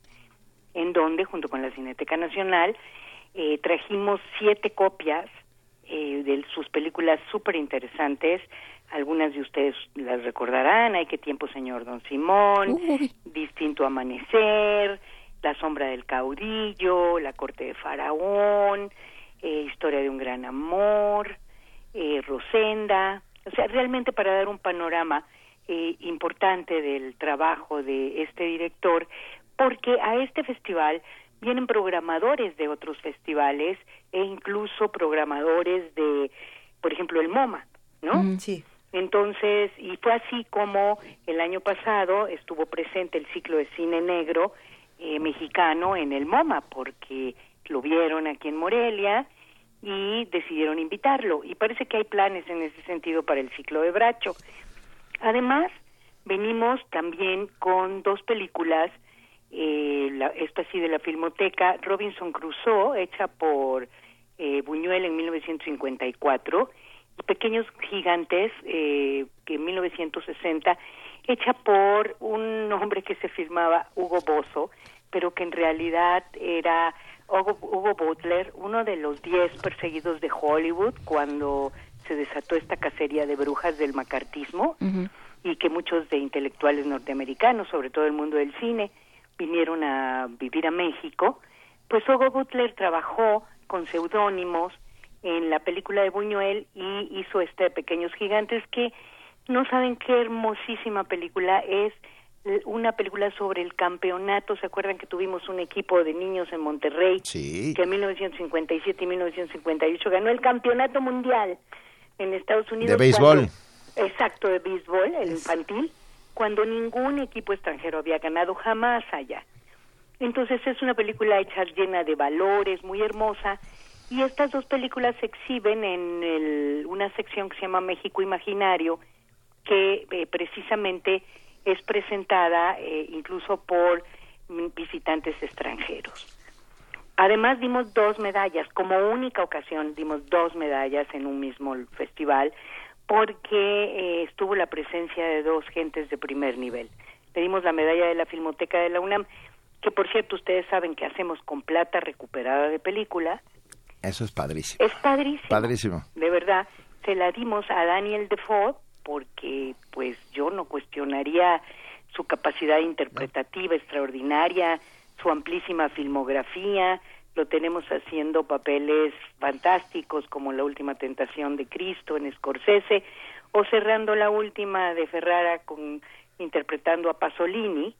S9: en donde, junto con la Cineteca Nacional, eh, trajimos siete copias eh, de sus películas súper interesantes. Algunas de ustedes las recordarán: Hay que tiempo, señor Don Simón, Uy. Distinto Amanecer, La sombra del caudillo, La corte de Faraón, eh, Historia de un gran amor, eh, Rosenda. O sea, realmente para dar un panorama eh, importante del trabajo de este director, porque a este festival vienen programadores de otros festivales e incluso programadores de, por ejemplo, el MoMA, ¿no?
S3: Mm, sí.
S9: Entonces, y fue así como el año pasado estuvo presente el ciclo de cine negro eh, mexicano en el MoMA, porque lo vieron aquí en Morelia y decidieron invitarlo. Y parece que hay planes en ese sentido para el ciclo de Bracho. Además, venimos también con dos películas, eh, la, esta sí de la Filmoteca, Robinson Crusoe, hecha por eh, Buñuel en mil novecientos cincuenta y cuatro, y Pequeños Gigantes, eh, que en mil novecientos sesenta, hecha por un hombre que se firmaba Hugo Bosso, pero que en realidad era Hugo, Hugo Butler, uno de los diez perseguidos de Hollywood cuando se desató esta cacería de brujas del macartismo, uh-huh. y que muchos de intelectuales norteamericanos, sobre todo el mundo del cine, vinieron a vivir a México. Pues Hugo Butler trabajó con seudónimos en la película de Buñuel y hizo este de Pequeños Gigantes, que no saben qué hermosísima película es. Una película sobre el campeonato. ¿Se acuerdan que tuvimos un equipo de niños en Monterrey?
S2: Sí.
S9: Que en mil novecientos cincuenta y siete y mil novecientos cincuenta y ocho ganó el campeonato mundial en Estados Unidos.
S2: De béisbol.
S9: Cuando, exacto, de béisbol, el infantil, cuando ningún equipo extranjero había ganado jamás allá. Entonces es una película hecha llena de valores, muy hermosa. Y estas dos películas se exhiben en el, una sección que se llama México Imaginario, que eh, precisamente es presentada eh, incluso por visitantes extranjeros. Además dimos dos medallas, como única ocasión dimos dos medallas en un mismo festival, porque eh, estuvo la presencia de dos gentes de primer nivel. Le dimos la medalla de la Filmoteca de la UNAM, que por cierto ustedes saben que hacemos con plata recuperada de película.
S2: Eso es padrísimo.
S9: Es padrísimo.
S2: Padrísimo.
S9: De verdad, se la dimos a Daniel Defoe, porque pues yo no cuestionaría su capacidad interpretativa extraordinaria, su amplísima filmografía. Lo tenemos haciendo papeles fantásticos como La última tentación de Cristo en Scorsese, o cerrando La última de Ferrara con interpretando a Pasolini.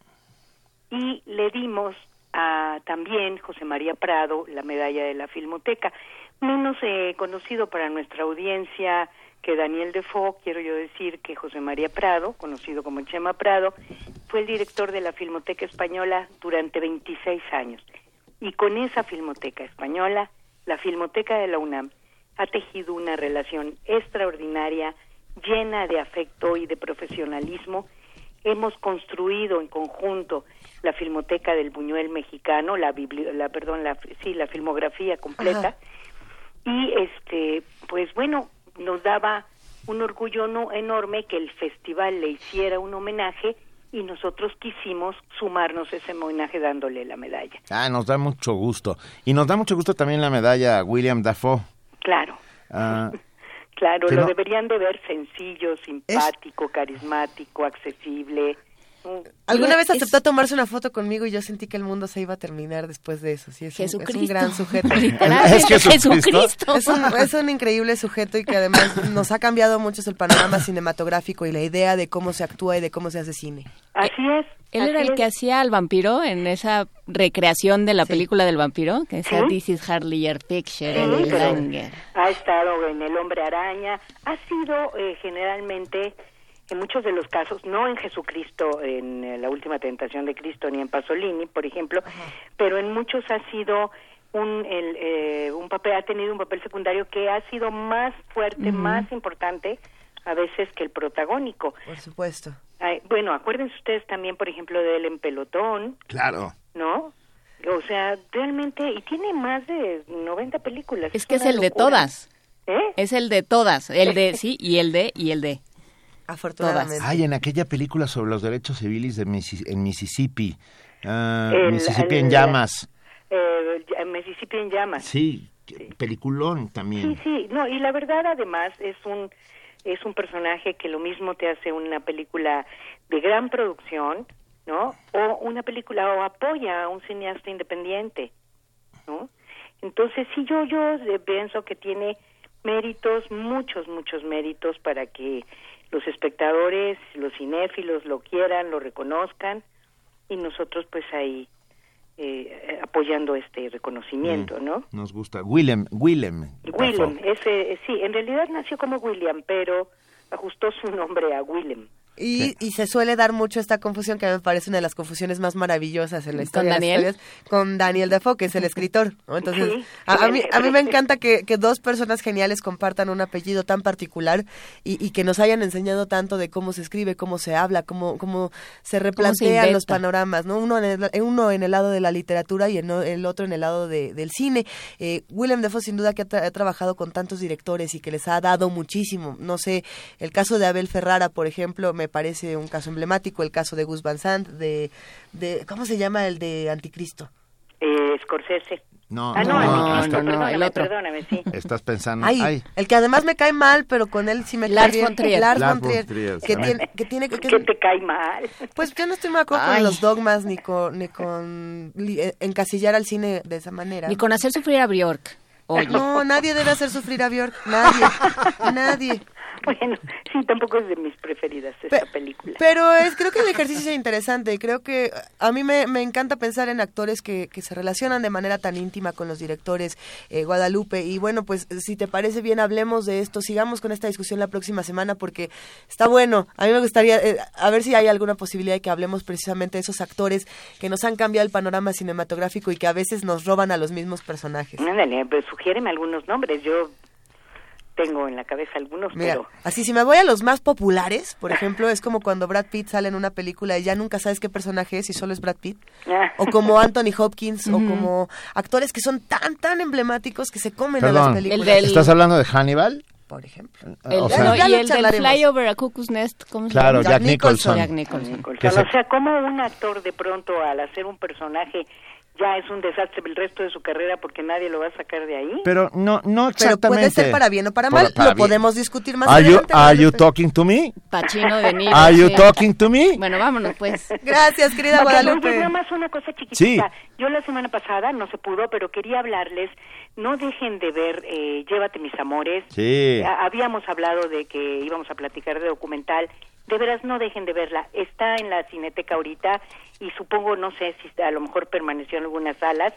S9: Y le dimos a también José María Prado la medalla de la Filmoteca, menos eh, conocido para nuestra audiencia que Daniel Defoe. Quiero yo decir que José María Prado, conocido como Chema Prado, fue el director de la Filmoteca Española durante veintiséis años. Y con esa Filmoteca Española, la Filmoteca de la UNAM ha tejido una relación extraordinaria, llena de afecto y de profesionalismo. Hemos construido en conjunto la Filmoteca del Buñuel mexicano, la, bibli- la perdón, la, sí, la filmografía completa. Ajá. Y este, pues bueno, nos daba un orgullo no, enorme que el festival le hiciera un homenaje y nosotros quisimos sumarnos a ese homenaje dándole la medalla.
S2: Ah, nos da mucho gusto. Y nos da mucho gusto también la medalla a William Dafoe.
S9: Claro.
S2: Ah,
S9: claro, lo
S2: no...
S9: deberían de ver sencillo, simpático, es... carismático, accesible,
S3: Alguna vez
S5: Es-
S3: aceptó tomarse una foto conmigo y yo sentí que el mundo se iba a terminar después de eso. Sí, es, un, es un
S5: Jesucristo.
S3: gran sujeto.
S5: Literal, es Jesucristo.
S3: Es un, es un increíble sujeto y que además nos ha cambiado mucho el panorama cinematográfico y la idea de cómo se actúa y de cómo se hace cine.
S9: Así es.
S5: Él
S9: así
S5: era el
S9: es.
S5: que hacía al vampiro en esa recreación de la película del vampiro, que
S9: Sí.
S5: esa This is hardly your picture,
S9: Sí,
S5: el
S9: pero
S5: Langer.
S9: ha estado en El Hombre Araña, ha sido eh, generalmente, en muchos de los casos, no en Jesucristo, en eh, La Última Tentación de Cristo, ni en Pasolini, por ejemplo, pero en muchos ha sido un, el, eh, un papel, ha tenido un papel secundario que ha sido más fuerte,
S3: Ujú.
S9: más importante a veces que el protagónico.
S3: Por supuesto.
S9: Ay, bueno, acuérdense ustedes también, por ejemplo, de él en Pelotón,
S2: Claro.
S9: ¿no? O sea, realmente, y tiene más de noventa películas.
S5: Es que es
S9: una
S5: el de
S9: locura.
S5: todas.
S9: ¿Eh?
S5: Es el de todas. El de sí y el de y el de.
S3: Afortunadamente.
S2: Ay, en aquella película sobre los derechos civiles de Missi- en Mississippi. ah,
S9: El-
S2: Mississippi
S9: el-
S2: en llamas.
S9: Eh, ya- Mississippi en llamas.
S2: Sí, peliculón también.
S9: Sí, sí, no, y la verdad además es un es un personaje que lo mismo te hace una película de gran producción, ¿no? O una película o apoya a un cineasta independiente, ¿no? Entonces sí, yo yo eh, pienso que tiene méritos, muchos muchos méritos para que los espectadores, los cinéfilos lo quieran, lo reconozcan y nosotros pues ahí eh, apoyando este reconocimiento, ¿no?
S2: Nos gusta. Willem, Willem.
S9: Willem, ese, eh, sí, en realidad nació como William, pero ajustó su nombre a Willem.
S3: Y, y se suele dar mucho esta confusión, que me parece una de las confusiones más maravillosas en la historia
S5: ¿Con
S3: de las
S5: Daniel?
S3: historias, con Daniel Defoe, que es el escritor, ¿no? Entonces,
S9: Sí.
S3: a, a mí, a mí me encanta que, que dos personas geniales compartan un apellido tan particular y, y que nos hayan enseñado tanto de cómo se escribe, cómo se habla, cómo, cómo se replantean los
S5: inventa.
S3: panoramas, ¿no? Uno en, el, uno en el lado de la literatura y en o- el otro en el lado de, del cine. Eh, Willem Dafoe sin duda que ha, tra- ha trabajado con tantos directores y que les ha dado muchísimo. No sé, el caso de Abel Ferrara, por ejemplo, me parece un caso emblemático, el caso de Gus Van Sant, de, de ¿cómo se llama el de Anticristo?
S9: Eh, Scorsese.
S2: No,
S9: Ah, no,
S2: no,
S9: Anticristo,
S2: no, no,
S9: perdóname,
S2: el otro.
S9: perdóname, sí.
S2: Estás pensando.
S3: Ay,
S2: Ay,
S3: el que además me cae mal, pero con él sí me
S5: Lars
S3: cae bien.
S5: von Trier.
S3: Lars
S2: Lars
S3: von
S2: von
S3: Trier,
S2: Trier,
S3: que
S2: también.
S3: tiene, que tiene, que-
S9: ¿Qué te cae mal?
S3: pues yo no estoy muy de acuerdo
S5: Ay.
S3: con los dogmas ni con, ni con li- eh, encasillar al cine de esa manera.
S5: Ni con hacer sufrir a Bjork. Oye.
S3: No, nadie debe hacer sufrir a Björk, nadie, nadie.
S9: Bueno, sí, tampoco es de mis preferidas esta película.
S3: Pero es, creo que el ejercicio es interesante y creo que a mí me, me encanta pensar en actores que, que se relacionan de manera tan íntima con los directores, eh, Guadalupe, y bueno, pues si te parece bien, hablemos de esto, sigamos con esta discusión la próxima semana porque está bueno. A mí me gustaría, eh, a ver si hay alguna posibilidad de que hablemos precisamente de esos actores que nos han cambiado el panorama cinematográfico y que a veces nos roban a los mismos personajes.
S9: Ándale, pues sugiéreme algunos nombres, yo tengo en la cabeza algunos,
S3: Mira,
S9: pero...
S3: así si me voy a los más populares, por ejemplo, es como cuando Brad Pitt sale en una película y ya nunca sabes qué personaje es y solo es Brad Pitt, o como Anthony Hopkins, o como actores que son tan, tan emblemáticos que se comen a las
S2: perdón.
S3: películas.
S5: El del-
S2: ¿Estás hablando de Hannibal?
S3: Por ejemplo.
S5: El-
S2: O sea,
S5: no,
S3: ya
S5: y
S3: lo
S5: el del
S3: charlaremos.
S5: Flyover a Cuckoo's Nest, ¿cómo se
S2: Claro,
S5: llama?
S2: Jack Nicholson.
S5: Jack Nicholson.
S2: Que se-
S9: O sea, como un actor de pronto al hacer un personaje ya es un desastre el resto de su carrera porque nadie lo va a sacar de ahí.
S2: Pero no, no
S3: Pero
S2: exactamente.
S3: puede ser para bien o para mal,
S2: Para- para
S3: lo
S2: bien.
S3: podemos discutir más
S2: Are you,
S3: adelante.
S2: are you talking to me?
S5: Pacino de Niro.
S2: Are you
S5: sí.
S2: talking to me?
S5: Bueno, vámonos pues.
S3: Gracias, querida
S9: Ok,
S3: Guadalupe.
S9: oye, nada más una cosa chiquitita.
S2: Sí.
S9: Yo la semana pasada no se pudo, pero quería hablarles, no dejen de ver eh, Llévate mis amores.
S2: Sí.
S9: Ha- Habíamos hablado de que íbamos a platicar de documental. De veras, no dejen de verla. Está en la Cineteca ahorita y supongo, no sé si a lo mejor permaneció en algunas salas.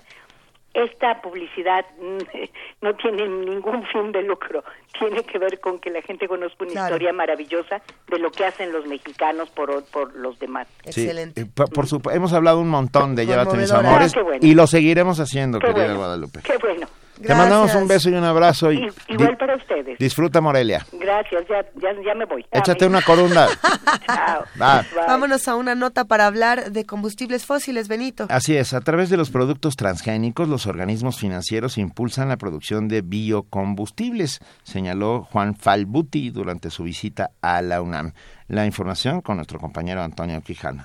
S9: Esta publicidad mm, no tiene ningún fin de lucro. Tiene que ver con que la gente conozca una
S3: Claro.
S9: historia maravillosa de lo que hacen los mexicanos por, o- por los demás.
S2: Sí,
S3: Excelente.
S2: eh, por, por supu- hemos hablado un montón de Llévate mis
S3: Conmovedora.
S2: amores
S9: Ah, qué bueno.
S2: y lo seguiremos haciendo,
S9: Qué
S2: querida
S9: bueno.
S2: Guadalupe.
S9: Qué bueno.
S2: Te mandamos un
S3: Gracias.
S2: beso y un abrazo y
S9: I- igual
S2: di-
S9: para ustedes.
S2: disfruta Morelia.
S9: Gracias, ya, ya, ya me voy.
S2: Échate
S9: Ah,
S2: una corunda.
S9: Chao.
S2: Va.
S9: Bye.
S3: Vámonos a una nota para hablar de combustibles fósiles, Benito.
S2: Así es, a través de los productos transgénicos, los organismos financieros impulsan la producción de biocombustibles, señaló Juan Falbuti durante su visita a la UNAM. La información con nuestro compañero Antonio Quijano.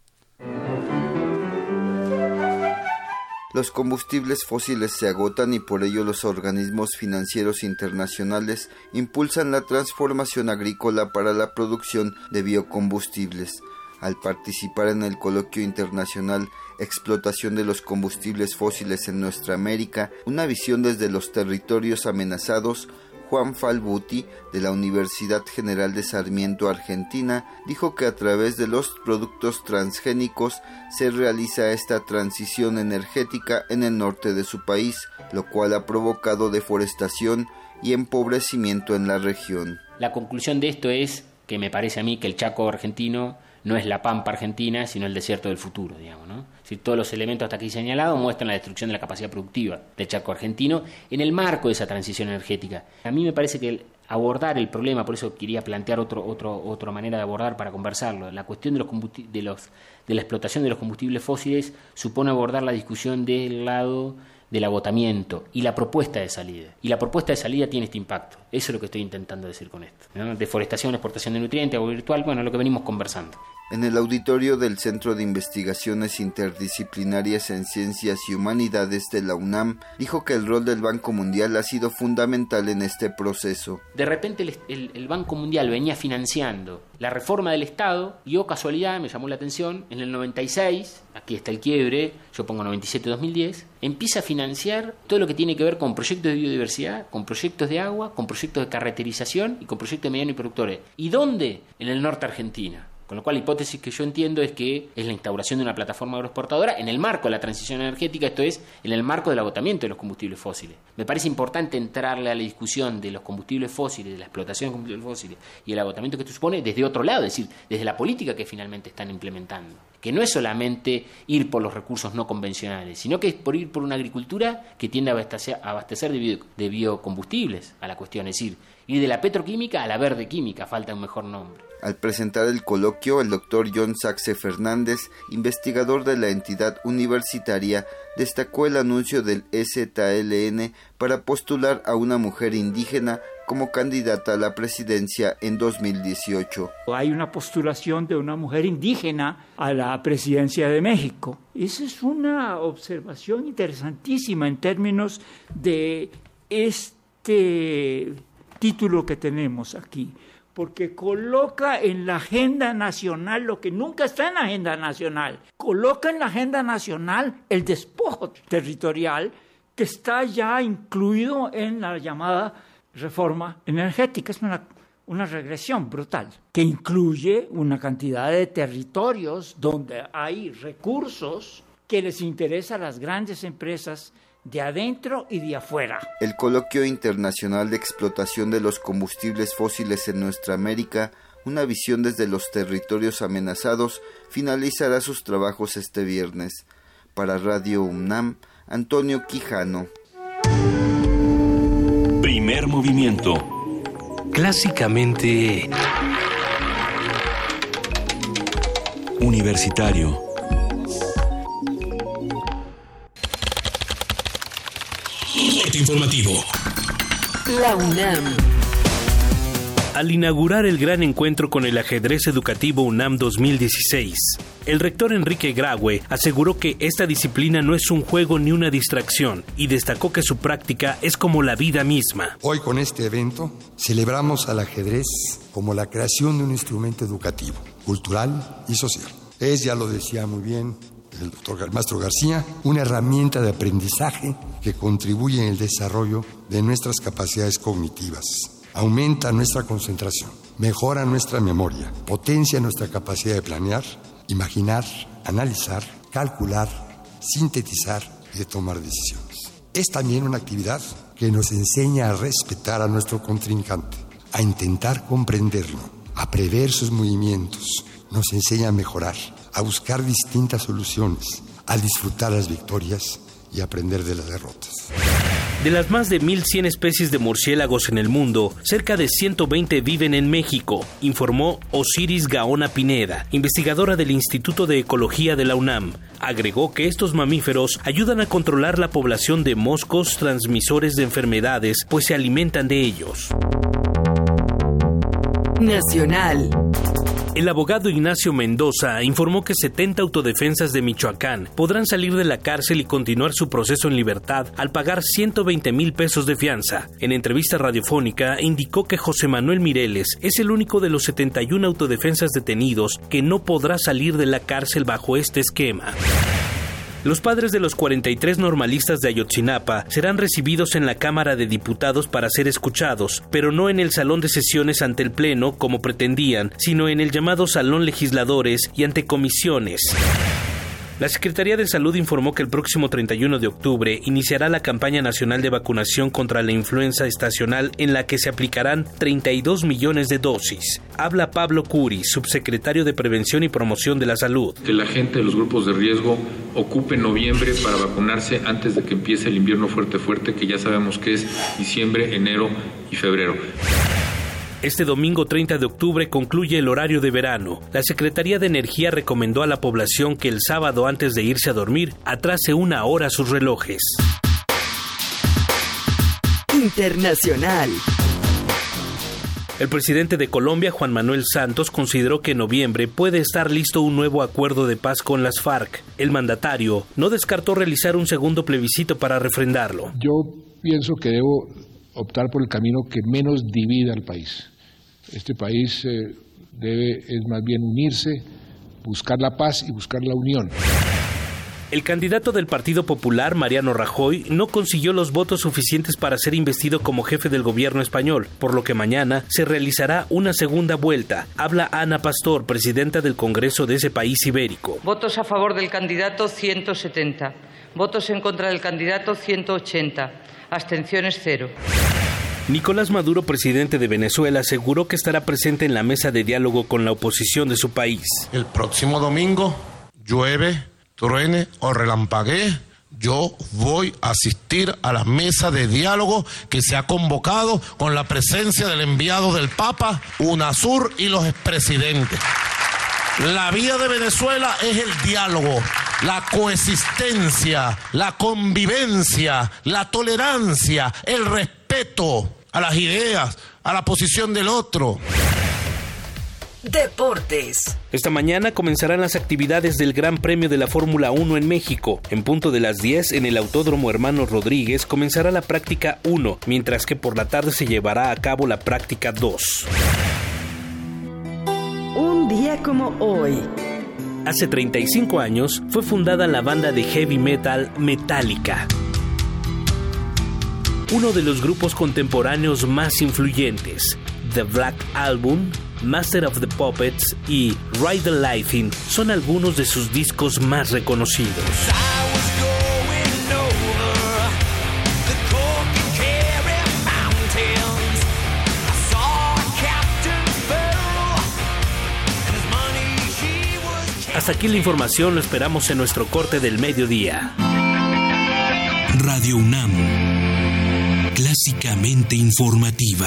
S10: Los combustibles fósiles se agotan y por ello los organismos financieros internacionales impulsan la transformación agrícola para la producción de biocombustibles. al participar en el coloquio internacional Explotación de los combustibles fósiles en nuestra América, una visión desde los territorios amenazados, Juan Falbuti, de la Universidad General de Sarmiento, Argentina, dijo que a través de los productos transgénicos se realiza esta transición energética en el norte de su país, lo cual ha provocado deforestación y empobrecimiento en la región.
S11: La conclusión de esto es que me parece a mí que el Chaco argentino no es la pampa argentina, sino el desierto del futuro, digamos, ¿no? Es decir, todos los elementos hasta aquí señalados muestran la destrucción de la capacidad productiva del Chaco argentino en el marco de esa transición energética. A mí me parece que el abordar el problema, por eso quería plantear otro, otro, otra manera de abordar para conversarlo, la cuestión de, los de, los, de la explotación de los combustibles fósiles supone abordar la discusión del lado del agotamiento y la propuesta de salida. Y la propuesta de salida tiene este impacto. Eso es lo que estoy intentando decir con esto, ¿no? Deforestación, exportación de nutrientes, agua virtual, bueno, lo que venimos conversando.
S10: En el auditorio del Centro de Investigaciones Interdisciplinarias en Ciencias y Humanidades de la UNAM, dijo que el rol del Banco Mundial ha sido fundamental en este proceso.
S11: De repente el, el, el Banco Mundial venía financiando la reforma del Estado y, oh casualidad, me llamó la atención, en el noventa y seis, aquí está el quiebre, yo pongo noventa y siete dos mil diez, empieza a financiar todo lo que tiene que ver con proyectos de biodiversidad, con proyectos de agua, con proyectos de carreterización y con proyectos de medianos y productores. ¿Y dónde? En el norte argentino. Con lo cual la hipótesis que yo entiendo es que es la instauración de una plataforma agroexportadora en el marco de la transición energética, esto es, en el marco del agotamiento de los combustibles fósiles. Me parece importante entrarle a la discusión de los combustibles fósiles, de la explotación de combustibles fósiles y el agotamiento que esto supone desde otro lado, es decir, desde la política que finalmente están implementando. Que no es solamente ir por los recursos no convencionales, sino que es por ir por una agricultura que tiende a abastecer, a abastecer de, bio, de biocombustibles a la cuestión, es decir, ir de la petroquímica a la verde química, falta un mejor nombre.
S10: Al presentar el coloquio, el doctor John Saxe Fernández, investigador de la entidad universitaria, destacó el anuncio del E Z L N para postular a una mujer indígena como candidata a la presidencia en dos mil dieciocho.
S12: Hay una postulación de una mujer indígena a la presidencia de México. Esa es una observación interesantísima en términos de este título que tenemos aquí, porque coloca en la agenda nacional lo que nunca está en la agenda nacional. Coloca en la agenda nacional el despojo territorial que está ya incluido en la llamada reforma energética. Es una, una regresión brutal que incluye una cantidad de territorios donde hay recursos que les interesa a las grandes empresas de adentro y de afuera.
S10: El Coloquio Internacional de Explotación de los Combustibles Fósiles en Nuestra América, una visión desde los territorios amenazados, finalizará sus trabajos este viernes. Para Radio UNAM, Antonio Quijano.
S1: Primer movimiento.
S17: Clásicamente
S1: universitario.
S13: Informativo.
S23: La UNAM.
S17: Al inaugurar el gran encuentro con el ajedrez educativo UNAM dos mil dieciséis, el rector Enrique Graue aseguró que esta disciplina no es un juego ni una distracción y destacó que su práctica es como la vida misma.
S14: Hoy con este evento celebramos al ajedrez como la creación de un instrumento educativo, cultural y social. Es, ya lo decía muy bien el doctor el maestro García, una herramienta de aprendizaje que contribuye en el desarrollo de nuestras capacidades cognitivas, aumenta nuestra concentración, mejora nuestra memoria, potencia nuestra capacidad de planear, imaginar, analizar, calcular, sintetizar y de tomar decisiones. Es también una actividad que nos enseña a respetar a nuestro contrincante, a intentar comprenderlo, a prever sus movimientos, nos enseña a mejorar, a buscar distintas soluciones, a disfrutar las victorias y aprender de las derrotas.
S17: De las más de mil cien especies de murciélagos en el mundo, cerca de ciento veinte viven en México, informó Osiris Gaona Pineda, investigadora del Instituto de Ecología de la UNAM. Agregó que estos mamíferos ayudan a controlar la población de moscos transmisores de enfermedades, pues se alimentan de ellos.
S23: Nacional.
S17: El abogado Ignacio Mendoza informó que setenta autodefensas de Michoacán podrán salir de la cárcel y continuar su proceso en libertad al pagar ciento veinte mil pesos de fianza. En entrevista radiofónica indicó que José Manuel Mireles es el único de los setenta y uno autodefensas detenidos que no podrá salir de la cárcel bajo este esquema. Los padres de los cuarenta y tres normalistas de Ayotzinapa serán recibidos en la Cámara de Diputados para ser escuchados, pero no en el salón de sesiones ante el Pleno como pretendían, sino en el llamado Salón Legisladores y ante comisiones. La Secretaría de Salud informó que el próximo treinta y uno de octubre iniciará la campaña nacional de vacunación contra la influenza estacional en la que se aplicarán treinta y dos millones de dosis. Habla Pablo Curi, subsecretario de Prevención y Promoción de la Salud.
S13: Que la gente de los grupos de riesgo ocupe noviembre para vacunarse antes de que empiece el invierno fuerte fuerte, que ya sabemos que es diciembre, enero y febrero.
S17: Este domingo treinta de octubre concluye el horario de verano. La Secretaría de Energía recomendó a la población que el sábado antes de irse a dormir atrase una hora sus relojes.
S18: Internacional.
S17: El presidente de Colombia, Juan Manuel Santos, consideró que en noviembre puede estar listo un nuevo acuerdo de paz con las FARC. El mandatario no descartó realizar un segundo plebiscito para refrendarlo.
S15: Yo pienso que debo optar por el camino que menos divida al país. Este país eh, debe es más bien unirse, buscar la paz y buscar la unión.
S17: El candidato del Partido Popular, Mariano Rajoy, no consiguió los votos suficientes para ser investido como jefe del gobierno español, por lo que mañana se realizará una segunda vuelta. Habla Ana Pastor, presidenta del Congreso de ese país ibérico.
S16: Votos a favor del candidato ciento setenta, votos en contra del candidato ciento ochenta, abstenciones cero.
S17: Nicolás Maduro, presidente de Venezuela, aseguró que estará presente en la mesa de diálogo con la oposición de su país.
S19: El próximo domingo, llueve, truene o relampaguee, yo voy a asistir a la mesa de diálogo que se ha convocado con la presencia del enviado del Papa, UNASUR y los expresidentes. La vía de Venezuela es el diálogo, la coexistencia, la convivencia, la tolerancia, el respeto a las ideas, a la posición del otro.
S18: Deportes.
S17: Esta mañana comenzarán las actividades del Gran Premio de la Fórmula uno en México. En punto de las diez, en el Autódromo Hermanos Rodríguez, comenzará la práctica uno, mientras que por la tarde se llevará a cabo la práctica dos.
S18: Un día como hoy.
S17: Hace treinta y cinco años fue fundada la banda de heavy metal Metallica, uno de los grupos contemporáneos más influyentes. The Black Album, Master of the Puppets y Ride the Lightning son algunos de sus discos más reconocidos. Hasta aquí la información, lo esperamos en nuestro corte del mediodía.
S1: Radio UNAM, clásicamente informativa.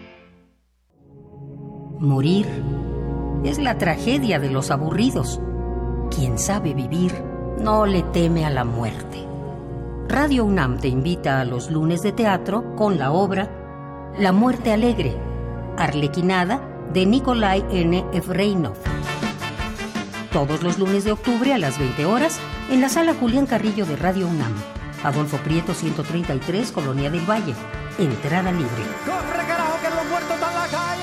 S20: Morir es la tragedia de los aburridos. Quien sabe vivir no le teme a la muerte. Radio UNAM te invita a los lunes de teatro con la obra La muerte alegre, Arlequinada, de Nikolai N. Efreynov. Todos los lunes de octubre a las veinte horas en la sala Julián Carrillo de Radio UNAM. Adolfo Prieto ciento treinta y tres, Colonia del Valle. Entrada libre.
S21: ¡Corre, carajo, que los muertos están en la calle!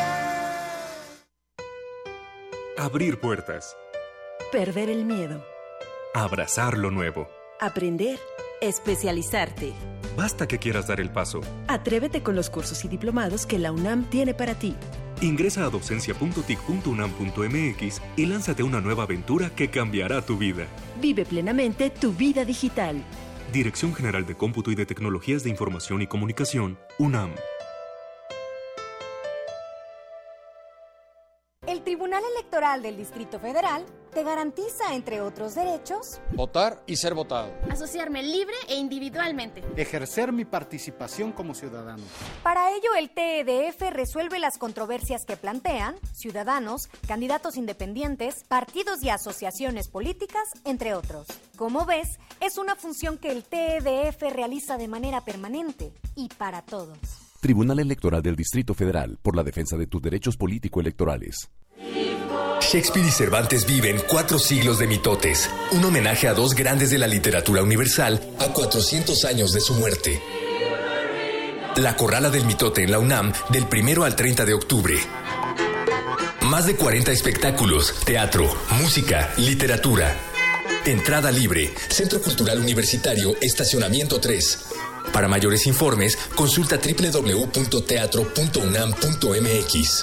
S6: Abrir puertas.
S22: Perder el miedo.
S6: Abrazar lo nuevo.
S22: Aprender. Especializarte.
S6: Basta que quieras dar el paso.
S22: Atrévete con los cursos y diplomados que la UNAM tiene para ti.
S6: Ingresa a docencia punto tic punto unam punto m x y lánzate a una nueva aventura que cambiará tu vida.
S22: Vive plenamente tu vida digital.
S6: Dirección General de Cómputo y de Tecnologías de Información y Comunicación, UNAM.
S28: El Tribunal Electoral del Distrito Federal te garantiza, entre otros derechos,
S29: votar y ser votado,
S30: asociarme libre e individualmente,
S29: ejercer mi participación como ciudadano.
S28: Para ello, el T E D F resuelve las controversias que plantean ciudadanos, candidatos independientes, partidos y asociaciones políticas, entre otros. Como ves, es una función que el T E D F realiza de manera permanente y para todos.
S31: Tribunal Electoral del Distrito Federal, por la defensa de tus derechos político-electorales.
S3: Shakespeare y Cervantes viven cuatro siglos de mitotes, un homenaje a dos grandes de la literatura universal a cuatrocientos años de su muerte. La Corrala del Mitote en la UNAM del primero al treinta de octubre. Más de cuarenta espectáculos, teatro, música, literatura. Entrada libre, Centro Cultural Universitario, Estacionamiento tres. Para mayores informes, consulta doble u doble u doble u punto teatro punto unam punto m x.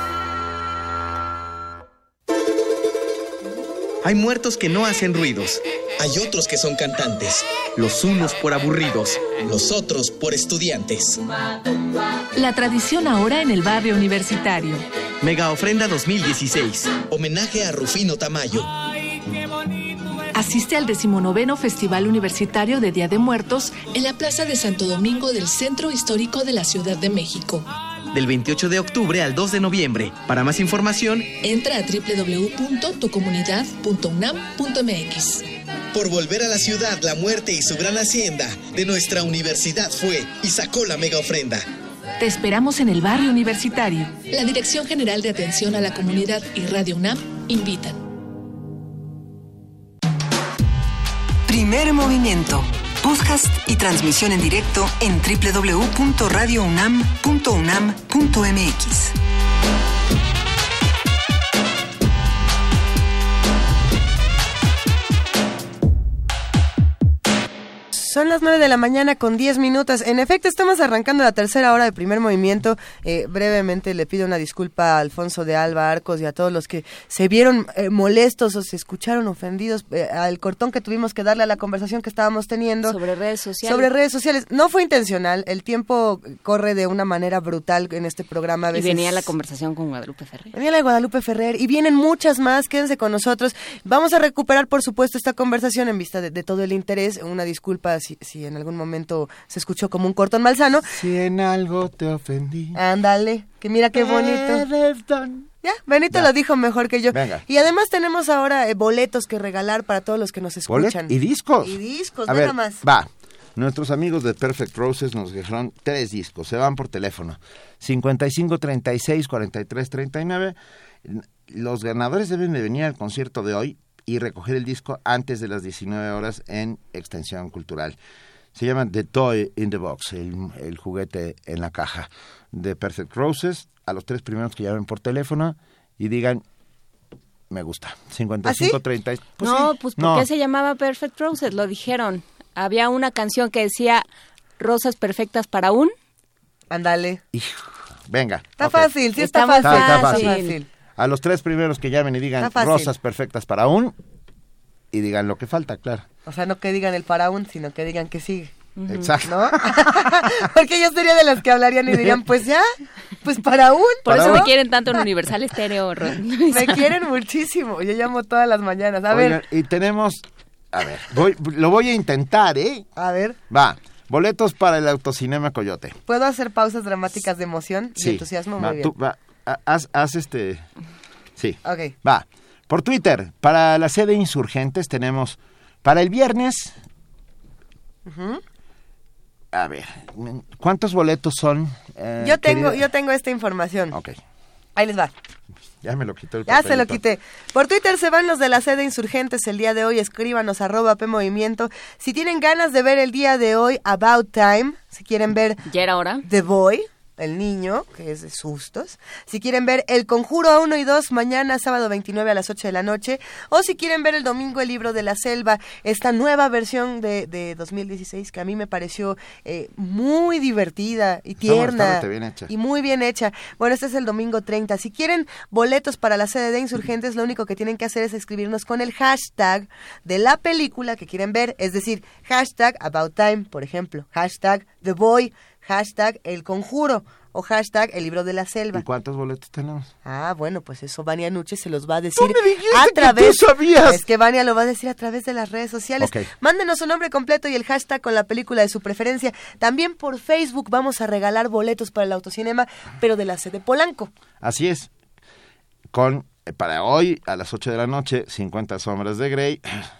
S4: Hay muertos que no hacen ruidos. Hay otros que son cantantes. Los unos por aburridos, los otros por estudiantes.
S23: La tradición ahora en el barrio universitario.
S4: Mega Ofrenda dos mil dieciséis. Homenaje a Rufino Tamayo.
S23: Asiste al decimonoveno Festival Universitario de Día de Muertos en la Plaza de Santo Domingo del Centro Histórico de la Ciudad de México.
S4: Del veintiocho de octubre al dos de noviembre. Para más información,
S23: entra a doble u doble u doble u punto tu comunidad punto unam punto m x.
S4: Por volver a la ciudad, la muerte y su gran hacienda de nuestra universidad fue y sacó la mega ofrenda.
S23: Te esperamos en el barrio universitario. La Dirección General de Atención a la Comunidad y Radio UNAM invitan.
S18: Primer movimiento. Podcast y transmisión en directo en doble u doble u doble u punto radio unam punto unam punto m x.
S5: Son las nueve de la mañana con diez minutos. En efecto, estamos arrancando la tercera hora de Primer Movimiento. Eh, brevemente le pido una disculpa a Alfonso de Alba Arcos y a todos los que se vieron eh, molestos o se escucharon ofendidos eh, al cortón que tuvimos que darle a la conversación que estábamos teniendo.
S7: Sobre redes sociales.
S5: Sobre redes sociales. No fue intencional. El tiempo corre de una manera brutal en este programa. A veces...
S7: Y venía la conversación con Guadalupe Ferrer.
S5: Venía la de Guadalupe Ferrer y vienen muchas más. Quédense con nosotros. Vamos a recuperar, por supuesto, esta conversación en vista de, de todo el interés. Una disculpa Si, si en algún momento se escuchó como un cortón malsano.
S2: Si en algo te ofendí.
S5: Ándale, que mira qué bonito.
S2: Perdón.
S5: Ya, Benito ya. Lo dijo mejor que yo.
S2: Venga.
S5: Y además tenemos ahora eh, boletos que regalar para todos los que nos escuchan.
S2: ¿Bolet? ¿Y discos?
S5: Y discos,
S2: a
S5: nada
S2: ver,
S5: más.
S2: Va. Nuestros amigos de Perfect Roses nos dejaron tres discos. Se van por teléfono. cincuenta y cinco, treinta y seis, cuarenta y tres, treinta y nueve. Los ganadores deben de venir al concierto de hoy y recoger el disco antes de las diecinueve horas en Extensión Cultural. Se llama The Toy in the Box, el, el juguete en la caja de Perfect Roses. A los tres primeros que llamen por teléfono y digan, me gusta. cincuenta y cinco,
S5: ¿Ah, sí?
S2: treinta. Pues
S7: no,
S2: sí.
S7: pues ¿por
S2: no.
S7: qué se llamaba Perfect Roses? Lo dijeron. Había una canción que decía Rosas perfectas para un...
S5: Ándale.
S2: Venga.
S5: Está
S2: okay.
S5: fácil, sí está,
S7: está
S5: fácil.
S2: Está,
S7: fácil.
S2: está fácil. A los tres primeros que llamen y digan Rosas perfectas para un... Y digan lo que falta, claro.
S5: O sea, no que digan el para un, sino que digan que sigue.
S7: Uh-huh.
S2: Exacto.
S5: ¿No? Porque yo sería de las que hablarían y dirían, pues ya, pues para un.
S7: Por
S5: ¿no?
S7: eso me quieren tanto en Universal Estéreo.
S5: Me quieren muchísimo. Yo llamo todas las mañanas. A
S2: Oigan,
S5: ver.
S2: y tenemos, a ver, voy, lo voy a intentar, ¿eh?
S5: A ver.
S2: Va, boletos para el Autocinema Coyote.
S5: ¿Puedo hacer pausas dramáticas de emoción y
S2: sí.
S5: entusiasmo?
S2: Va,
S5: Muy bien.
S2: tú, va, haz, haz este, sí.
S5: Ok.
S2: Va, por Twitter, para la sede Insurgentes tenemos, para el viernes...
S5: Uh-huh.
S2: A ver, ¿cuántos boletos son? Eh,
S5: yo tengo,
S2: querida?
S5: yo tengo esta información.
S2: Ok.
S5: Ahí les va.
S2: Ya me lo quitó el
S5: Ya
S2: papelito.
S5: se lo quité. Por Twitter se van los de la sede Insurgentes el día de hoy. Escríbanos arroba P Movimiento. Si tienen ganas de ver el día de hoy About Time, si quieren ver
S7: ya era hora.
S5: The Boy, el niño, que es de sustos. Si quieren ver El Conjuro uno y dos, mañana sábado veintinueve a las ocho de la noche. O si quieren ver el domingo El Libro de la Selva, esta nueva versión de, de dos mil dieciséis que a mí me pareció eh, muy divertida y tierna.
S2: Está bien hecha.
S5: Y muy bien hecha. Bueno, este es el domingo treinta. Si quieren boletos para la sede de Insurgentes, lo único que tienen que hacer es escribirnos con el hashtag de la película que quieren ver. Es decir, hashtag About Time, por ejemplo. Hashtag The Boy. Hashtag El Conjuro o hashtag El Libro de la Selva.
S2: ¿Y cuántos boletos tenemos?
S5: Ah, bueno, pues eso Vania Nuche se los va a decir
S2: me dijiste
S5: a través...
S2: que tú sabías.
S5: Es que Vania lo va a decir a través de las redes sociales.
S2: Okay.
S5: Mándenos su nombre completo y el hashtag con la película de su preferencia. También por Facebook vamos a regalar boletos para el autocinema, pero de la sede Polanco.
S2: Así es. Con, eh, para hoy, a las ocho de la noche, cincuenta sombras de Grey...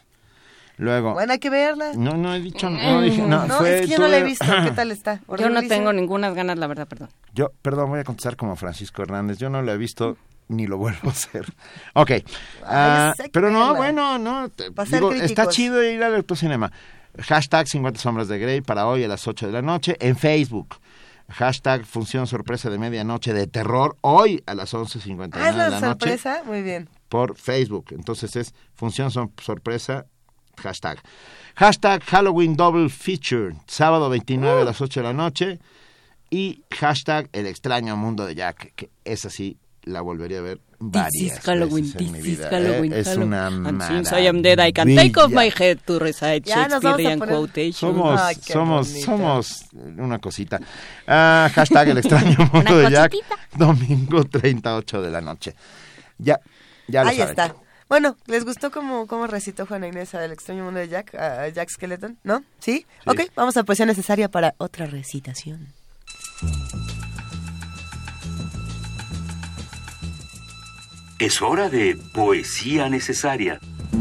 S2: Luego.
S5: Bueno, hay que verla.
S2: No, no he dicho, no dije, no.
S5: No,
S2: fue,
S5: es que yo no la he visto. ¿Qué tal está?
S7: Yo no tengo ninguna ganas, la verdad, perdón.
S2: Yo, perdón, voy a contestar como Francisco Hernández. Yo no la he visto ni lo vuelvo a hacer. Ok. Uh, pero no, bueno, no. Te, digo, está chido ir al autocinema. Hashtag cincuenta sombras de Grey para hoy a las ocho de la noche en Facebook. Hashtag función sorpresa de medianoche de terror hoy a las once cincuenta y nueve
S5: ah,
S2: de la noche.
S5: sorpresa? Muy bien.
S2: Por Facebook. Entonces es función sorpresa, hashtag. Hashtag Halloween Double Feature, sábado veintinueve uh. a las ocho de la noche. Y hashtag El extraño mundo de Jack, que esa sí la volvería a ver varias
S7: Halloween,
S2: veces en mi vida.
S7: Halloween,
S2: eh, es
S7: Halloween.
S2: una
S7: And
S2: maravilla.
S7: since I am dead, I can take off my head to recite Shakespearean
S5: poner...
S7: quotations.
S2: Somos,
S5: Ay,
S2: somos,
S5: bonita.
S2: somos una cosita. Uh, hashtag El extraño mundo de Jack, domingo treinta y ocho de la noche. Ya, ya lo
S5: Ahí
S2: saben.
S5: está. Bueno, ¿les gustó cómo, cómo recitó Juana Inés El extraño mundo de Jack, a Jack Skeleton? ¿No? ¿Sí?
S2: Sí.
S5: Ok, vamos a poesía necesaria para otra recitación.
S1: Es hora de poesía necesaria.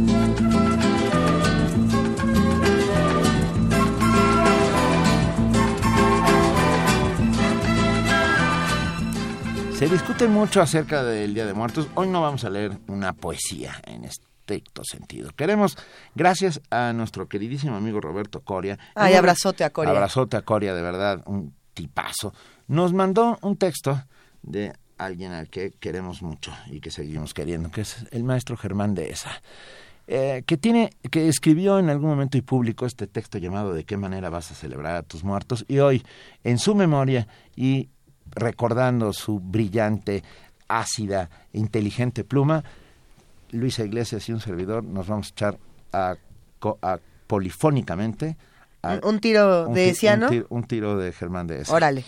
S2: Se discute mucho acerca del Día de Muertos. Hoy no vamos a leer una poesía en estricto sentido. Queremos, gracias a nuestro queridísimo amigo Roberto Coria.
S5: Ay, abrazote a Coria.
S2: Abrazote a Coria, de verdad, un tipazo. Nos mandó un texto de alguien al que queremos mucho y que seguimos queriendo, que es el maestro Germán Dehesa, eh, que tiene, que escribió en algún momento y publicó este texto llamado ¿De qué manera vas a celebrar a tus muertos? Y hoy, en su memoria y recordando su brillante, ácida, inteligente pluma, Luisa Iglesias y un servidor nos vamos a echar a, a polifónicamente a,
S5: un tiro
S2: un,
S5: de Ciano.
S2: Un tiro, un tiro de Germán Dehesa.
S5: Órale.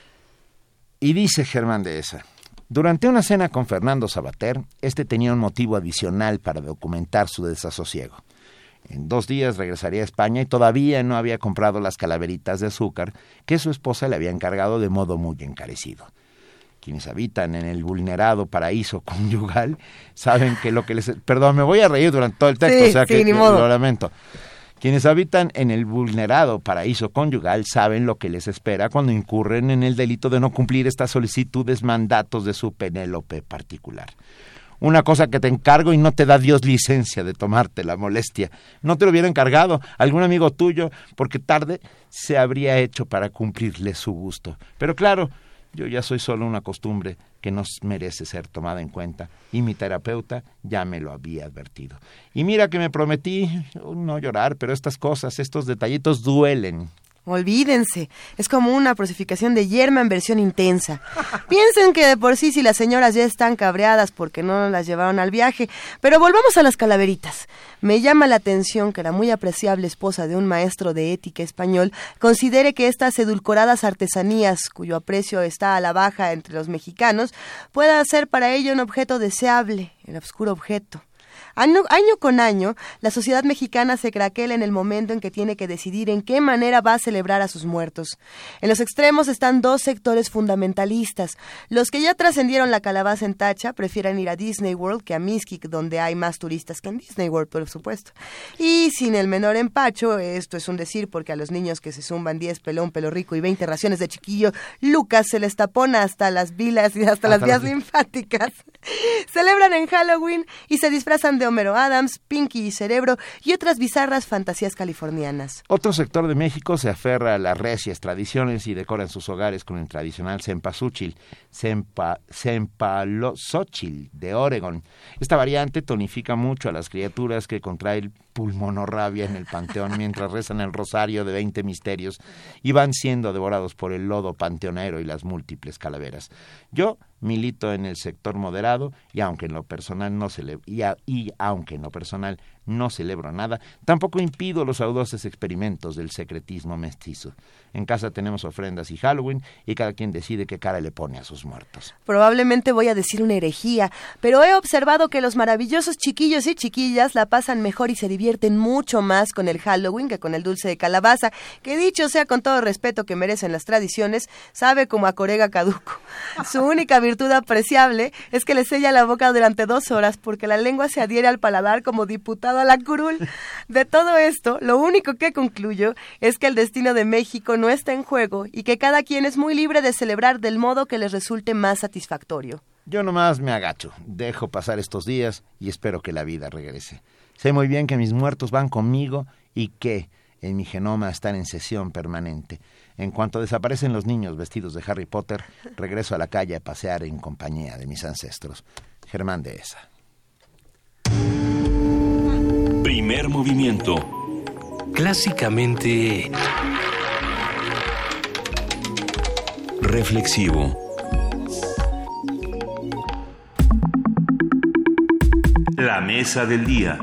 S2: Y dice Germán Dehesa: durante una cena con Fernando Sabater, este tenía un motivo adicional para documentar su desasosiego. En dos días regresaría a España y todavía no había comprado las calaveritas de azúcar que su esposa le había encargado de modo muy encarecido. Quienes habitan en el vulnerado paraíso conyugal saben que lo que les... Perdón, me voy a reír durante todo el texto,
S5: sí,
S2: o sea
S5: sí,
S2: que
S5: ni
S2: lo,
S5: modo.
S2: lo lamento. Quienes habitan en el vulnerado paraíso conyugal saben lo que les espera cuando incurren en el delito de no cumplir estas solicitudes, mandatos de su Penélope particular. Una cosa que te encargo y no te da Dios licencia de tomarte la molestia. No te lo hubiera encargado algún amigo tuyo, porque tarde se habría hecho para cumplirle su gusto. Pero claro, yo ya soy solo una costumbre que no merece ser tomada en cuenta, y mi terapeuta ya me lo había advertido. Y mira que me prometí no llorar, pero estas cosas, estos detallitos duelen.
S5: Olvídense, es como una prosificación de yerma en versión intensa. Piensen que de por sí si las señoras ya están cabreadas porque no las llevaron al viaje, pero volvamos a las calaveritas. Me llama la atención que la muy apreciable esposa de un maestro de ética español considere que estas edulcoradas artesanías, cuyo aprecio está a la baja entre los mexicanos, pueda ser para ello un objeto deseable, el obscuro objeto. Año, año con año, la sociedad mexicana se craquela en el momento en que tiene que decidir en qué manera va a celebrar a sus muertos. En los extremos están dos sectores fundamentalistas. Los que ya trascendieron la calabaza en tacha prefieren ir a Disney World que a Mixquic, donde hay más turistas que en Disney World, por supuesto. Y sin el menor empacho, esto es un decir porque a los niños que se zumban diez pelón, pelo rico y veinte raciones de chiquillo, Lucas se les tapona hasta las vilas y hasta, hasta las vías las... linfáticas. Celebran en Halloween y se disfrazan de Homero Adams, Pinky y Cerebro y otras bizarras fantasías californianas.
S2: Otro sector de México se aferra a las recias tradiciones y decoran sus hogares con el tradicional cempasúchil, cempa, cempalozóchil de Oregon. Esta variante tonifica mucho a las criaturas que contraen pulmonorrabia en el panteón mientras rezan el rosario de veinte misterios y van siendo devorados por el lodo panteonero y las múltiples calaveras. Yo milito en el sector moderado y aunque en lo personal no celebro, y, a, y aunque en lo personal no celebro nada, tampoco impido los audaces experimentos del secretismo mestizo. En casa tenemos ofrendas y Halloween y cada quien decide qué cara le pone a sus muertos.
S5: Probablemente voy a decir una herejía, pero he observado que los maravillosos chiquillos y chiquillas la pasan mejor y se divierten mucho más con el Halloween que con el dulce de calabaza, que dicho sea con todo respeto que merecen las tradiciones, sabe como a corega caduco. Su única virtud apreciable es que le sella la boca durante dos horas porque la lengua se adhiere al paladar como diputado a la curul. De todo esto, lo único que concluyo es que el destino de México no está en juego y que cada quien es muy libre de celebrar del modo que les resulte más satisfactorio.
S2: Yo nomás me agacho, dejo pasar estos días y espero que la vida regrese. Sé muy bien que mis muertos van conmigo y que en mi genoma están en sesión permanente. En cuanto desaparecen los niños vestidos de Harry Potter, regreso a la calle a pasear en compañía de mis ancestros. Germán Dehesa.
S1: Primer movimiento.
S3: Clásicamente reflexivo.
S1: La mesa del día.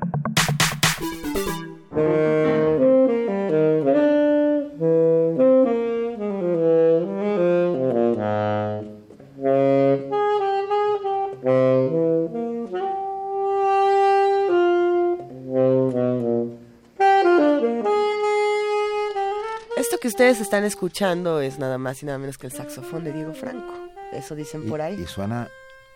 S5: Esto que ustedes están escuchando es nada más y nada menos que el saxofón de Diego Franco. Eso dicen por ahí.
S2: Y, y suena...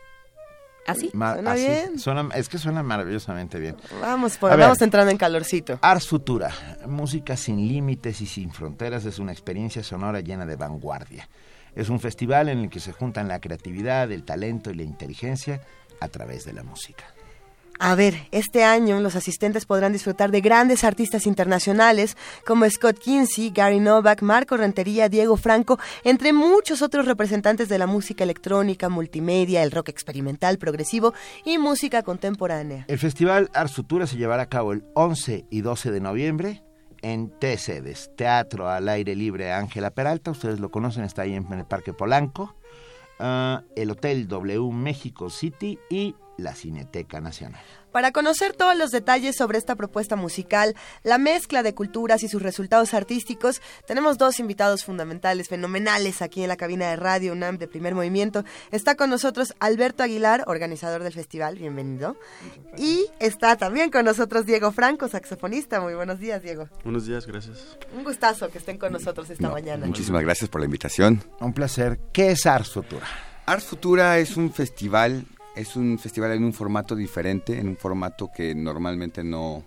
S5: ¿Así?
S2: Ma-
S5: ¿Suena
S2: así,
S5: bien?
S2: Suena, es que suena maravillosamente bien.
S5: Vamos, por,
S2: A
S5: vamos
S2: ver,
S5: entrando en calorcito.
S2: Ars Futura, música sin límites y sin fronteras, es una experiencia sonora llena de vanguardia. Es un festival en el que se juntan la creatividad, el talento y la inteligencia a través de la música.
S5: A ver, este año los asistentes podrán disfrutar de grandes artistas internacionales como Scott Kinsey, Gary Novak, Marco Rentería, Diego Franco, entre muchos otros representantes de la música electrónica, multimedia, el rock experimental, progresivo y música contemporánea.
S2: El festival Ars Futura se llevará a cabo el once y doce de noviembre en tres sedes. Teatro al Aire Libre Ángela Peralta, ustedes lo conocen, está ahí en el Parque Polanco, uh, el Hotel W México City y la Cineteca Nacional.
S5: Para conocer todos los detalles sobre esta propuesta musical, la mezcla de culturas y sus resultados artísticos, tenemos dos invitados fundamentales, fenomenales aquí en la cabina de Radio UNAM de Primer Movimiento. Está con nosotros Alberto Aguilar, organizador del festival, bienvenido. Y está también con nosotros Diego Franco, saxofonista. Muy buenos días, Diego.
S8: Buenos días, gracias.
S5: Un gustazo que estén con nosotros esta
S9: no,
S5: mañana.
S9: Muchísimas gracias por la invitación.
S2: Un placer. ¿Qué es Ars Futura?
S9: Ars Futura es un festival... Es un festival en un formato diferente, en un formato que normalmente no,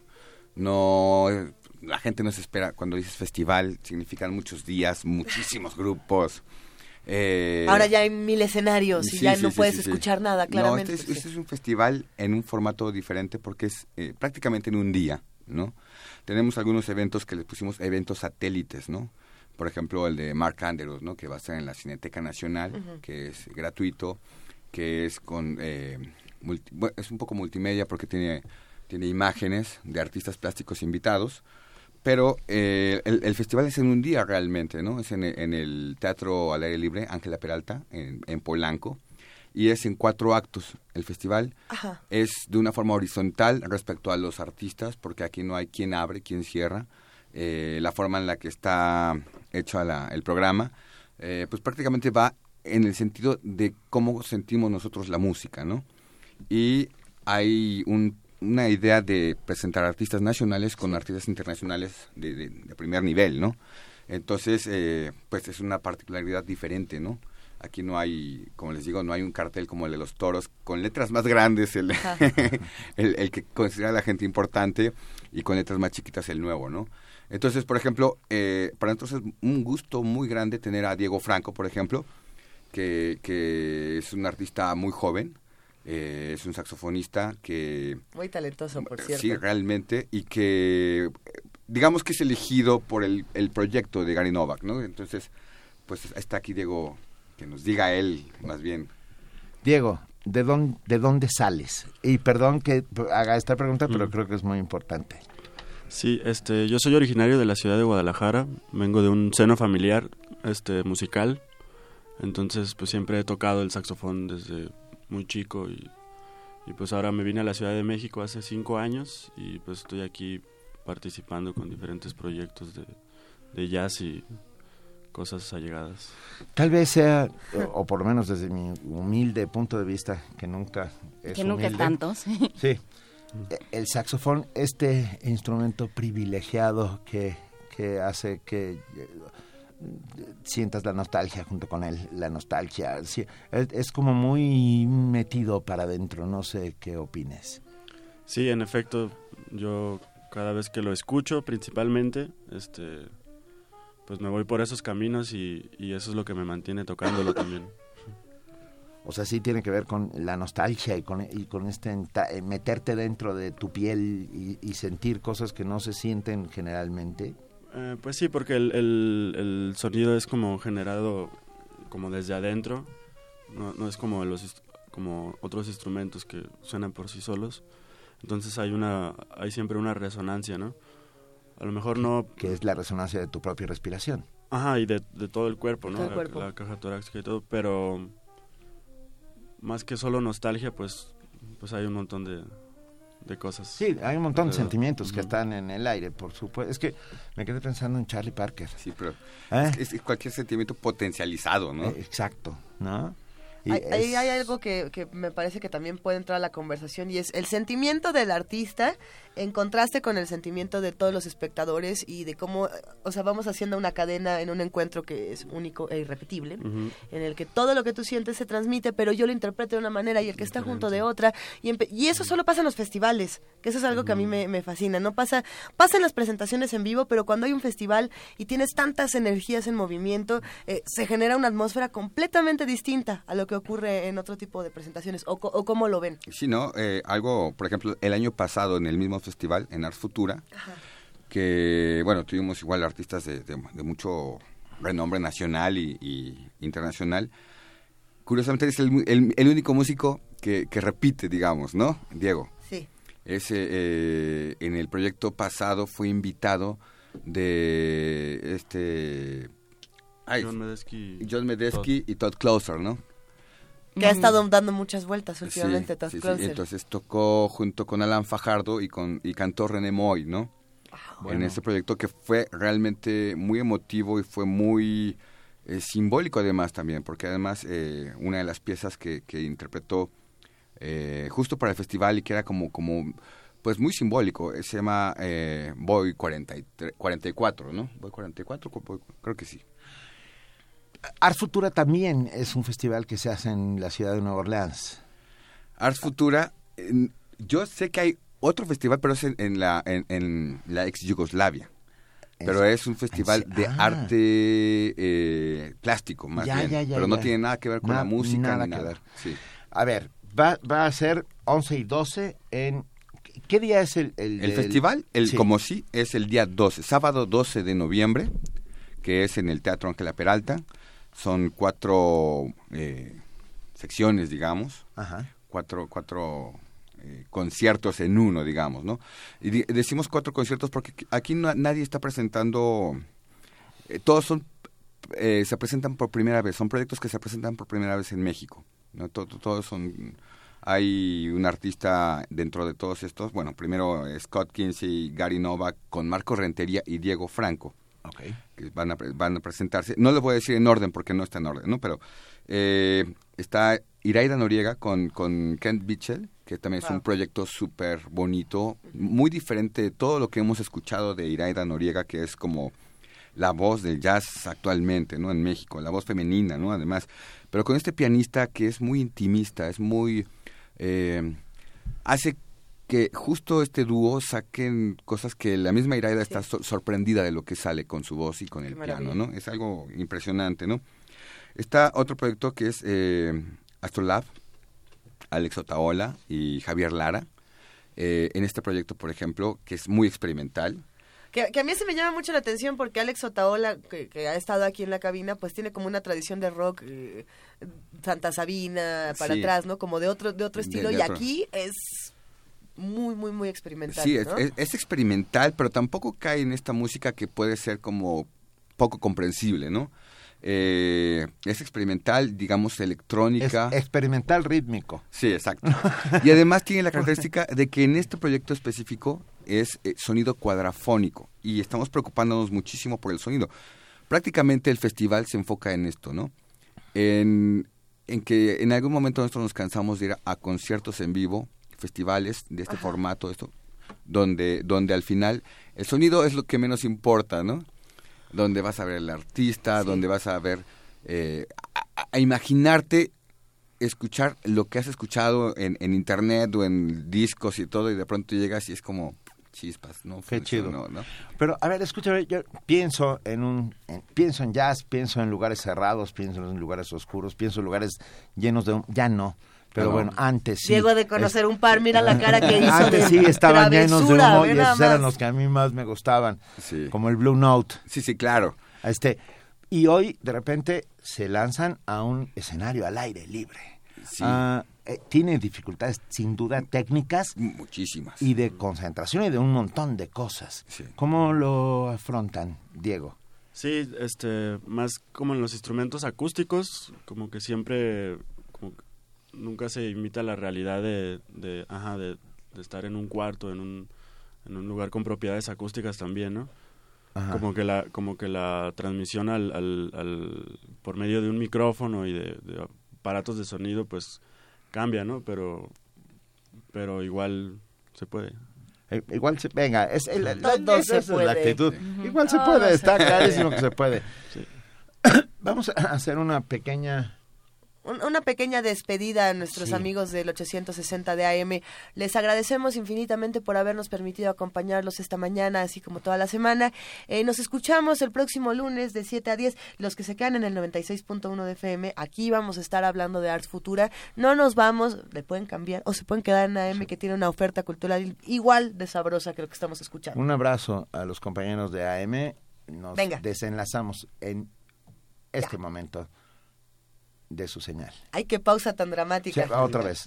S9: no, la gente no se espera. Cuando dices festival, significan muchos días, muchísimos grupos. Eh,
S5: Ahora ya hay mil escenarios y
S9: sí,
S5: ya
S9: sí,
S5: no
S9: sí,
S5: puedes
S9: sí,
S5: escuchar
S9: sí.
S5: nada, claramente.
S9: No, este es, este es un festival en un formato diferente porque es eh, prácticamente en un día, ¿no? Tenemos algunos eventos que les pusimos eventos satélites, ¿no? Por ejemplo, el de Mark Anderos, ¿no? Que va a estar en la Cineteca Nacional, uh-huh. que es gratuito, que es con eh, multi, bueno, es un poco multimedia porque tiene tiene imágenes de artistas plásticos invitados, pero eh, el, el festival es en un día realmente, ¿no? Es en, en el Teatro al Aire Libre Ángela Peralta en, en Polanco y es en cuatro actos. El festival Ajá. es de una forma horizontal respecto a los artistas porque aquí no hay quien abre, quien cierra. Eh, la forma en la que está hecho la, el programa, eh, pues prácticamente va en el sentido de cómo sentimos nosotros la música, ¿no? Y hay un, una idea de presentar artistas nacionales con artistas internacionales de, de, de primer nivel, ¿no? Entonces, eh, pues es una particularidad diferente, ¿no? Aquí no hay, como les digo, no hay un cartel como el de los toros, con letras más grandes, el, el, el que considera la gente importante, y con letras más chiquitas el nuevo, ¿no? Entonces, por ejemplo, eh, para nosotros es un gusto muy grande tener a Diego Franco, por ejemplo, Que, que es un artista muy joven, eh, es un saxofonista que...
S5: Muy talentoso, por cierto.
S9: Sí, realmente, y que digamos que es elegido por el, el proyecto de Gary Novak, ¿no? Entonces, pues está aquí Diego, que nos diga él, más bien.
S2: Diego, ¿de dónde, de dónde sales? Y perdón que haga esta pregunta, pero
S8: Mm.
S2: creo que es muy importante.
S8: Sí, este, yo soy originario de la ciudad de Guadalajara, vengo de un seno familiar este, musical. Entonces, pues siempre he tocado el saxofón desde muy chico y, y pues ahora me vine a la Ciudad de México hace cinco años y pues estoy aquí participando con diferentes proyectos de, de jazz y cosas allegadas.
S2: Tal vez sea, o, o por lo menos desde mi humilde punto de vista, que nunca es
S7: Que nunca es
S2: humilde.
S7: tanto, sí.
S2: Sí, el saxofón, este instrumento privilegiado que, que hace que... sientas la nostalgia junto con él, la nostalgia, sí, es como muy metido para adentro, no sé qué opines.
S8: Sí, en efecto, yo cada vez que lo escucho principalmente, este, pues me voy por esos caminos y, y eso es lo que me mantiene tocándolo también.
S2: O sea, sí tiene que ver con la nostalgia y con, y con este enta- meterte dentro de tu piel y, y sentir cosas que no se sienten generalmente.
S8: Eh, pues sí, porque el, el, el sonido es como generado como desde adentro, no, no es como los como otros instrumentos que suenan por sí solos. Entonces hay una hay siempre una resonancia, ¿no? A lo mejor no...
S2: Que es la resonancia de tu propia respiración.
S8: Ajá, y de, de todo el cuerpo, ¿no?
S2: Todo el
S8: la,
S2: cuerpo.
S8: la caja torácica y todo, pero más que solo nostalgia, pues pues hay un montón de, de cosas.
S2: Sí, hay un montón de
S8: alrededor.
S2: sentimientos
S8: Ujú.
S2: que están en el aire, por supuesto. Es que me quedé pensando en Charlie Parker.
S9: Sí, pero
S2: ¿Eh?
S9: es, es cualquier sentimiento potencializado, ¿no?
S2: Eh, exacto, ¿no? Y
S5: Ahí
S2: es-
S5: hay, hay algo que, que me parece que también puede entrar a la conversación y es el sentimiento del artista en contraste con el sentimiento de todos los espectadores y de cómo, o sea, vamos haciendo una cadena en un encuentro que es único e irrepetible,
S8: Ujú.
S5: en el que todo lo que tú sientes se transmite, pero yo lo interpreto de una manera y el que está junto de otra, y, empe- y eso solo pasa en los festivales, que eso es algo que a mí me, me fascina, no pasa, pasa en las presentaciones en vivo, pero cuando hay un festival y tienes tantas energías en movimiento, eh, se genera una atmósfera completamente distinta a lo que ocurre en otro tipo de presentaciones, o, co- o cómo lo ven.
S9: Sí, ¿no? Eh, algo, por ejemplo, el año pasado en el mismo festival, en Ars Futura, que, bueno, tuvimos igual artistas de, de- de mucho renombre nacional y, y internacional. Curiosamente es el, el- el único músico que, que repite, digamos, ¿no? Diego.
S5: Sí.
S9: Ese, eh, en el proyecto pasado fue invitado de este... ay,
S8: John Medeski.
S9: John Medeski y Todd Closer, ¿no?
S5: Que ha estado dando muchas vueltas últimamente,
S9: Sí,
S5: Todd
S9: sí, sí.
S5: Closer.
S9: Entonces tocó junto con Alan Fajardo y con y cantó René Moy, ¿no? En
S2: bueno.
S9: ese proyecto que fue realmente muy emotivo y fue muy eh, simbólico además también, porque además eh, una de las piezas que, que interpretó eh, justo para el festival y que era como como pues muy simbólico, eh, se llama eh, Boy cuarenta y tres, cuarenta y cuatro, ¿no? Boy cuarenta y cuatro, Boy- creo que sí.
S2: Ars Futura también es un festival que se hace en la ciudad de Nueva Orleans.
S9: Ars Futura, en- yo sé que hay otro festival, pero es en, en la en, en la ex Yugoslavia. Pero es un festival
S2: en-
S9: de
S2: ah.
S9: arte eh, plástico, más
S2: Ya,
S9: bien.
S2: ya, ya,
S9: pero no
S2: ya.
S9: tiene nada que ver con
S2: Na-
S9: la música
S2: nada
S9: ni
S2: que
S9: nada.
S2: ver.
S9: Sí.
S2: A ver, va, va a ser once y doce en... ¿Qué día es el...? El,
S9: El
S2: del-
S9: festival, el
S2: Sí.
S9: como sí, es el día doce, sábado doce de noviembre, que es en el Teatro Ángela Peralta. Son cuatro eh, secciones, digamos.
S2: Ajá.
S9: Cuatro, cuatro eh, conciertos en uno, digamos, ¿no? Y di- decimos cuatro conciertos porque aquí- aquí no- nadie está presentando... eh, todos son... eh, se presentan por primera vez. Son proyectos que se presentan por primera vez en México, ¿no? To- to- Todos son... Hay un artista dentro de todos estos, bueno, primero eh, Scott Kinsey, Gary Novak, con Marco Rentería y Diego Franco,
S2: Okay.
S9: que van a, pre- van a presentarse. No les voy a decir en orden porque no está en orden, ¿no? Pero eh, está Iraida Noriega con, con Kent Mitchell, que también es un
S5: Wow.
S9: proyecto súper bonito, muy diferente de todo lo que hemos escuchado de Iraida Noriega, que es como la voz del jazz actualmente, ¿no? En México, la voz femenina, ¿no? Además, pero con este pianista que es muy intimista, es muy... eh, hace que justo este dúo saquen cosas que la misma Iraida está sor- sorprendida de lo que sale con su voz y con el
S5: Qué
S9: piano,
S5: maravilla.
S9: ¿no? Es algo impresionante, ¿no? Está otro proyecto que es eh, Astrolab, Alex Otaola y Javier Lara. Eh, en este proyecto, por ejemplo, que es muy experimental.
S5: Que, que a mí se me llama mucho la atención porque Alex Otaola, que, que ha estado aquí en la cabina, pues tiene como una tradición de rock, eh, Santa Sabina, para
S9: Sí.
S5: atrás, ¿no? Como de otro de otro
S9: De-
S5: estilo.
S9: de
S5: y
S9: otro.
S5: aquí es muy, muy, muy experimental,
S9: Sí, es,
S5: ¿no?
S9: es- es experimental, pero tampoco cae en esta música que puede ser como poco comprensible, ¿no? Eh, es experimental, digamos, electrónica.
S2: Es experimental rítmico.
S9: Sí, exacto. Y además tiene la característica de que en este proyecto específico es eh, sonido cuadrafónico y estamos preocupándonos muchísimo por el sonido. Prácticamente el festival se enfoca en esto, ¿no? En, en que en algún momento nosotros nos cansamos de ir a, a conciertos en vivo, festivales de este formato, esto, donde, donde al final el sonido es lo que menos importa, ¿no? Donde vas a ver al artista, donde vas a ver, eh, a, a imaginarte escuchar lo que has escuchado en, en internet o en discos y todo, y de pronto llegas y es como chispas, ¿no?
S2: Qué chido.
S9: ¿no?
S2: Pero, a ver, escúchame, yo pienso en un, en, pienso en jazz, pienso en lugares cerrados, pienso en lugares oscuros, pienso en lugares llenos de, ya no, pero no. Bueno, antes sí.
S5: Diego de conocer es, un par, mira la cara que hizo.
S2: Antes
S5: de
S2: sí estaban llenos de humo y esos
S5: más.
S2: eran los que a mí más me gustaban, sí. Como el Blue Note.
S9: Sí, sí, claro.
S2: Este, y hoy, de repente, se lanzan a un escenario al aire libre. Sí. Uh, eh, tiene dificultades, sin duda, técnicas.
S9: Muchísimas.
S2: Y de concentración y de un montón de cosas. Sí. ¿Cómo lo afrontan, Diego?
S8: Sí, este, más como en los instrumentos acústicos, como que siempre, como que nunca se imita la realidad de, de, ajá, de, de estar en un cuarto, en un, en un lugar con propiedades acústicas también, ¿no? Ajá. Como que la, como que la transmisión al, al, al, por medio de un micrófono y de, de aparatos de sonido, pues cambia, ¿no? Pero, pero igual se puede.
S2: Eh, igual se, venga, es el, el,
S5: el,
S2: dos, esa es la actitud. Uh-huh. Igual se puede, oh, está clarísimo que se puede. Sí. Vamos a hacer una pequeña...
S5: Una pequeña despedida a nuestros sí. amigos del ochocientos sesenta de A M. Les agradecemos infinitamente por habernos permitido acompañarlos esta mañana, así como toda la semana. Eh, nos escuchamos el próximo lunes de siete a diez. Los que se quedan en el noventa y seis punto uno de F M, aquí vamos a estar hablando de Ars Futura. No nos vamos, le pueden cambiar o se pueden quedar en A M, que tiene una oferta cultural igual de sabrosa que lo que estamos escuchando.
S2: Un abrazo a los compañeros de A M. Nos
S5: Venga.
S2: desenlazamos en este ya. momento de su señal.
S5: Ay, qué pausa tan dramática.
S2: Sí, otra vez.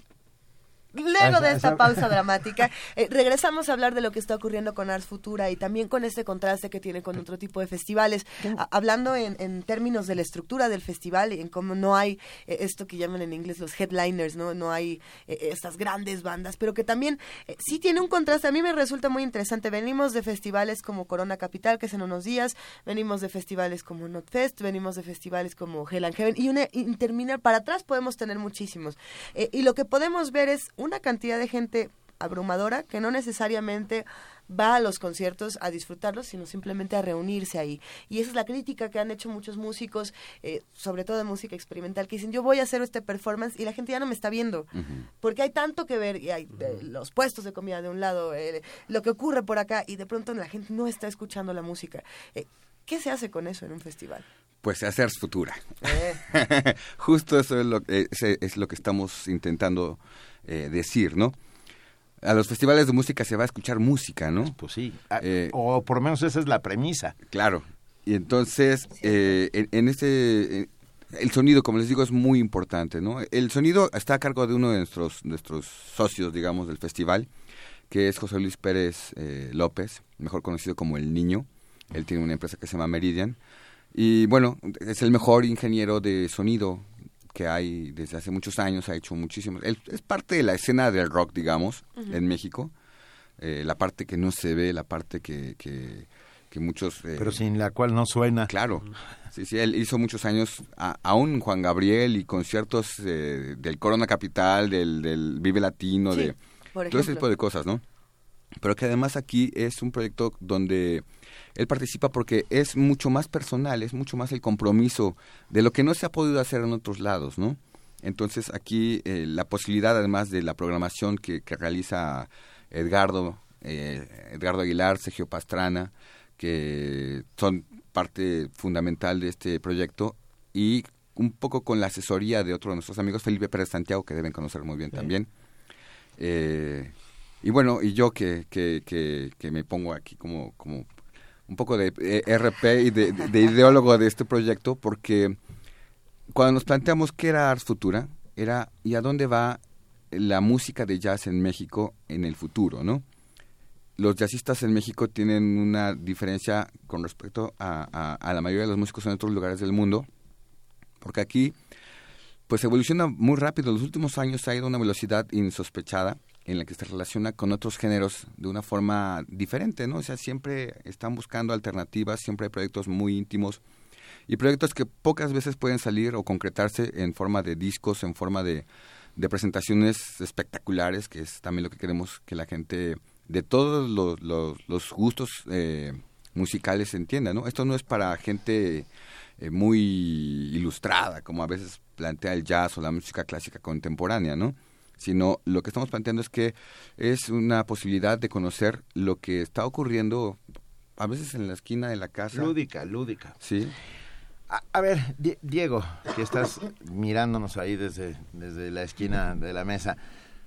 S5: Luego de esta pausa dramática, eh, regresamos a hablar de lo que está ocurriendo con Ars Futura y también con este contraste que tiene con otro tipo de festivales. A, hablando en, en términos de la estructura del festival, en cómo no hay eh, esto que llaman en inglés los headliners, no, no hay eh, estas grandes bandas, pero que también eh, sí tiene un contraste. A mí me resulta muy interesante. Venimos de festivales como Corona Capital, que es en unos días, venimos de festivales como Notfest, venimos de festivales como Hell and Heaven, y una interminar para atrás podemos tener muchísimos. Eh, y lo que podemos ver es una cantidad de gente abrumadora que no necesariamente va a los conciertos a disfrutarlos, sino simplemente a reunirse ahí. Y esa es la crítica que han hecho muchos músicos, eh, sobre todo de música experimental, que dicen, yo voy a hacer este performance y la gente ya no me está viendo, uh-huh. porque hay tanto que ver, y hay eh, los puestos de comida de un lado, eh, lo que ocurre por acá, y de pronto la gente no está escuchando la música. Eh, ¿Qué se hace con eso en un festival?
S9: Pues hacer futura. Eh. Justo eso es lo, eh, es lo que estamos intentando eh, decir, ¿no? A los festivales de música se va a escuchar música, ¿no?
S2: Pues sí, eh, o por lo menos esa es la premisa.
S9: Claro, y entonces eh, en, en este, eh, el sonido, como les digo, es muy importante, ¿no? El sonido está a cargo de uno de nuestros, nuestros socios, digamos, del festival, que es José Luis Pérez eh, López, mejor conocido como El Niño. Él tiene una empresa que se llama Meridian, y bueno, es el mejor ingeniero de sonido que hay desde hace muchos años, ha hecho muchísimos. Él es parte de la escena del rock, digamos, uh-huh. en México. Eh, la parte que no se ve, la parte que, que, que muchos... Eh,
S2: Pero sin la cual no suena.
S9: Claro. Sí, sí, él hizo muchos años, a, aún Juan Gabriel y conciertos eh, del Corona Capital, del, del Vive Latino,
S5: sí,
S9: de todo ese tipo de cosas, ¿no? Pero que además aquí es un proyecto donde él participa porque es mucho más personal, es mucho más el compromiso de lo que no se ha podido hacer en otros lados, ¿no? Entonces aquí eh, la posibilidad, además de la programación que, que realiza Edgardo, eh, Edgardo Aguilar, Sergio Pastrana, que son parte fundamental de este proyecto, y un poco con la asesoría de otro de nuestros amigos, Felipe Pérez Santiago, que deben conocer muy bien sí. también. Eh, y bueno, y yo que, que, que, que me pongo aquí como, como un poco de R P y de, de, de ideólogo de este proyecto, porque cuando nos planteamos qué era Ars Futura, era ¿y a dónde va la música de jazz en México en el futuro, no? Los jazzistas en México tienen una diferencia con respecto a, a, a la mayoría de los músicos en otros lugares del mundo, porque aquí pues evoluciona muy rápido. En los últimos años ha ido a una velocidad insospechada en la que se relaciona con otros géneros de una forma diferente, ¿no? O sea, siempre están buscando alternativas, siempre hay proyectos muy íntimos y proyectos que pocas veces pueden salir o concretarse en forma de discos, en forma de, de presentaciones espectaculares, que es también lo que queremos que la gente de todos los, los, los gustos eh, musicales entienda, ¿no? Esto no es para gente eh, muy ilustrada, como a veces plantea el jazz o la música clásica contemporánea, ¿no? sino lo que estamos planteando es que es una posibilidad de conocer lo que está ocurriendo a veces en la esquina de la casa.
S2: Lúdica, lúdica.
S9: Sí.
S2: A, a ver, Di- Diego, que estás mirándonos ahí desde, desde la esquina de la mesa.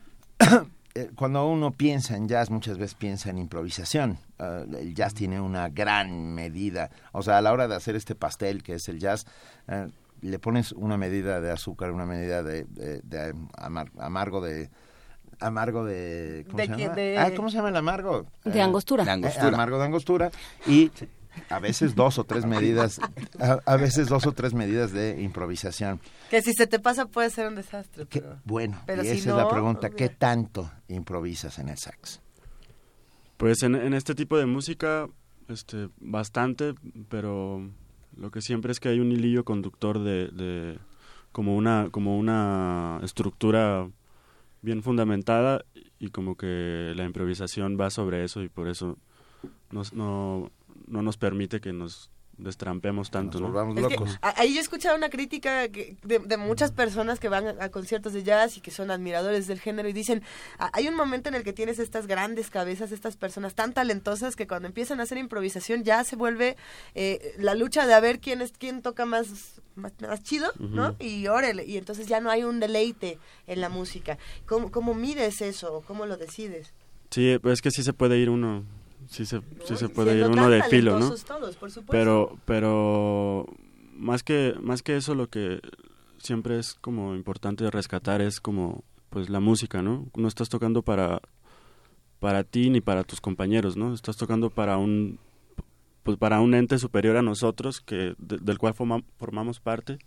S2: Cuando uno piensa en jazz, muchas veces piensa en improvisación. Uh, el jazz tiene una gran medida. O sea, a la hora de hacer este pastel que es el jazz, uh, le pones una medida de azúcar, una medida de, de, de amar, amargo de... Amargo de... ¿Cómo
S5: ¿De
S2: se
S5: qué?
S2: llama?
S5: De-
S2: Ah, ¿cómo se llama el amargo?
S7: De
S2: Eh,
S7: angostura.
S9: De angostura.
S2: eh, amargo de angostura. Y a veces dos o tres medidas, a, a veces dos o tres medidas de improvisación.
S5: Que si se te pasa puede ser un desastre.
S2: ¿Qué?
S5: Pero...
S2: Bueno,
S5: Pero
S2: y
S5: si
S2: esa
S5: no,
S2: es la pregunta, ¿qué
S5: mira.
S2: tanto improvisas en el sax?
S8: Pues en, en este tipo de música, este, bastante, pero lo que siempre es que hay un hilillo conductor de, de como una, como una estructura bien fundamentada y como que la improvisación va sobre eso y por eso nos, no, no nos permite que nos destrampemos tanto, ¿no?
S5: Es que, a- ahí yo he escuchado una crítica que- de, de muchas personas que van a, a conciertos de jazz y que son admiradores del género y dicen, "Ah, hay un momento en el que tienes estas grandes cabezas, estas personas tan talentosas que cuando empiezan a hacer improvisación ya se vuelve eh, la lucha de a ver quién es quién toca más más, más chido, ¿no?
S8: Ujú.
S5: Y órale, y entonces ya no hay un deleite en la música. ¿Cómo, cómo mides eso? ¿Cómo lo decides?
S8: Sí, pues es que sí se puede ir uno, sí se, sí se puede ir
S5: Siendo
S8: uno
S5: tan
S8: de filo, ¿no?
S5: talentosos todos, por supuesto.
S8: Pero, pero más que, más que eso, lo que siempre es como importante rescatar es como, pues la música, ¿no? No estás tocando para, para ti ni para tus compañeros, ¿no? Estás tocando para un, pues para un ente superior a nosotros que de- del cual forma- formamos parte.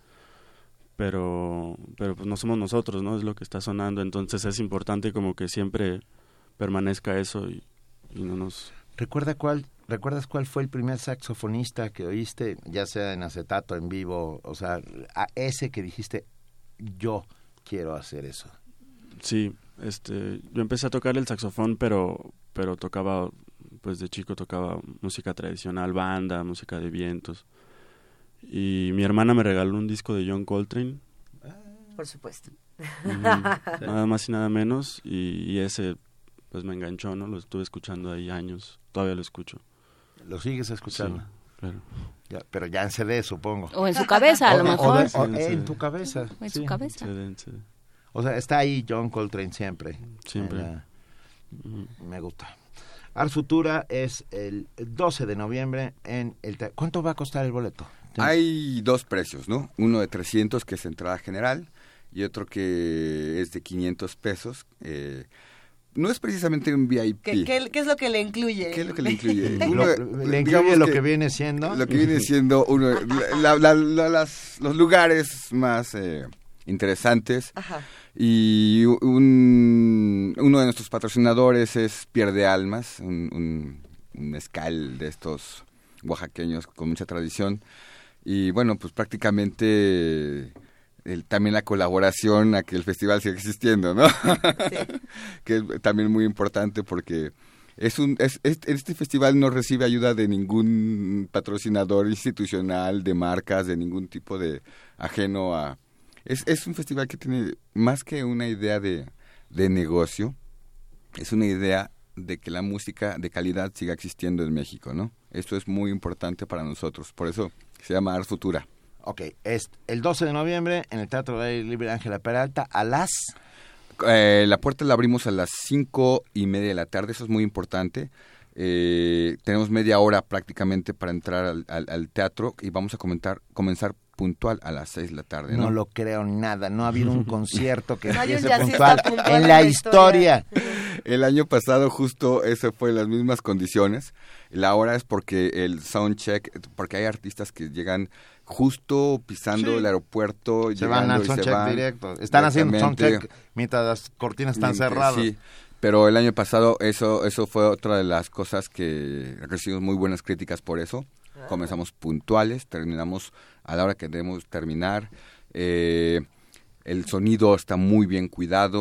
S8: Pero, pero pues no somos nosotros, ¿no? Es lo que está sonando, entonces es importante como que siempre permanezca eso y, y no nos...
S2: ¿Recuerda cuál, ¿Recuerdas cuál fue el primer saxofonista que oíste, ya sea en acetato, en vivo, o sea, a ese que dijiste, yo quiero hacer eso?
S8: Sí, este, yo empecé a tocar el saxofón, pero, pero tocaba, pues de chico tocaba música tradicional, banda, música de vientos. Y mi hermana me regaló un disco de John Coltrane.
S5: Por supuesto.
S8: Ujú, nada más y nada menos, y, y ese pues me enganchó, ¿no? Lo estuve escuchando ahí años, todavía lo escucho.
S2: ¿Lo sigues escuchando?
S8: Sí, claro.
S2: Ya, pero ya en C D, supongo.
S7: O en su cabeza, a lo
S2: O- o
S7: mejor.
S2: de- o
S8: Sí, en
S2: en
S8: C D.
S2: tu cabeza.
S7: O en
S2: sí.
S7: su cabeza.
S8: C D, en C D.
S2: O sea, está ahí John Coltrane siempre.
S8: Siempre.
S2: En la- Me gusta. Ars Futura es el doce de noviembre en el... te- ¿Cuánto va a costar el boleto?
S9: Hay dos precios, ¿no? Uno de trescientos, que es entrada general, y otro que es de quinientos pesos. Eh, no es precisamente un V I P.
S5: ¿Qué, qué, qué es lo que le incluye?
S9: ¿Qué es lo que le incluye?
S2: Lo-
S9: Uno,
S2: le
S9: digamos
S2: incluye lo que viene siendo.
S9: Lo que viene siendo uno, la- la- la- las, los lugares más eh, interesantes.
S5: Ajá.
S9: Y un, uno de nuestros patrocinadores es Pierde Almas, un, un, un mezcal de estos oaxaqueños con mucha tradición. Y bueno, pues prácticamente el, también la colaboración a que el festival siga existiendo, ¿no? Que es también muy importante porque es un es, es- este festival no recibe ayuda de ningún patrocinador institucional, de marcas, de ningún tipo de ajeno a... Es, es un festival que tiene más que una idea de, de negocio, es una idea de que la música de calidad siga existiendo en México, ¿no? Esto es muy importante para nosotros, por eso se llama Ars Futura.
S2: Ok, es el doce de noviembre en el Teatro del Aire Libre Ángela Peralta a las...
S9: Eh, la puerta la abrimos a las cinco y media de la tarde, eso es muy importante. Eh, tenemos media hora prácticamente para entrar al, al- al teatro y vamos a comentar, comenzar puntual a las seis de la tarde, ¿no?
S2: No lo creo nada, no ha habido un concierto que
S5: No hay un
S2: empiece
S5: jazzista
S2: puntual,
S5: puntual
S2: en
S5: en
S2: la
S5: la historia.
S2: historia.
S9: El año pasado justo eso fue en las mismas condiciones. La hora es porque el soundcheck, porque hay artistas que llegan justo pisando
S2: Sí.
S9: el aeropuerto,
S2: Se van
S9: llegando
S2: al
S9: y se
S2: soundcheck
S9: van
S2: directo. Están haciendo
S9: directamente.
S2: soundcheck mientras las cortinas están
S9: Mientras-
S2: cerradas.
S9: Sí, pero el año pasado eso eso fue otra de las cosas que recibimos muy buenas críticas por eso. Comenzamos puntuales, terminamos a la hora que debemos terminar. Eh, el sonido está muy bien cuidado.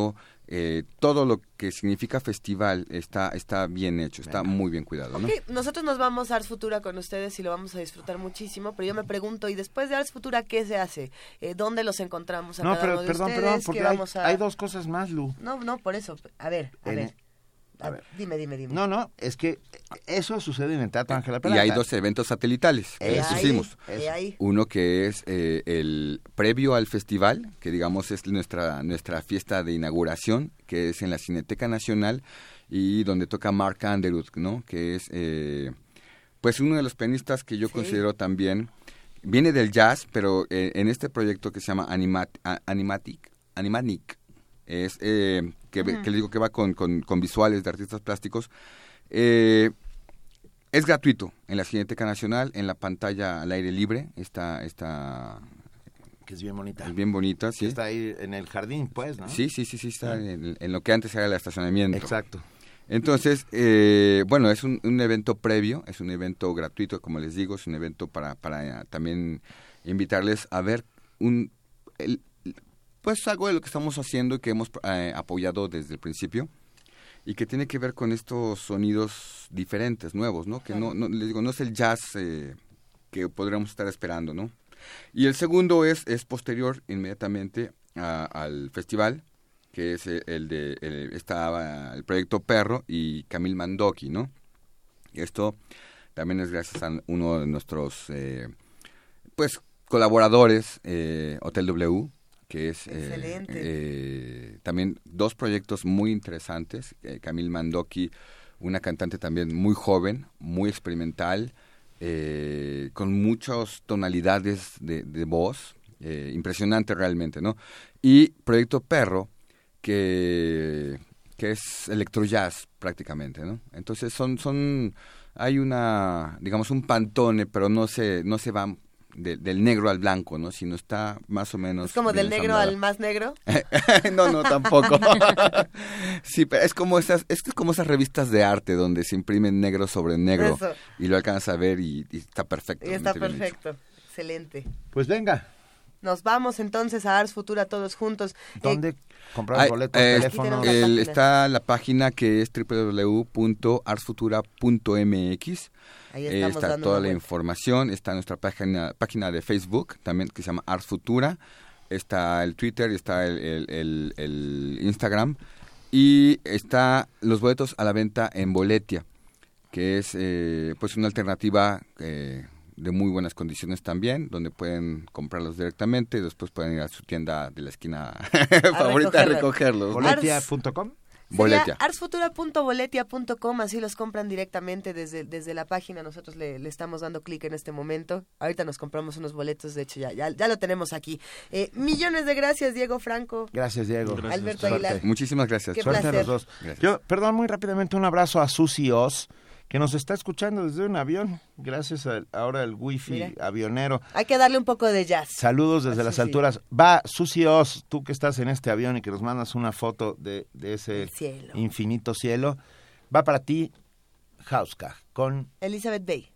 S9: eh, todo lo que significa festival está está bien hecho, está Venga. muy bien cuidado, ¿no?
S5: Okay, nosotros nos vamos a Ars Futura con ustedes y lo vamos a disfrutar muchísimo, pero yo me pregunto, ¿y después de Ars Futura qué se hace? Eh, ¿Dónde los encontramos a
S2: no,
S5: cada
S2: pero,
S5: uno de
S2: perdón,
S5: ustedes?
S2: perdón, porque hay,
S5: vamos a...
S2: hay dos cosas más, Lu.
S5: No, no, por eso. A ver, a
S2: en,
S5: ver.
S2: A ver.
S5: Dime, dime, dime.
S2: No, no, es que eso sucede en el Teatro Ángela Peralta.
S9: Y hay dos eventos satelitales que les hicimos. Uno que es eh, el previo al festival, que digamos es nuestra nuestra fiesta de inauguración, que es en la Cineteca Nacional y donde toca Mark Underwood, ¿no? Que es eh, pues uno de los pianistas que yo sí. considero también, viene del jazz, pero eh, en este proyecto que se llama Animat, Animatic, Animanic, es eh, que, uh-huh. que le digo que va con, con, con visuales de artistas plásticos, eh, es gratuito en la Cineteca Nacional, en la pantalla al aire libre, está, está
S2: que es bien bonita.
S9: Es bien bonita, sí.
S2: Está ahí en el jardín, pues, ¿no?
S9: Sí, sí, sí, sí, está sí. En, en lo que antes era el estacionamiento.
S2: Exacto.
S9: Entonces, eh, bueno, es un, un evento previo, es un evento gratuito, como les digo, es un evento para, para también invitarles a ver un... El, pues algo de lo que estamos haciendo y que hemos eh, apoyado desde el principio y que tiene que ver con estos sonidos diferentes, nuevos, ¿no? Que no, no les digo, no es el jazz eh, que podríamos estar esperando, ¿no? Y el segundo es, es posterior inmediatamente a, al festival, que es el de, el, estaba el proyecto Perro y Camil Mandoki, ¿no? Y esto también es gracias a uno de nuestros, eh, pues, colaboradores, eh, Hotel W, que es eh, eh, también dos proyectos muy interesantes. Eh, Camil Mandoki, una cantante también muy joven, muy experimental, eh, con muchas tonalidades de, de voz, eh, impresionante realmente, ¿no? Y Proyecto Perro, que, que es electrojazz prácticamente, ¿no? Entonces son, son, hay una, digamos, un pantone, pero no se, no se va De, del negro al blanco, ¿no? Sino está más o menos...
S5: ¿Es como del negro
S9: ensambladado.
S5: al más negro?
S9: no, no, tampoco. Sí, pero es como esas, es como esas revistas de arte donde se imprimen negro sobre negro. Eso. Y lo alcanzas a ver y, y está perfecto.
S5: Y está perfecto. Excelente.
S2: Pues venga.
S5: Nos vamos entonces a Ars Futura todos juntos.
S2: ¿Dónde
S5: eh,
S2: comprar el boleto?
S9: Eh,
S2: teléfono?
S9: El, la está la página que es doble u doble u doble u punto ars futura punto m x.
S5: Ahí
S9: eh, está toda la información. Está nuestra página página de Facebook también que se llama Ars Futura. Está el Twitter, está el, el, el, el Instagram. Y está los boletos a la venta en Boletia, que es eh, pues una alternativa... Eh, de muy buenas condiciones también, donde pueden comprarlos directamente y después pueden ir a su tienda de la esquina favorita a recogerlos.
S2: ¿Boletia punto com?
S9: Boletia.
S5: ars futura punto boletia punto com, así los compran directamente desde, desde la página. Nosotros le, le estamos dando clic en este momento. Ahorita nos compramos unos boletos, de hecho ya ya, ya lo tenemos aquí. Eh, millones de gracias, Diego Franco.
S2: Gracias, Diego.
S5: Gracias. Alberto Aguilar.
S9: Muchísimas gracias.
S5: Qué
S2: Suerte
S5: placer.
S2: a los dos.
S9: Gracias.
S2: Yo, perdón, muy rápidamente un abrazo a Susi Oz, que nos está escuchando desde un avión, gracias a, ahora al wifi Mira. avionero.
S5: Hay que darle un poco de jazz.
S2: Saludos desde las alturas. Va, Susi Oz, tú que estás en este avión y que nos mandas una foto de, de ese
S5: cielo.
S2: infinito cielo, va para ti, Hauska, con
S5: Elizabeth Bay.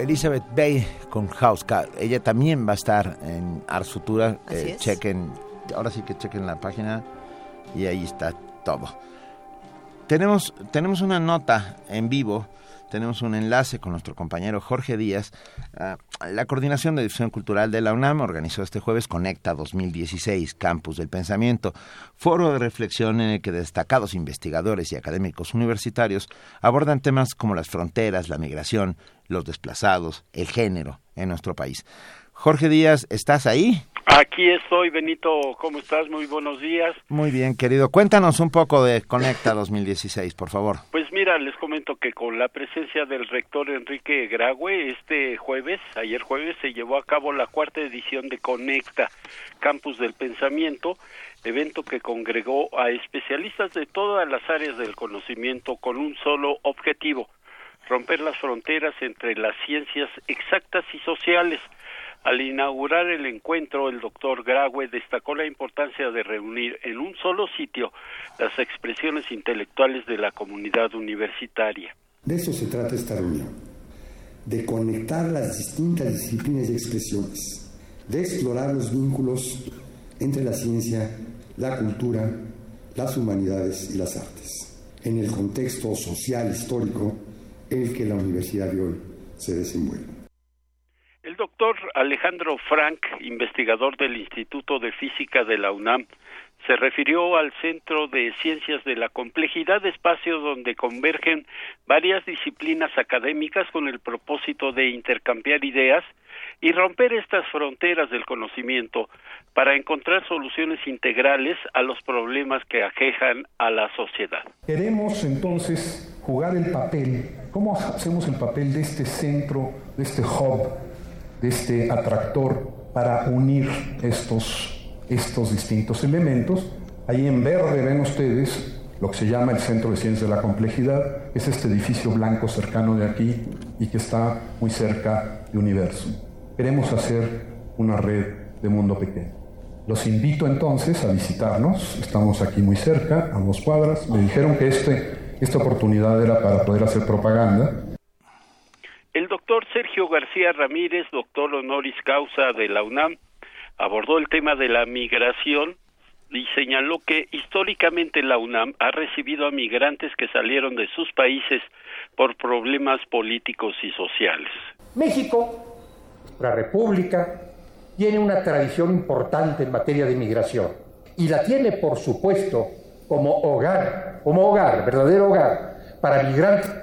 S2: Elizabeth Bay con Hauska. Ella también va a estar en Ars Futura.
S5: Así
S2: Eh,
S5: es.
S2: chequen, ahora sí que chequen la página y ahí está todo. Tenemos, tenemos una nota en vivo, tenemos un enlace con nuestro compañero Jorge Díaz. Uh, la Coordinación de Difusión Cultural de la UNAM organizó este jueves Conecta dos mil dieciséis, Campus del Pensamiento, foro de reflexión en el que destacados investigadores y académicos universitarios abordan temas como las fronteras, la migración, los desplazados, el género en nuestro país. Jorge Díaz, ¿estás ahí?
S10: Aquí estoy, Benito. ¿Cómo estás? Muy buenos días.
S2: Muy bien, querido. Cuéntanos un poco de Conecta dos mil dieciséis, por favor.
S10: Pues mira, les comento que con la presencia del rector Enrique Graue, este jueves, ayer jueves, se llevó a cabo la cuarta edición de Conecta, Campus del Pensamiento, evento que congregó a especialistas de todas las áreas del conocimiento con un solo objetivo: romper las fronteras entre las ciencias exactas y sociales. Al inaugurar el encuentro, el doctor Graue destacó la importancia de reunir en un solo sitio las expresiones intelectuales de la comunidad universitaria.
S11: De eso se trata esta reunión, de conectar las distintas disciplinas y expresiones, de explorar los vínculos entre la ciencia, la cultura, las humanidades y las artes, en el contexto social histórico en el que la universidad de hoy se desenvuelve.
S10: El doctor Alejandro Frank, investigador del Instituto de Física de la UNAM, se refirió al Centro de Ciencias de la Complejidad, espacio donde convergen varias disciplinas académicas con el propósito de intercambiar ideas y romper estas fronteras del conocimiento para encontrar soluciones integrales a los problemas que aquejan a la sociedad.
S12: Queremos entonces jugar el papel. ¿Cómo hacemos el papel de este centro, de este hub, de este atractor para unir estos, estos distintos elementos? Ahí en verde ven ustedes lo que se llama el Centro de Ciencias de la Complejidad. Es este edificio blanco cercano de aquí y que está muy cerca de Universo. Queremos hacer una red de mundo pequeño. Los invito entonces a visitarnos. Estamos aquí muy cerca, a dos cuadras. Me dijeron que este, esta oportunidad era para poder hacer propaganda.
S10: El doctor Sergio García Ramírez, doctor honoris causa de la UNAM, abordó el tema de la migración y señaló que históricamente la UNAM ha recibido a migrantes que salieron de sus países por problemas políticos y sociales.
S13: México, la República, tiene una tradición importante en materia de migración y la tiene, por supuesto, como hogar, como hogar, verdadero hogar para migrantes.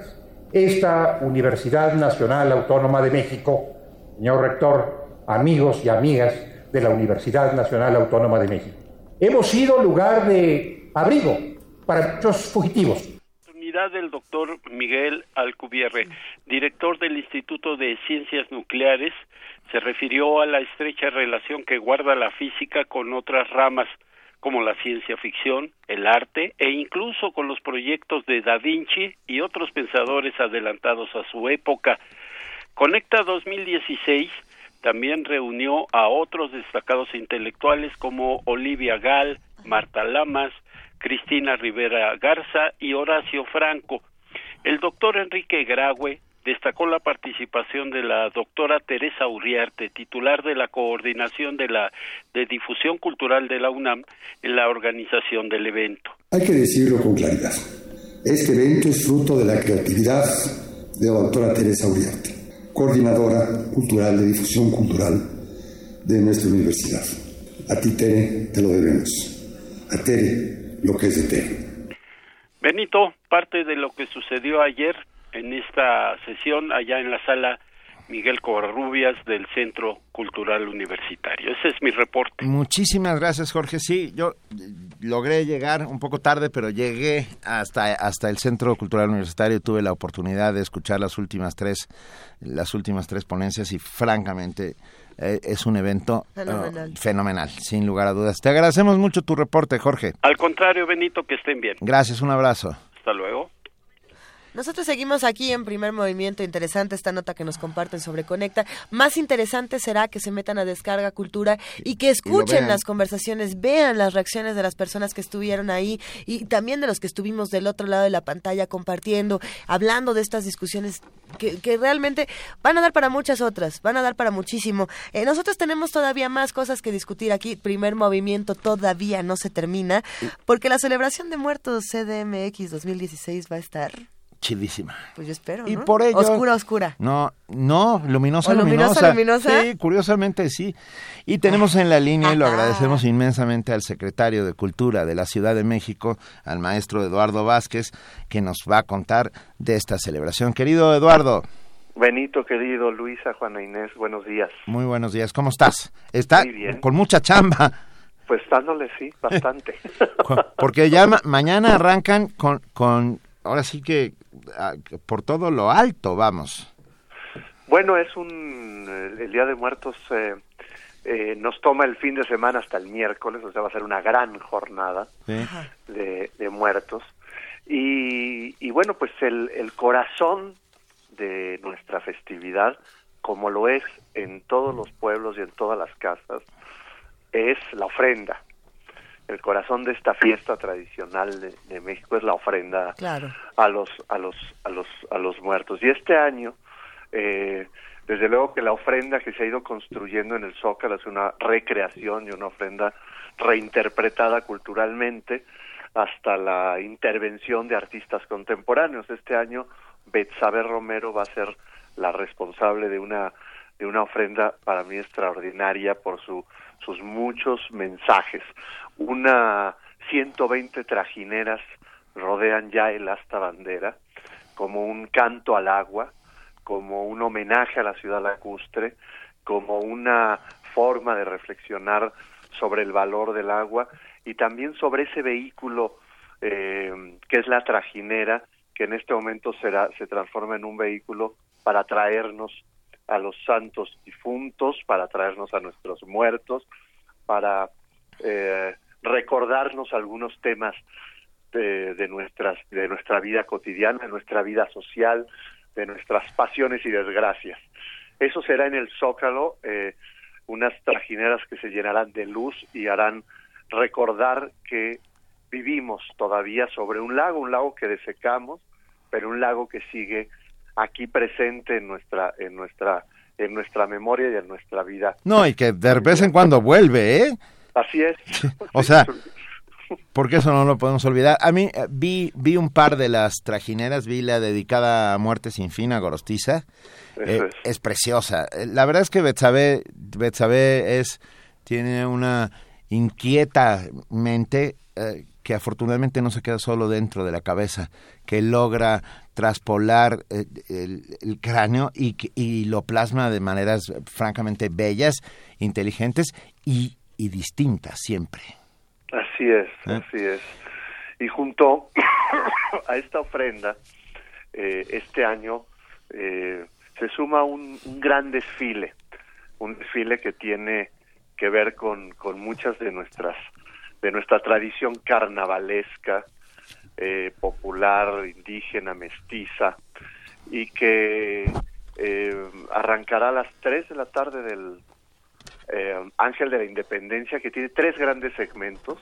S13: Esta Universidad Nacional Autónoma de México, señor rector, amigos y amigas de la Universidad Nacional Autónoma de México, hemos sido lugar de abrigo para muchos fugitivos.
S10: Del doctor Miguel Alcubierre, director del Instituto de Ciencias Nucleares, se refirió a la estrecha relación que guarda la física con otras ramas como la ciencia ficción, el arte e incluso con los proyectos de Da Vinci y otros pensadores adelantados a su época. Conecta dos mil dieciséis también reunió a otros destacados intelectuales como Olivia Gall, Marta Lamas, Cristina Rivera Garza y Horacio Franco. El doctor Enrique Graue destacó la participación de la doctora Teresa Uriarte, titular de la Coordinación de la de Difusión Cultural de la UNAM, en la organización del evento.
S11: Hay que decirlo con claridad. Este evento es fruto de la creatividad de la doctora Teresa Uriarte, coordinadora cultural de difusión cultural de nuestra universidad. A ti, Tere, te lo debemos. A Tere, lo que es de Tere.
S10: Benito, parte de lo que sucedió ayer en esta sesión allá en la sala Miguel Covarrubias del Centro Cultural Universitario. Ese es mi reporte.
S2: Muchísimas gracias, Jorge. Sí, yo logré llegar un poco tarde, pero llegué hasta hasta el Centro Cultural Universitario y tuve la oportunidad de escuchar las últimas tres las últimas tres ponencias y francamente eh, es un evento fenomenal. Uh, fenomenal, sin lugar a dudas. Te agradecemos mucho tu reporte, Jorge.
S10: Al contrario, Benito, que estén bien.
S2: Gracias, un abrazo.
S10: Hasta luego.
S5: Nosotros seguimos aquí en Primer Movimiento. Interesante esta nota que nos comparten sobre Conecta. Más interesante será que se metan a Descarga Cultura y que escuchen
S2: Y
S5: las conversaciones, vean las reacciones de las personas que estuvieron ahí y también de los que estuvimos del otro lado de la pantalla compartiendo, hablando de estas discusiones que, que realmente van a dar para muchas otras, van a dar para muchísimo. Eh, nosotros tenemos todavía más cosas que discutir aquí. Primer Movimiento todavía no se termina porque la celebración de muertos C D M X dos mil dieciséis va a estar...
S2: chidísima.
S5: Pues yo espero,
S2: Y
S5: ¿no?
S2: por ello...
S5: Oscura, oscura.
S2: No, no, luminosa,
S5: ¿O luminosa, luminosa?
S2: Sí, curiosamente sí. Y tenemos en la línea, y lo agradecemos inmensamente al secretario de Cultura de la Ciudad de México, al maestro Eduardo Vázquez, que nos va a contar de esta celebración. Querido Eduardo.
S14: Benito, querido, Luisa, Juana Inés, buenos días.
S2: Muy buenos días, ¿cómo estás? Está
S14: Muy bien.
S2: Con mucha chamba.
S14: Pues dándole, sí, bastante.
S2: Porque ya ma- mañana arrancan con, con, ahora sí que a, por todo lo alto, vamos.
S14: Bueno, es un, el, el Día de Muertos eh, eh, nos toma el fin de semana hasta el miércoles, o sea, va a ser una gran jornada
S2: Sí.
S14: de, de muertos. Y, y bueno, pues el, el corazón de nuestra festividad, como lo es en todos los pueblos y en todas las casas, es la ofrenda. El corazón de esta fiesta tradicional de, de México es la ofrenda
S5: Claro.
S14: a los a los a los a los muertos. Y este año, eh, desde luego que la ofrenda que se ha ido construyendo en el Zócalo es una recreación y una ofrenda reinterpretada culturalmente hasta la intervención de artistas contemporáneos. Este año Betsabe Romero va a ser la responsable de una de una ofrenda para mí extraordinaria por su sus muchos mensajes. Una ciento veinte trajineras rodean ya el asta bandera como un canto al agua, como un homenaje a la ciudad lacustre, como una forma de reflexionar sobre el valor del agua y también sobre ese vehículo eh, que es la trajinera, que en este momento será se transforma en un vehículo para traernos a los santos difuntos, para traernos a nuestros muertos, para eh, recordarnos algunos temas de, de nuestras de nuestra vida cotidiana, de nuestra vida social, de nuestras pasiones y desgracias. Eso será en el Zócalo, eh, unas trajineras que se llenarán de luz y harán recordar que vivimos todavía sobre un lago, un lago que desecamos, pero un lago que sigue aquí presente en nuestra en nuestra en nuestra memoria y en nuestra vida.
S2: No, y que de vez en cuando vuelve, ¿eh?
S14: Así es.
S2: O sea, porque eso no lo podemos olvidar. A mí eh, vi vi un par de las trajineras, vi la dedicada a Muerte sin fin, a Gorostiza. Eh,
S14: Eso
S2: es.
S14: es.
S2: es preciosa. Eh, La verdad es que Betsabe, Betsabe es tiene una inquieta mente eh, que afortunadamente no se queda solo dentro de la cabeza, que logra traspolar eh, el, el cráneo y, que- y lo plasma de maneras francamente bellas, inteligentes y, y distintas siempre.
S14: Así es,
S2: ¿Eh?
S14: así es. Y junto a esta ofrenda, eh, este año eh, se suma un, un gran desfile, un desfile que tiene que ver con, con muchas de nuestras de nuestra tradición carnavalesca, eh, popular, indígena, mestiza, y que eh, arrancará a las tres de la tarde del eh, Ángel de la Independencia, que tiene tres grandes segmentos.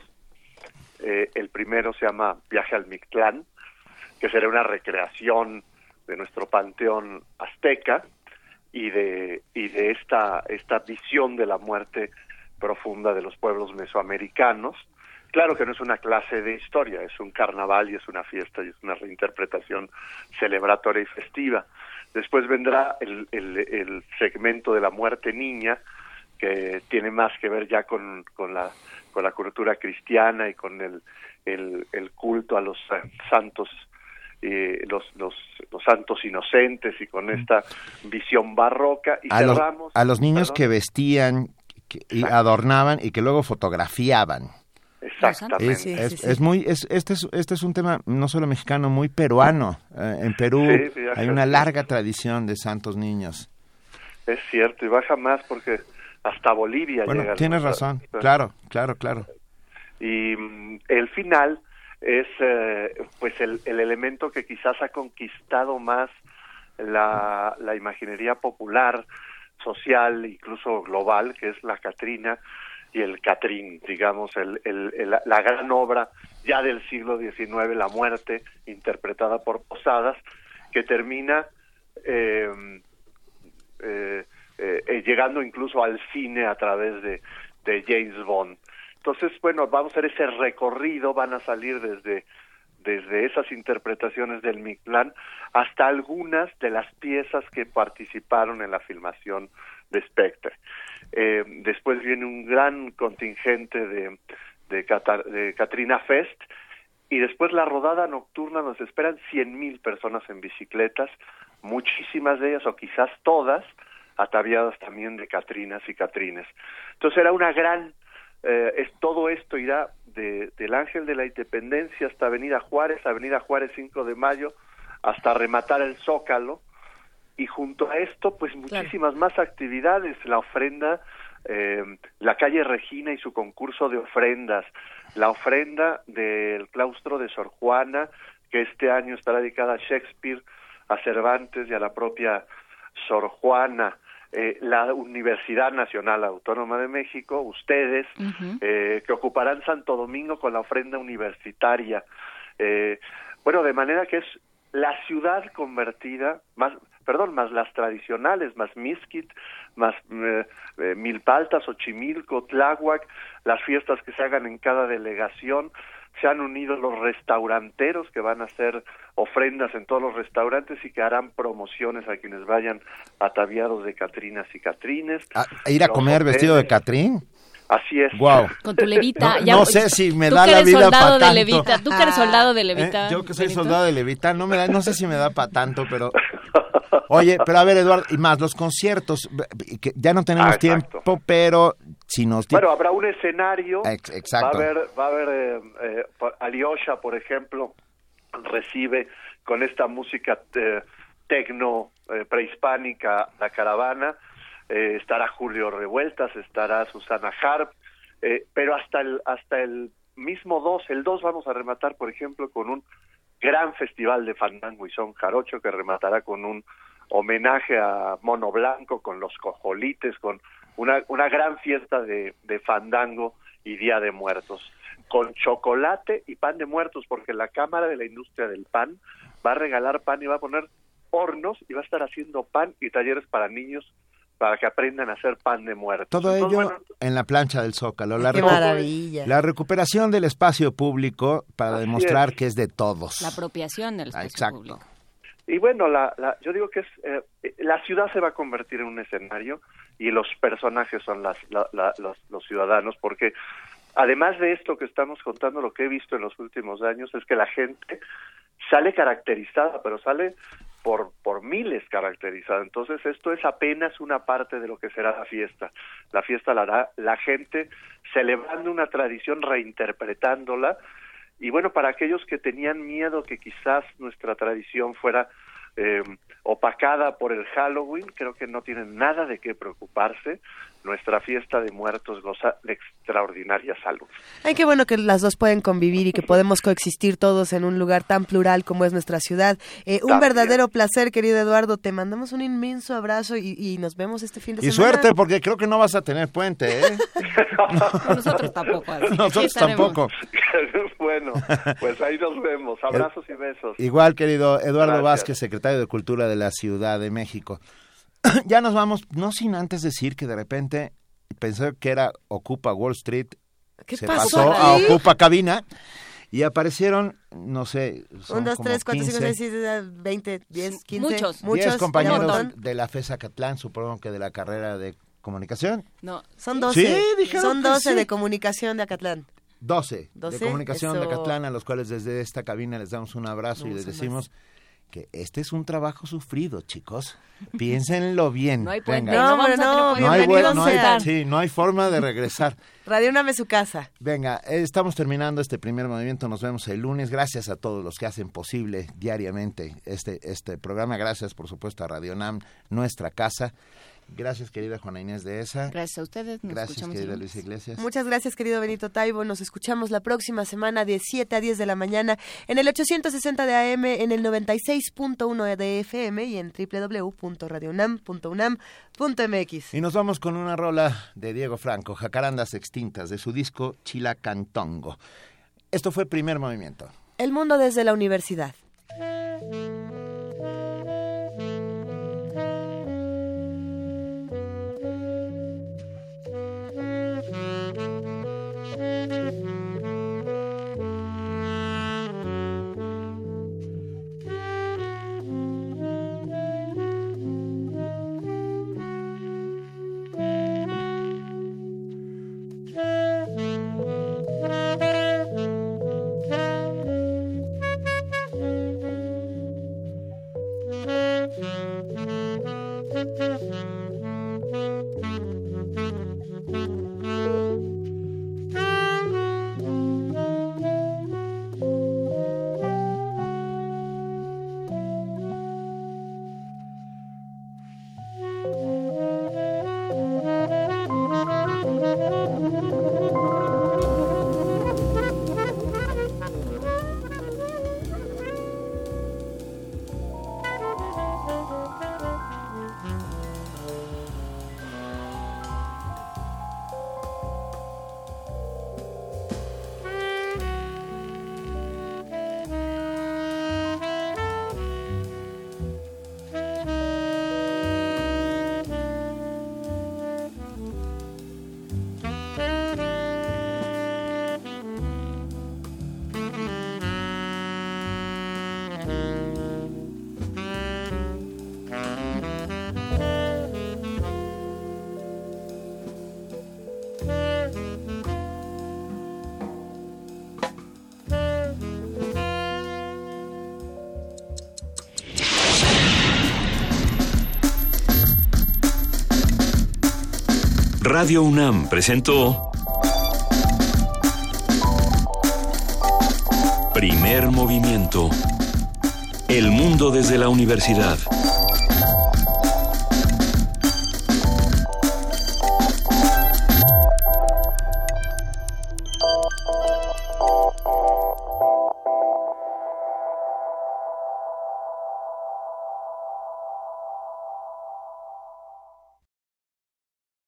S14: Eh, el primero se llama Viaje al Mictlán, que será una recreación de nuestro panteón azteca y de y de esta esta visión de la muerte profunda de los pueblos mesoamericanos. Claro que no es una clase de historia, es un carnaval y es una fiesta y es una reinterpretación celebratoria y festiva. Después vendrá el, el, el segmento de la muerte niña, que tiene más que ver ya con, con la con la cultura cristiana y con el el, el culto a los santos eh, los los los santos inocentes y con esta visión barroca y
S2: A los,
S14: cerramos
S2: a los niños
S14: perdón.
S2: que vestían que- y adornaban y que luego fotografiaban.
S14: Exactamente.
S2: Es, es, es muy, es, este, es, este es un tema no solo mexicano, muy peruano. Eh, en Perú
S14: Sí, fíjate.
S2: hay una larga tradición de santos niños.
S14: Es cierto, y baja más porque hasta Bolivia
S2: Bueno,
S14: llega.
S2: tienes razón, claro, claro, claro.
S14: Y mm, el final es eh, pues el, el elemento que quizás ha conquistado más la, la imaginería popular, social, incluso global, que es la Catrina y el Catrín, digamos, el, el, el, la gran obra ya del siglo diecinueve, La Muerte, interpretada por Posadas, que termina eh, eh, eh, llegando incluso al cine a través de, de James Bond. Entonces, bueno, vamos a hacer ese recorrido, van a salir desde, desde esas interpretaciones del Mictlán hasta algunas de las piezas que participaron en la filmación de Spectre. Eh, después viene un gran contingente de, de, Catar, de Catrina Fest, y después la rodada nocturna, nos esperan cien mil personas en bicicletas, muchísimas de ellas, o quizás todas, ataviadas también de Catrinas y Catrines. Entonces era una gran, eh, es, todo esto irá de, del Ángel de la Independencia hasta Avenida Juárez, Avenida Juárez cinco de mayo, hasta rematar el Zócalo, y junto a esto, pues muchísimas claro. más actividades, la ofrenda, eh, la calle Regina y su concurso de ofrendas, la ofrenda del claustro de Sor Juana, que este año estará dedicada a Shakespeare, a Cervantes y a la propia Sor Juana, eh, la Universidad Nacional Autónoma de México, ustedes, uh-huh. eh, que ocuparán Santo Domingo con la ofrenda universitaria, eh, bueno, de manera que es la ciudad convertida, más, perdón, más las tradicionales, más Mixquic, más eh, eh, Milpalta, Xochimilco, Tláhuac, las fiestas que se hagan en cada delegación. Se han unido los restauranteros que van a hacer ofrendas en todos los restaurantes y que harán promociones a quienes vayan ataviados de Catrinas y Catrines.
S2: ¿A, a ir a los comer hoteles. Vestido de Catrín?
S14: Así es.
S2: Wow.
S7: Con tu levita.
S2: No,
S7: ya,
S2: no sé si me da la vida para tanto.
S7: De levita. Tú que eres soldado de levita.
S2: ¿Eh? Yo que soy
S7: Benito.
S2: soldado de levita, no me da, no sé si me da para tanto, pero... Oye, pero a ver, Eduardo, y más, los conciertos, que ya no tenemos ah, tiempo, pero si nos...
S14: Bueno, habrá un escenario.
S2: Ex- exacto.
S14: Va a haber, va a haber eh, eh, Alyosha, por ejemplo, recibe con esta música eh, tecno eh, prehispánica La Caravana. Eh, estará Julio Revueltas, estará Susana Harp, eh, pero hasta el hasta el mismo dos, el dos vamos a rematar, por ejemplo, con un gran festival de fandango y son jarocho que rematará con un homenaje a Mono Blanco, con los cojolites, con una una gran fiesta de, de fandango y Día de Muertos, con chocolate y pan de muertos, porque la Cámara de la Industria del Pan va a regalar pan y va a poner hornos y va a estar haciendo pan y talleres para niños para que aprendan a hacer pan de muertos.
S2: Todo
S14: Entonces,
S2: ello
S14: bueno,
S2: en la plancha del Zócalo. La
S5: ¡Qué
S2: recu-
S5: maravilla!
S2: La recuperación del espacio público para
S14: Así
S2: demostrar
S14: es.
S2: que es de todos.
S7: La apropiación del espacio
S2: Exacto.
S7: público.
S14: Y bueno, la, la, yo digo que es eh, la ciudad se va a convertir en un escenario y los personajes son las, la, la, los, los ciudadanos, porque además de esto que estamos contando, lo que he visto en los últimos años es que la gente sale caracterizada, pero sale por por miles caracterizada. Entonces esto es apenas una parte de lo que será la fiesta. La fiesta la hará la gente celebrando una tradición, reinterpretándola. Y bueno, para aquellos que tenían miedo que quizás nuestra tradición fuera eh, opacada por el Halloween, creo que no tienen nada de qué preocuparse. Nuestra fiesta de muertos goza de extraordinaria salud.
S5: Ay, qué bueno que las dos pueden convivir y que podemos coexistir todos en un lugar tan plural como es nuestra ciudad. Eh, un
S14: También.
S5: verdadero placer, querido Eduardo. Te mandamos un inmenso abrazo y, y nos vemos este fin de
S2: Y
S5: semana.
S2: suerte, porque creo que no vas a tener puente, ¿eh?
S7: Nosotros tampoco. Así.
S2: Nosotros tampoco.
S14: Bueno, pues ahí nos vemos. Abrazos y besos.
S2: Igual, querido Eduardo
S14: Gracias.
S2: Vázquez, secretario de Cultura de la Ciudad de México. Ya nos vamos, no sin antes decir que de repente pensé que era Ocupa Wall Street,
S5: ¿Qué
S2: se
S5: pasó
S2: pasó a
S5: aquí?
S2: Ocupa Cabina y aparecieron, no sé, son
S5: Un, dos,
S2: como
S5: tres, cuatro, cinco,
S2: quince,
S5: seis, siete, veinte, diez, quince.
S7: Muchos.
S5: Muchos.
S2: diez compañeros
S5: un
S2: de la FES Acatlán, supongo que de la carrera de comunicación.
S7: No,
S5: Son doce.
S2: Sí, dijeron
S5: Son
S2: que
S5: doce
S2: sí.
S5: de comunicación de Acatlán.
S2: doce,
S5: doce,
S2: de comunicación
S5: eso.
S2: de Acatlán, a los cuales desde esta cabina les damos un abrazo
S5: No,
S2: y les
S5: son
S2: decimos que este es un trabajo sufrido, chicos. Piénsenlo bien.
S7: no hay puente.
S2: Venga.
S5: No,
S7: vamos
S5: hombre,
S7: a tener
S5: no,
S7: puente.
S2: No hay,
S5: bienvenidos
S2: buen- no hay-
S5: sean.
S2: sí, no hay forma de regresar.
S5: Radio UNAM es su casa.
S2: Venga, eh, estamos terminando este primer movimiento. Nos vemos el lunes. Gracias a todos los que hacen posible diariamente este este programa. Gracias, por supuesto, a Radio UNAM, nuestra casa. Gracias, querida Juana Inés de Esa.
S7: Gracias a ustedes. Nos
S2: gracias, querida Luisa Iglesias.
S5: Muchas gracias, querido Benito Taibo. Nos escuchamos la próxima semana de siete a diez de la mañana en el ochocientos sesenta de A M, en el noventa y seis punto uno de F M y en doble u doble u doble u punto radio u n a m punto u n a m punto m x.
S2: Y nos vamos con una rola de Diego Franco, Jacarandas Extintas, de su disco Chilacantongo. Esto fue Primer Movimiento.
S5: El mundo desde la universidad.
S1: Radio UNAM presentó Primer Movimiento. El mundo desde la universidad.